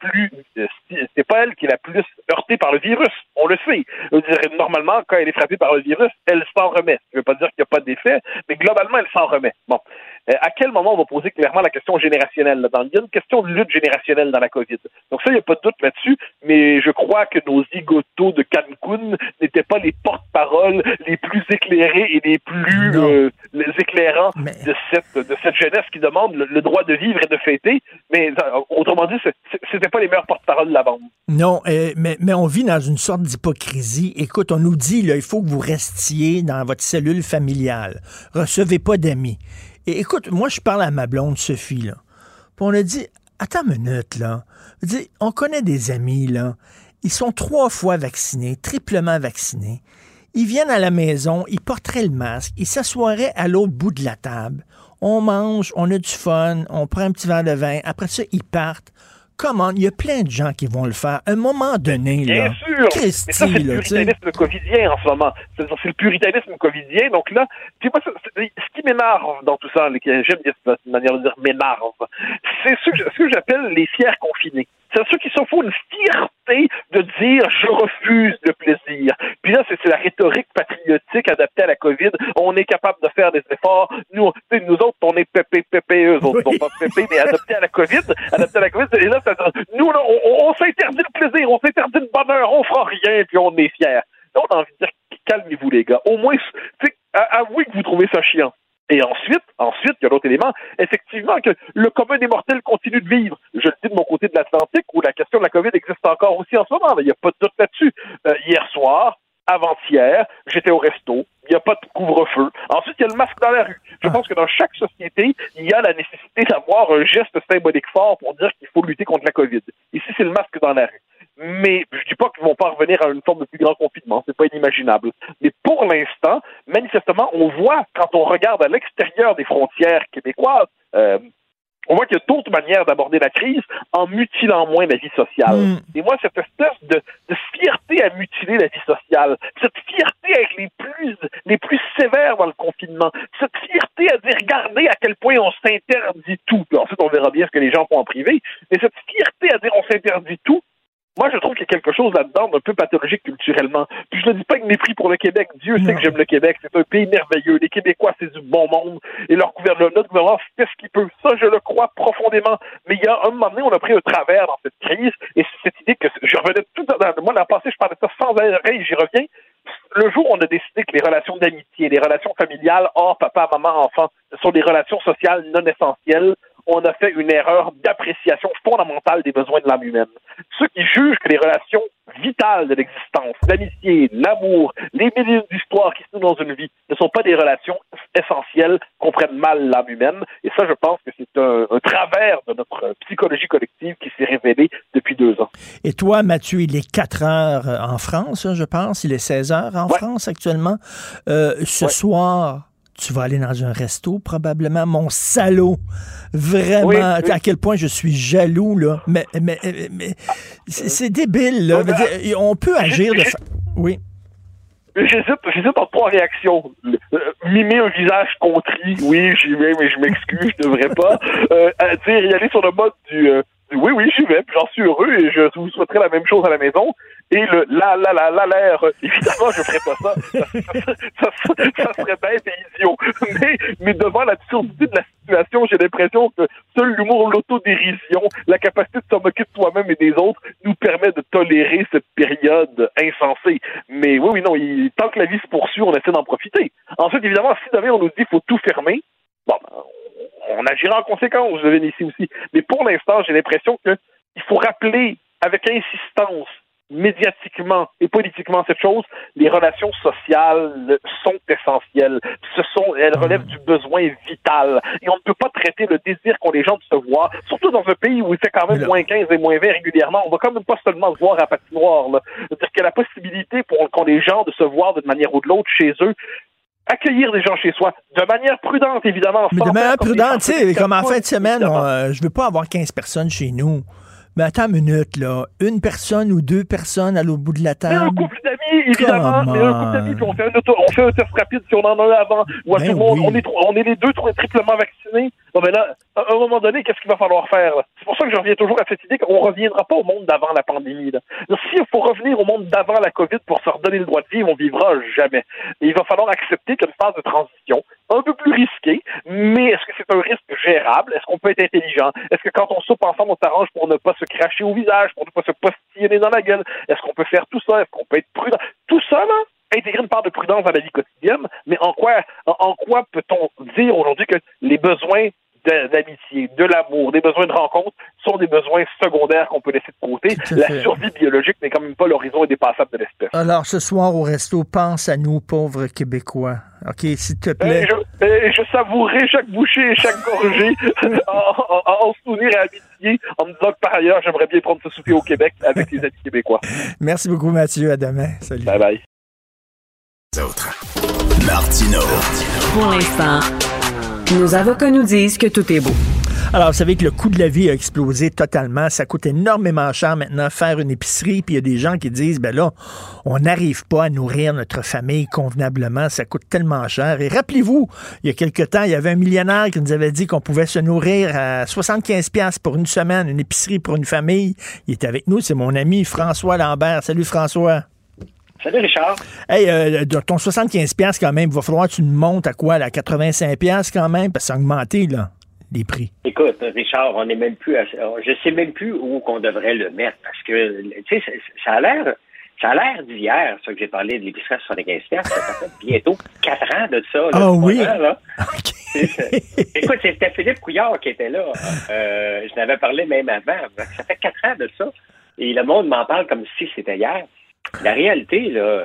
elle qui est la plus heurtée par le virus, on le sait. Je veux dire, normalement, quand elle est frappée par le virus, elle s'en remet. Je veux pas dire qu'il n'y a pas d'effet, mais globalement, elle s'en remet. Bon. À quel moment on va poser clairement la question générationnelle là-dedans? Il y a une question de lutte générationnelle dans la COVID. Donc ça, il n'y a pas de doute là-dessus, mais je crois que nos zigotos de Cancun n'étaient pas les porte-paroles les plus éclairés et les plus les éclairants de cette jeunesse qui demande le droit de vivre et de fêter. Mais autrement dit, c'était pas les meilleurs porte-paroles de la bande. Non, mais on vit dans une sorte d'hypocrisie. Écoute, on nous dit, là, il faut que vous restiez dans votre cellule familiale. Recevez pas d'amis. Et écoute, moi, je parle à ma blonde Sophie, là. Puis on a dit, attends une minute, là. On connaît des amis, là. Ils sont 3 fois vaccinés, triplement vaccinés. Ils viennent à la maison, ils porteraient le masque, ils s'assoiraient à l'autre bout de la table. On mange, on a du fun, on prend un petit verre de vin. Après ça, ils partent. Comment? Il y a plein de gens qui vont le faire. À un moment donné, là. Bien sûr! Mais ça, c'est le puritanisme covidien en ce moment. C'est le puritanisme covidien. Donc là, tu vois, ce qui m'énerve dans tout ça, j'aime dire cette manière de dire m'énerve, c'est ce que j'appelle les fiers confinés. C'est ceux qui se font une fierté de dire « je refuse le plaisir ». Puis là, c'est la rhétorique patriotique adaptée à la COVID. On est capable de faire des efforts. Nous autres, on est pépé, eux autres sont pas pépé, mais adaptés à la COVID. Et là, nous, là, on s'interdit le plaisir, on s'interdit le bonheur, on fera rien, puis on est fiers. Là, on a envie de dire « calmez-vous, les gars ». Au moins, avouez que vous trouvez ça chiant. Et ensuite, il y a l'autre élément, effectivement, que le commun des mortels continue de vivre. Je le dis de mon côté de l'Atlantique, où la question de la COVID existe encore aussi en ce moment. Il n'y a pas de doute là-dessus. Hier soir, avant-hier, j'étais au resto. Il n'y a pas de couvre-feu. Ensuite, il y a le masque dans la rue. Je pense que dans chaque société, il y a la nécessité d'avoir un geste symbolique fort pour dire qu'il faut lutter contre la COVID. Ici, c'est le masque dans la rue. Mais je dis pas qu'ils vont pas revenir à une forme de plus grand confinement, c'est pas inimaginable. Mais pour l'instant, manifestement, on voit, quand on regarde à l'extérieur des frontières québécoises, on voit qu'il y a d'autres manières d'aborder la crise en mutilant moins la vie sociale. Et moi, cette espèce de fierté à mutiler la vie sociale, cette fierté à être les plus sévères dans le confinement, cette fierté à dire, regardez à quel point on s'interdit tout. Puis ensuite, on verra bien ce que les gens font en privé, mais cette fierté à dire on s'interdit tout, moi, je trouve qu'il y a quelque chose là-dedans d'un peu pathologique culturellement. Puis je ne dis pas avec mépris pour le Québec. Dieu sait que j'aime le Québec. C'est un pays merveilleux. Les Québécois, c'est du bon monde. Et notre gouvernement fait ce qu'il peut. Ça, je le crois profondément. Mais il y a un moment donné, on a pris un travers dans cette crise. Et c'est cette idée que je revenais tout dans moi, l'an passé, je parlais de ça sans arrêt, j'y reviens. Le jour où on a décidé que les relations d'amitié, les relations familiales, hors papa, maman, enfant, sont des relations sociales non essentielles, on a fait une erreur d'appréciation fondamentale des besoins de l'âme humaine. Ceux qui jugent que les relations vitales de l'existence, l'amitié, l'amour, les milliers d'histoires qui se nouent dans une vie ne sont pas des relations essentielles, comprennent mal l'âme humaine. Et ça, je pense que c'est un travers de notre psychologie collective qui s'est révélé depuis 2 ans. Et toi, Mathieu, il est 4 heures en France, je pense. Il est 16 heures en France actuellement. Ce soir, tu vas aller dans un resto, probablement. Mon salaud! Vraiment, à quel point je suis jaloux, là. Mais c'est débile, là. On peut agir de... Oui. J'hésite entre 3 réactions. Mimer un visage contrit, oui, j'y vais, mais je m'excuse, je devrais pas. Dire, y aller sur le mode du oui, j'y vais, puis j'en suis heureux, et je vous souhaiterais la même chose à la maison. Et l'air, évidemment, je ferais pas ça. Ça serait bête et idiot. Mais devant l'absurdité de la situation, j'ai l'impression que seul l'humour, l'autodérision, la capacité de se moquer de soi-même et des autres nous permet de tolérer cette période insensée. Mais oui, non, tant que la vie se poursuit, on essaie d'en profiter. Ensuite, évidemment, si demain on nous dit qu'il faut tout fermer, bon, on agira en conséquence, je viens ici aussi. Mais pour l'instant, j'ai l'impression qu'il faut rappeler avec insistance médiatiquement et politiquement cette chose, les relations sociales sont essentielles. Elles relèvent du besoin vital. Et on ne peut pas traiter le désir qu'ont les gens de se voir, surtout dans un pays où il fait quand même moins 15 et moins 20 régulièrement. On va quand même pas seulement se voir à patinoire, là. C'est-à-dire que la possibilité qu'ont les gens de se voir d'une manière ou de l'autre chez eux, accueillir des gens chez soi, de manière prudente, évidemment. Mais de manière prudente, tu sais, comme en fin de semaine, je veux pas avoir 15 personnes chez nous. Mais attends une minute, là. Une personne ou deux personnes à l'autre bout de la table. Mais un couple d'amis, évidemment. Mais un couple d'amis, puis on fait un test rapide si on en a un avant. Ou on est les deux triplement vaccinés. Non, mais là, à un moment donné, qu'est-ce qu'il va falloir faire, là? C'est pour ça que je reviens toujours à cette idée qu'on ne reviendra pas au monde d'avant la pandémie, là. S'il faut revenir au monde d'avant la COVID pour se redonner le droit de vivre, on vivra jamais. Et il va falloir accepter qu'une phase de transition, un peu plus risquée, mais est-ce que c'est un risque gérable? Est-ce qu'on peut être intelligent? Est-ce que quand on soupe ensemble, on s'arrange pour ne pas se cracher au visage, pour ne pas se postillonner dans la gueule? Est-ce qu'on peut faire tout ça? Est-ce qu'on peut être prudent? Tout ça, là, intégrer une part de prudence dans la vie quotidienne, mais en quoi peut-on dire aujourd'hui que les besoins d'amitié, de l'amour, des besoins de rencontre sont des besoins secondaires qu'on peut laisser de côté. La survie biologique n'est quand même pas l'horizon indépassable de l'espèce. Alors, ce soir au resto, pense à nous, pauvres Québécois. OK, s'il te plaît. Je savourerai chaque bouchée et chaque gorgée en souvenir et amitié, en me disant que par ailleurs, j'aimerais bien prendre ce souper au Québec avec les amis québécois. Merci beaucoup, Mathieu. À demain. Salut. Bye bye. Martineau. Pour l'instant, nos avocats nous disent que tout est beau. Alors, vous savez que le coût de la vie a explosé totalement. Ça coûte énormément cher maintenant faire une épicerie. Puis il y a des gens qui disent, ben là, on n'arrive pas à nourrir notre famille convenablement. Ça coûte tellement cher. Et rappelez-vous, il y a quelque temps, il y avait un millionnaire qui nous avait dit qu'on pouvait se nourrir à 75$ pour une semaine, une épicerie pour une famille. Il est avec nous, c'est mon ami François Lambert. Salut François. Salut Richard. Hey, ton 75$ quand même, il va falloir que tu montes à quoi, là, à 85$ quand même, parce que ça a augmenté, là, les prix. Écoute, Richard, on n'est même plus je sais même plus où qu'on devrait le mettre, parce que, tu sais, ça a l'air d'hier, ça que j'ai parlé de l'épicerie à 75$, ça fait bientôt 4 ans de ça. Ah oui? Là. Écoute, c'était Philippe Couillard qui était là. Je n'avais parlé même avant. Ça fait 4 ans de ça. Et le monde m'en parle comme si c'était hier. La réalité, là,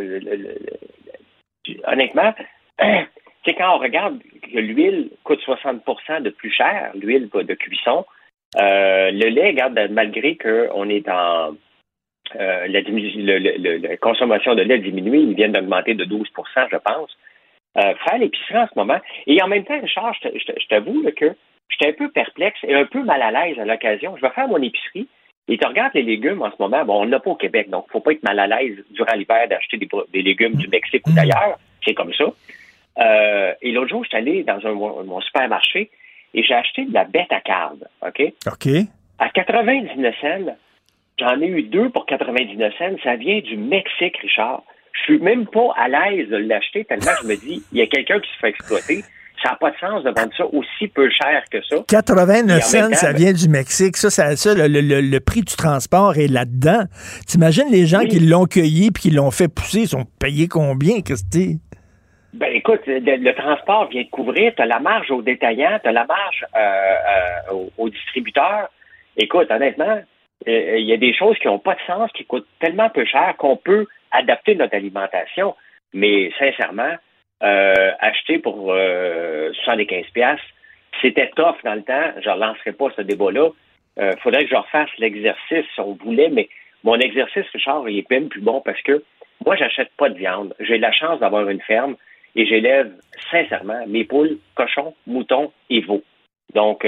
honnêtement, c'est quand on regarde que l'huile coûte 60% de plus cher, l'huile de cuisson, le lait, malgré qu'on est en la consommation de lait diminue, ils viennent d'augmenter de 12%, je pense. Faire l'épicerie en ce moment. Et en même temps, Richard, je t'avoue là, que j'étais un peu perplexe et un peu mal à l'aise à l'occasion. Je vais faire mon épicerie. Et tu regardes les légumes en ce moment, bon, on n'a pas au Québec, donc il ne faut pas être mal à l'aise durant l'hiver d'acheter des légumes du Mexique ou d'ailleurs. C'est comme ça. Et l'autre jour, je suis allé dans mon supermarché et j'ai acheté de la bête à carbe, OK? OK. À 99 cents, j'en ai eu 2 pour 99 cents. Ça vient du Mexique, Richard. Je suis même pas à l'aise de l'acheter tellement je me dis, il y a quelqu'un qui se fait exploiter. Ça n'a pas de sens de vendre ça aussi peu cher que ça. 89 cents, ça vient du Mexique. Le prix du transport est là-dedans. T'imagines les gens qui l'ont cueilli puis qui l'ont fait pousser, ils sont payés combien, Christy? Ben écoute, le transport vient de couvrir. Tu as la marge aux détaillants, tu as la marge aux distributeurs. Écoute, honnêtement, il y a des choses qui n'ont pas de sens, qui coûtent tellement peu cher qu'on peut adapter notre alimentation. Mais sincèrement, acheter pour 75$, c'était tough dans le temps. Je ne relancerai pas ce débat-là. Faudrait que je refasse l'exercice si on voulait, mais mon exercice, Richard, il est même plus bon parce que moi, j'achète pas de viande. J'ai la chance d'avoir une ferme et j'élève sincèrement mes poules, cochons, moutons et veaux. Donc,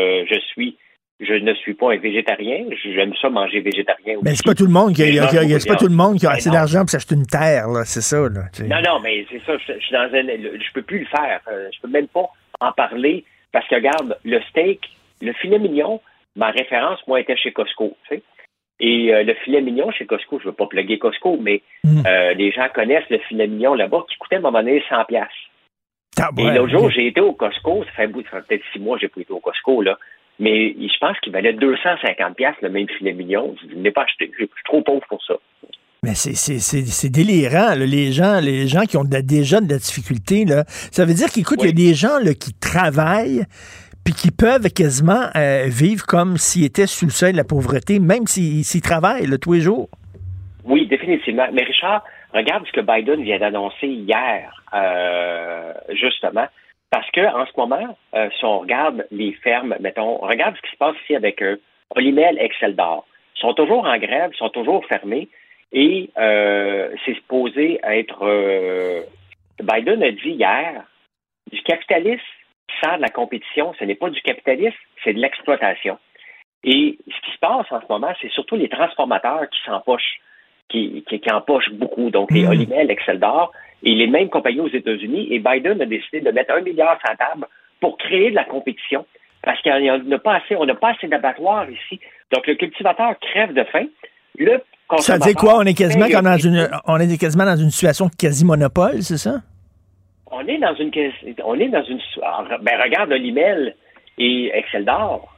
je ne suis pas un végétarien. J'aime ça manger végétarien aussi. Mais c'est pas tout le monde qui a assez d'argent pour s'acheter une terre, là. C'est ça, là. Non, mais c'est ça. Je suis dans je peux plus le faire. Je peux même pas en parler parce que, regarde, le steak, le filet mignon, ma référence, moi, était chez Costco, tu sais. Et le filet mignon chez Costco, je veux pas plugger Costco, mais les gens connaissent le filet mignon là-bas qui coûtait à un moment donné 100$. Et l'autre jour, j'ai été au Costco, ça fait peut-être 6 mois que j'ai pas été au Costco, là. Mais je pense qu'il valait 250$ le même filet mignon. Je ne l'ai pas acheté. Je suis trop pauvre pour ça. Mais c'est délirant. Là. Les gens qui ont déjà de la difficulté, là, ça veut dire qu'écoute, il y a des gens là, qui travaillent puis qui peuvent quasiment vivre comme s'ils étaient sous le seuil de la pauvreté, même s'ils travaillent là, tous les jours. Oui, définitivement. Mais Richard, regarde ce que Biden vient d'annoncer hier, justement. Parce que en ce moment, si on regarde les fermes, mettons, regarde ce qui se passe ici avec Olimel, Exceldor. Ils sont toujours en grève, ils sont toujours fermés. Et c'est supposé être... Biden a dit hier, du capitalisme sans de la compétition, ce n'est pas du capitalisme, c'est de l'exploitation. Et ce qui se passe en ce moment, c'est surtout les transformateurs qui s'empochent, qui empochent beaucoup. Donc, les Olimel, Exceldor et les mêmes compagnies aux États-Unis. Et Biden a décidé de mettre 1 milliard sur la table pour créer de la compétition. Parce qu'on n'a pas assez d'abattoirs ici. Donc, le cultivateur crève de faim. Ça dit quoi? On est quasiment dans une situation de quasi-monopole, c'est ça? On est dans une regarde Olimel et Exceldor.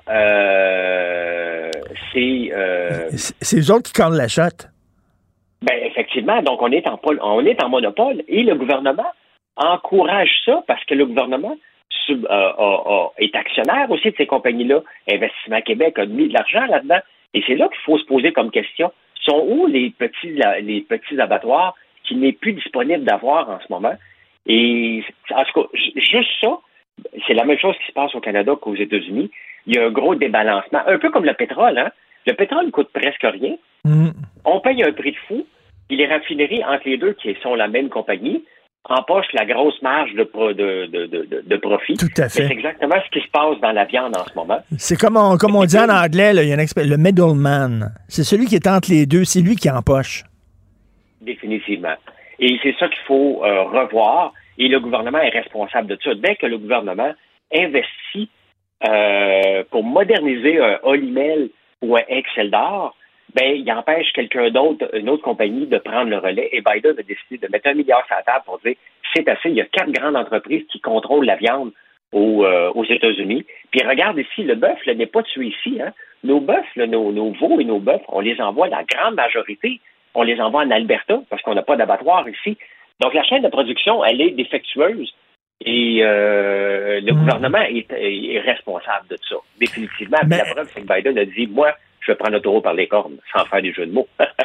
C'est eux autres qui cornent la chatte. Effectivement, donc on est en monopole et le gouvernement encourage ça parce que le gouvernement est actionnaire aussi de ces compagnies-là. Investissement Québec a mis de l'argent là-dedans et c'est là qu'il faut se poser comme question. Sont où les petits abattoirs qui n'est plus disponible d'avoir en ce moment? Et en tout cas, juste ça, c'est la même chose qui se passe au Canada qu'aux États-Unis. Il y a un gros débalancement, un peu comme le pétrole, hein? Le pétrole ne coûte presque rien. On paye un prix de fou. Et les raffineries, entre les deux, qui sont la même compagnie, empochent la grosse marge de profit. Tout à fait. C'est exactement ce qui se passe dans la viande en ce moment. C'est comme on dit en anglais, là, il y a le middleman. C'est celui qui est entre les deux, c'est lui qui empoche. Définitivement. Et c'est ça qu'il faut revoir. Et le gouvernement est responsable de ça. Dès que le gouvernement investit pour moderniser un Olimel ou un Exceldor, il empêche quelqu'un d'autre, une autre compagnie, de prendre le relais. Et Biden a décidé de mettre 1 milliard sur la table pour dire c'est assez. Il y a 4 grandes entreprises qui contrôlent la viande aux États-Unis. Puis regarde ici, le bœuf n'est pas tué ici. Hein. Nos bœufs, nos veaux et nos bœufs, on les envoie, la grande majorité, on les envoie en Alberta parce qu'on n'a pas d'abattoir ici. Donc la chaîne de production, elle est défectueuse. Et le gouvernement est responsable de ça, définitivement. La preuve, c'est que Biden a dit, moi, je vais prendre le taureau par les cornes, sans faire des jeux de mots.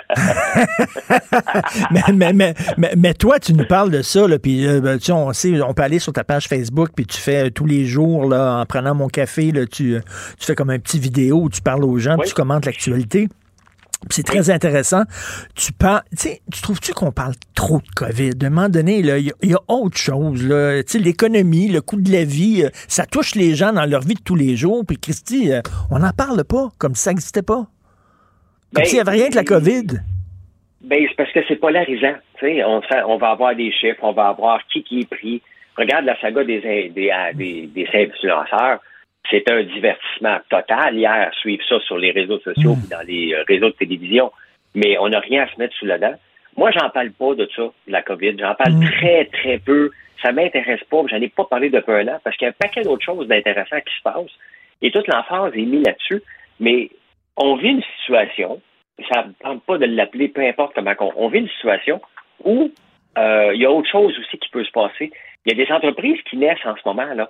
mais toi, tu nous parles de ça, là, puis on peut aller sur ta page Facebook, puis tu fais tous les jours, là, en prenant mon café, là, tu fais comme un petit vidéo où tu parles aux gens, puis tu commentes l'actualité. C'est très intéressant. Tu trouves-tu qu'on parle trop de COVID? À un moment donné, il y a autre chose. Là. L'économie, le coût de la vie, ça touche les gens dans leur vie de tous les jours. Puis Christy, on n'en parle pas comme si ça n'existait pas. Comme s'il n'y avait rien que la COVID. C'est parce que c'est polarisant. On va avoir des chiffres, on va avoir qui est pris. Regarde la saga des influenceurs. C'est un divertissement total hier, suivre ça sur les réseaux sociaux et dans les réseaux de télévision. Mais on n'a rien à se mettre sous la dent. Moi, j'en parle pas de ça, de la COVID. J'en parle très, très peu. Ça m'intéresse pas. J'en ai pas parlé depuis un an parce qu'il y a un paquet d'autres choses d'intéressantes qui se passent. Et toute l'emphase est mise là-dessus. Mais on vit une situation, ça ne tente pas de l'appeler, peu importe comment on vit une situation où il y a autre chose aussi qui peut se passer. Il y a des entreprises qui naissent en ce moment, là.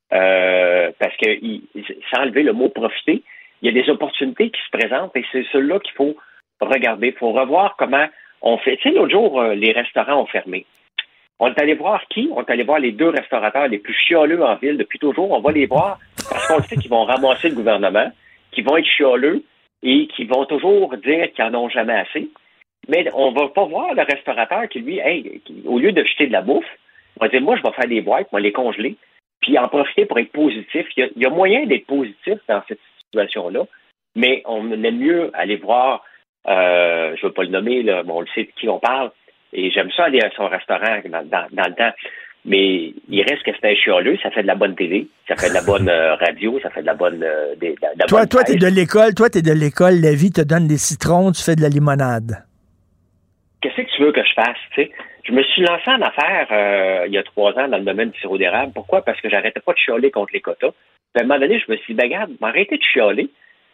Parce que, sans enlever le mot profiter, il y a des opportunités qui se présentent et c'est ceux-là qu'il faut regarder. Il faut revoir comment on fait. Tu sais, l'autre jour, les restaurants ont fermé. On est allé voir qui? On est allé voir les 2 restaurateurs les plus chialeux en ville depuis toujours. On va les voir parce qu'on sait qu'ils vont ramasser le gouvernement, qu'ils vont être chialeux et qu'ils vont toujours dire qu'ils n'en ont jamais assez. Mais on va pas voir le restaurateur qui, lui, au lieu de jeter de la bouffe, va dire, moi, je vais faire des boîtes, moi, les congeler, puis en profiter pour être positif. Il y a moyen d'être positif dans cette situation-là, mais on aime mieux aller voir, je ne veux pas le nommer, là, mais on le sait de qui on parle, et j'aime ça aller à son restaurant dans le temps, mais il reste que c'est un chialeux, ça fait de la bonne télé, ça fait de la bonne radio, ça fait de la bonne... Toi, t'es de l'école, la vie te donne des citrons, tu fais de la limonade. Qu'est-ce que tu veux que je fasse, tu sais? Je me suis lancé en affaires il y a 3 ans dans le domaine du sirop d'érable. Pourquoi? Parce que j'arrêtais pas de chialer contre les quotas. Puis à un moment donné, je me suis dit, regarde, m'arrêter de chialer.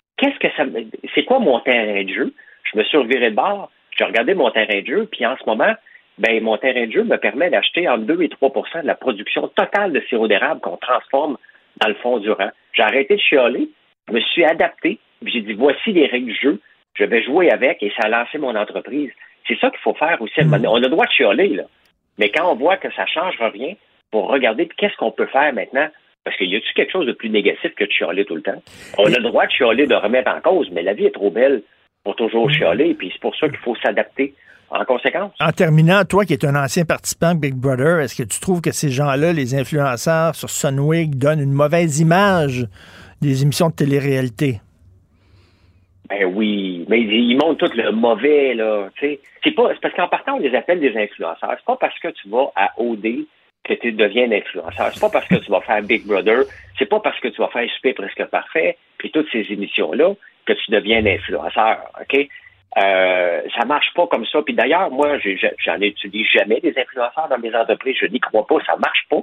C'est quoi mon terrain de jeu? Je me suis reviré de bord, j'ai regardé mon terrain de jeu, puis en ce moment, mon terrain de jeu me permet d'acheter entre 2 et 3 % de la production totale de sirop d'érable qu'on transforme dans le fond du rang. J'ai arrêté de chialer, je me suis adapté, puis j'ai dit, voici les règles du jeu, je vais jouer avec, et ça a lancé mon entreprise. C'est ça qu'il faut faire aussi. On a le droit de chialer, là. Mais quand on voit que ça ne change rien, pour regarder qu'est-ce qu'on peut faire maintenant. Parce qu'il y a-tu quelque chose de plus négatif que de chialer tout le temps? On a le droit de chialer, de remettre en cause, mais la vie est trop belle pour toujours chialer, puis c'est pour ça qu'il faut s'adapter en conséquence. En terminant, toi qui es un ancien participant de Big Brother, est-ce que tu trouves que ces gens-là, les influenceurs sur Sunwig, donnent une mauvaise image des émissions de télé-réalité? Ben oui, mais ils montrent tout le mauvais, là, tu sais. C'est parce qu'en partant, on les appelle des influenceurs. C'est pas parce que tu vas à OD que tu deviens un influenceur. C'est pas parce que tu vas faire Big Brother, c'est pas parce que tu vas faire Super Presque Parfait, puis toutes ces émissions-là, que tu deviens un influenceur, OK? Ça marche pas comme ça. Puis d'ailleurs, moi, j'en étudie jamais des influenceurs dans mes entreprises. Je n'y crois pas, ça marche pas.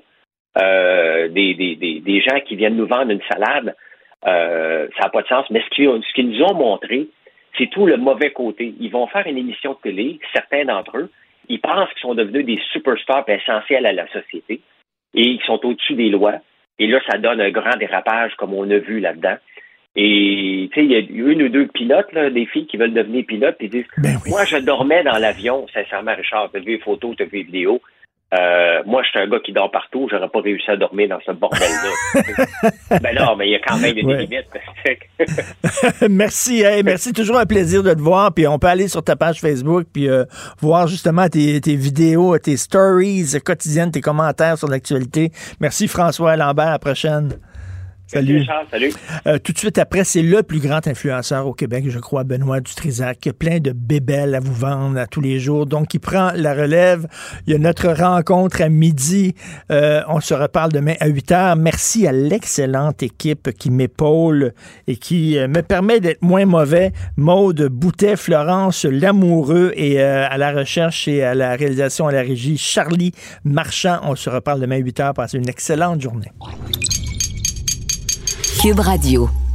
Des gens qui viennent nous vendre une salade, ça n'a pas de sens. Mais ce qu'ils nous ont montré, c'est tout le mauvais côté. Ils vont faire une émission de télé, certains d'entre eux, ils pensent qu'ils sont devenus des superstars essentiels à la société et ils sont au-dessus des lois. Et là, ça donne un grand dérapage comme on a vu là-dedans. Et tu sais, il y a une ou deux pilotes, là, des filles qui veulent devenir pilotes, et disent moi, je dormais dans l'avion, sincèrement, Richard, t'as vu les photos, t'as vu les vidéos. Moi, je suis un gars qui dort partout, j'aurais pas réussi à dormir dans ce bordel-là. Ben non, mais il y a quand même des limites. Merci, merci, toujours un plaisir de te voir, puis on peut aller sur ta page Facebook, puis voir justement tes vidéos, tes stories quotidiennes, tes commentaires sur l'actualité. Merci François Lambert, à la prochaine. Salut. Salut. Tout de suite après, c'est le plus grand influenceur au Québec, je crois, Benoît Dutrisac, qui a plein de bébelles à vous vendre à tous les jours. Donc, il prend la relève. Il y a notre rencontre à midi. On se reparle demain à 8h. Merci à l'excellente équipe qui m'épaule et qui me permet d'être moins mauvais. Maude Boutet, Florence Lamoureux et à la recherche et à la réalisation à la régie, Charlie Marchand. On se reparle demain à 8h. Passez une excellente journée. Cube Radio.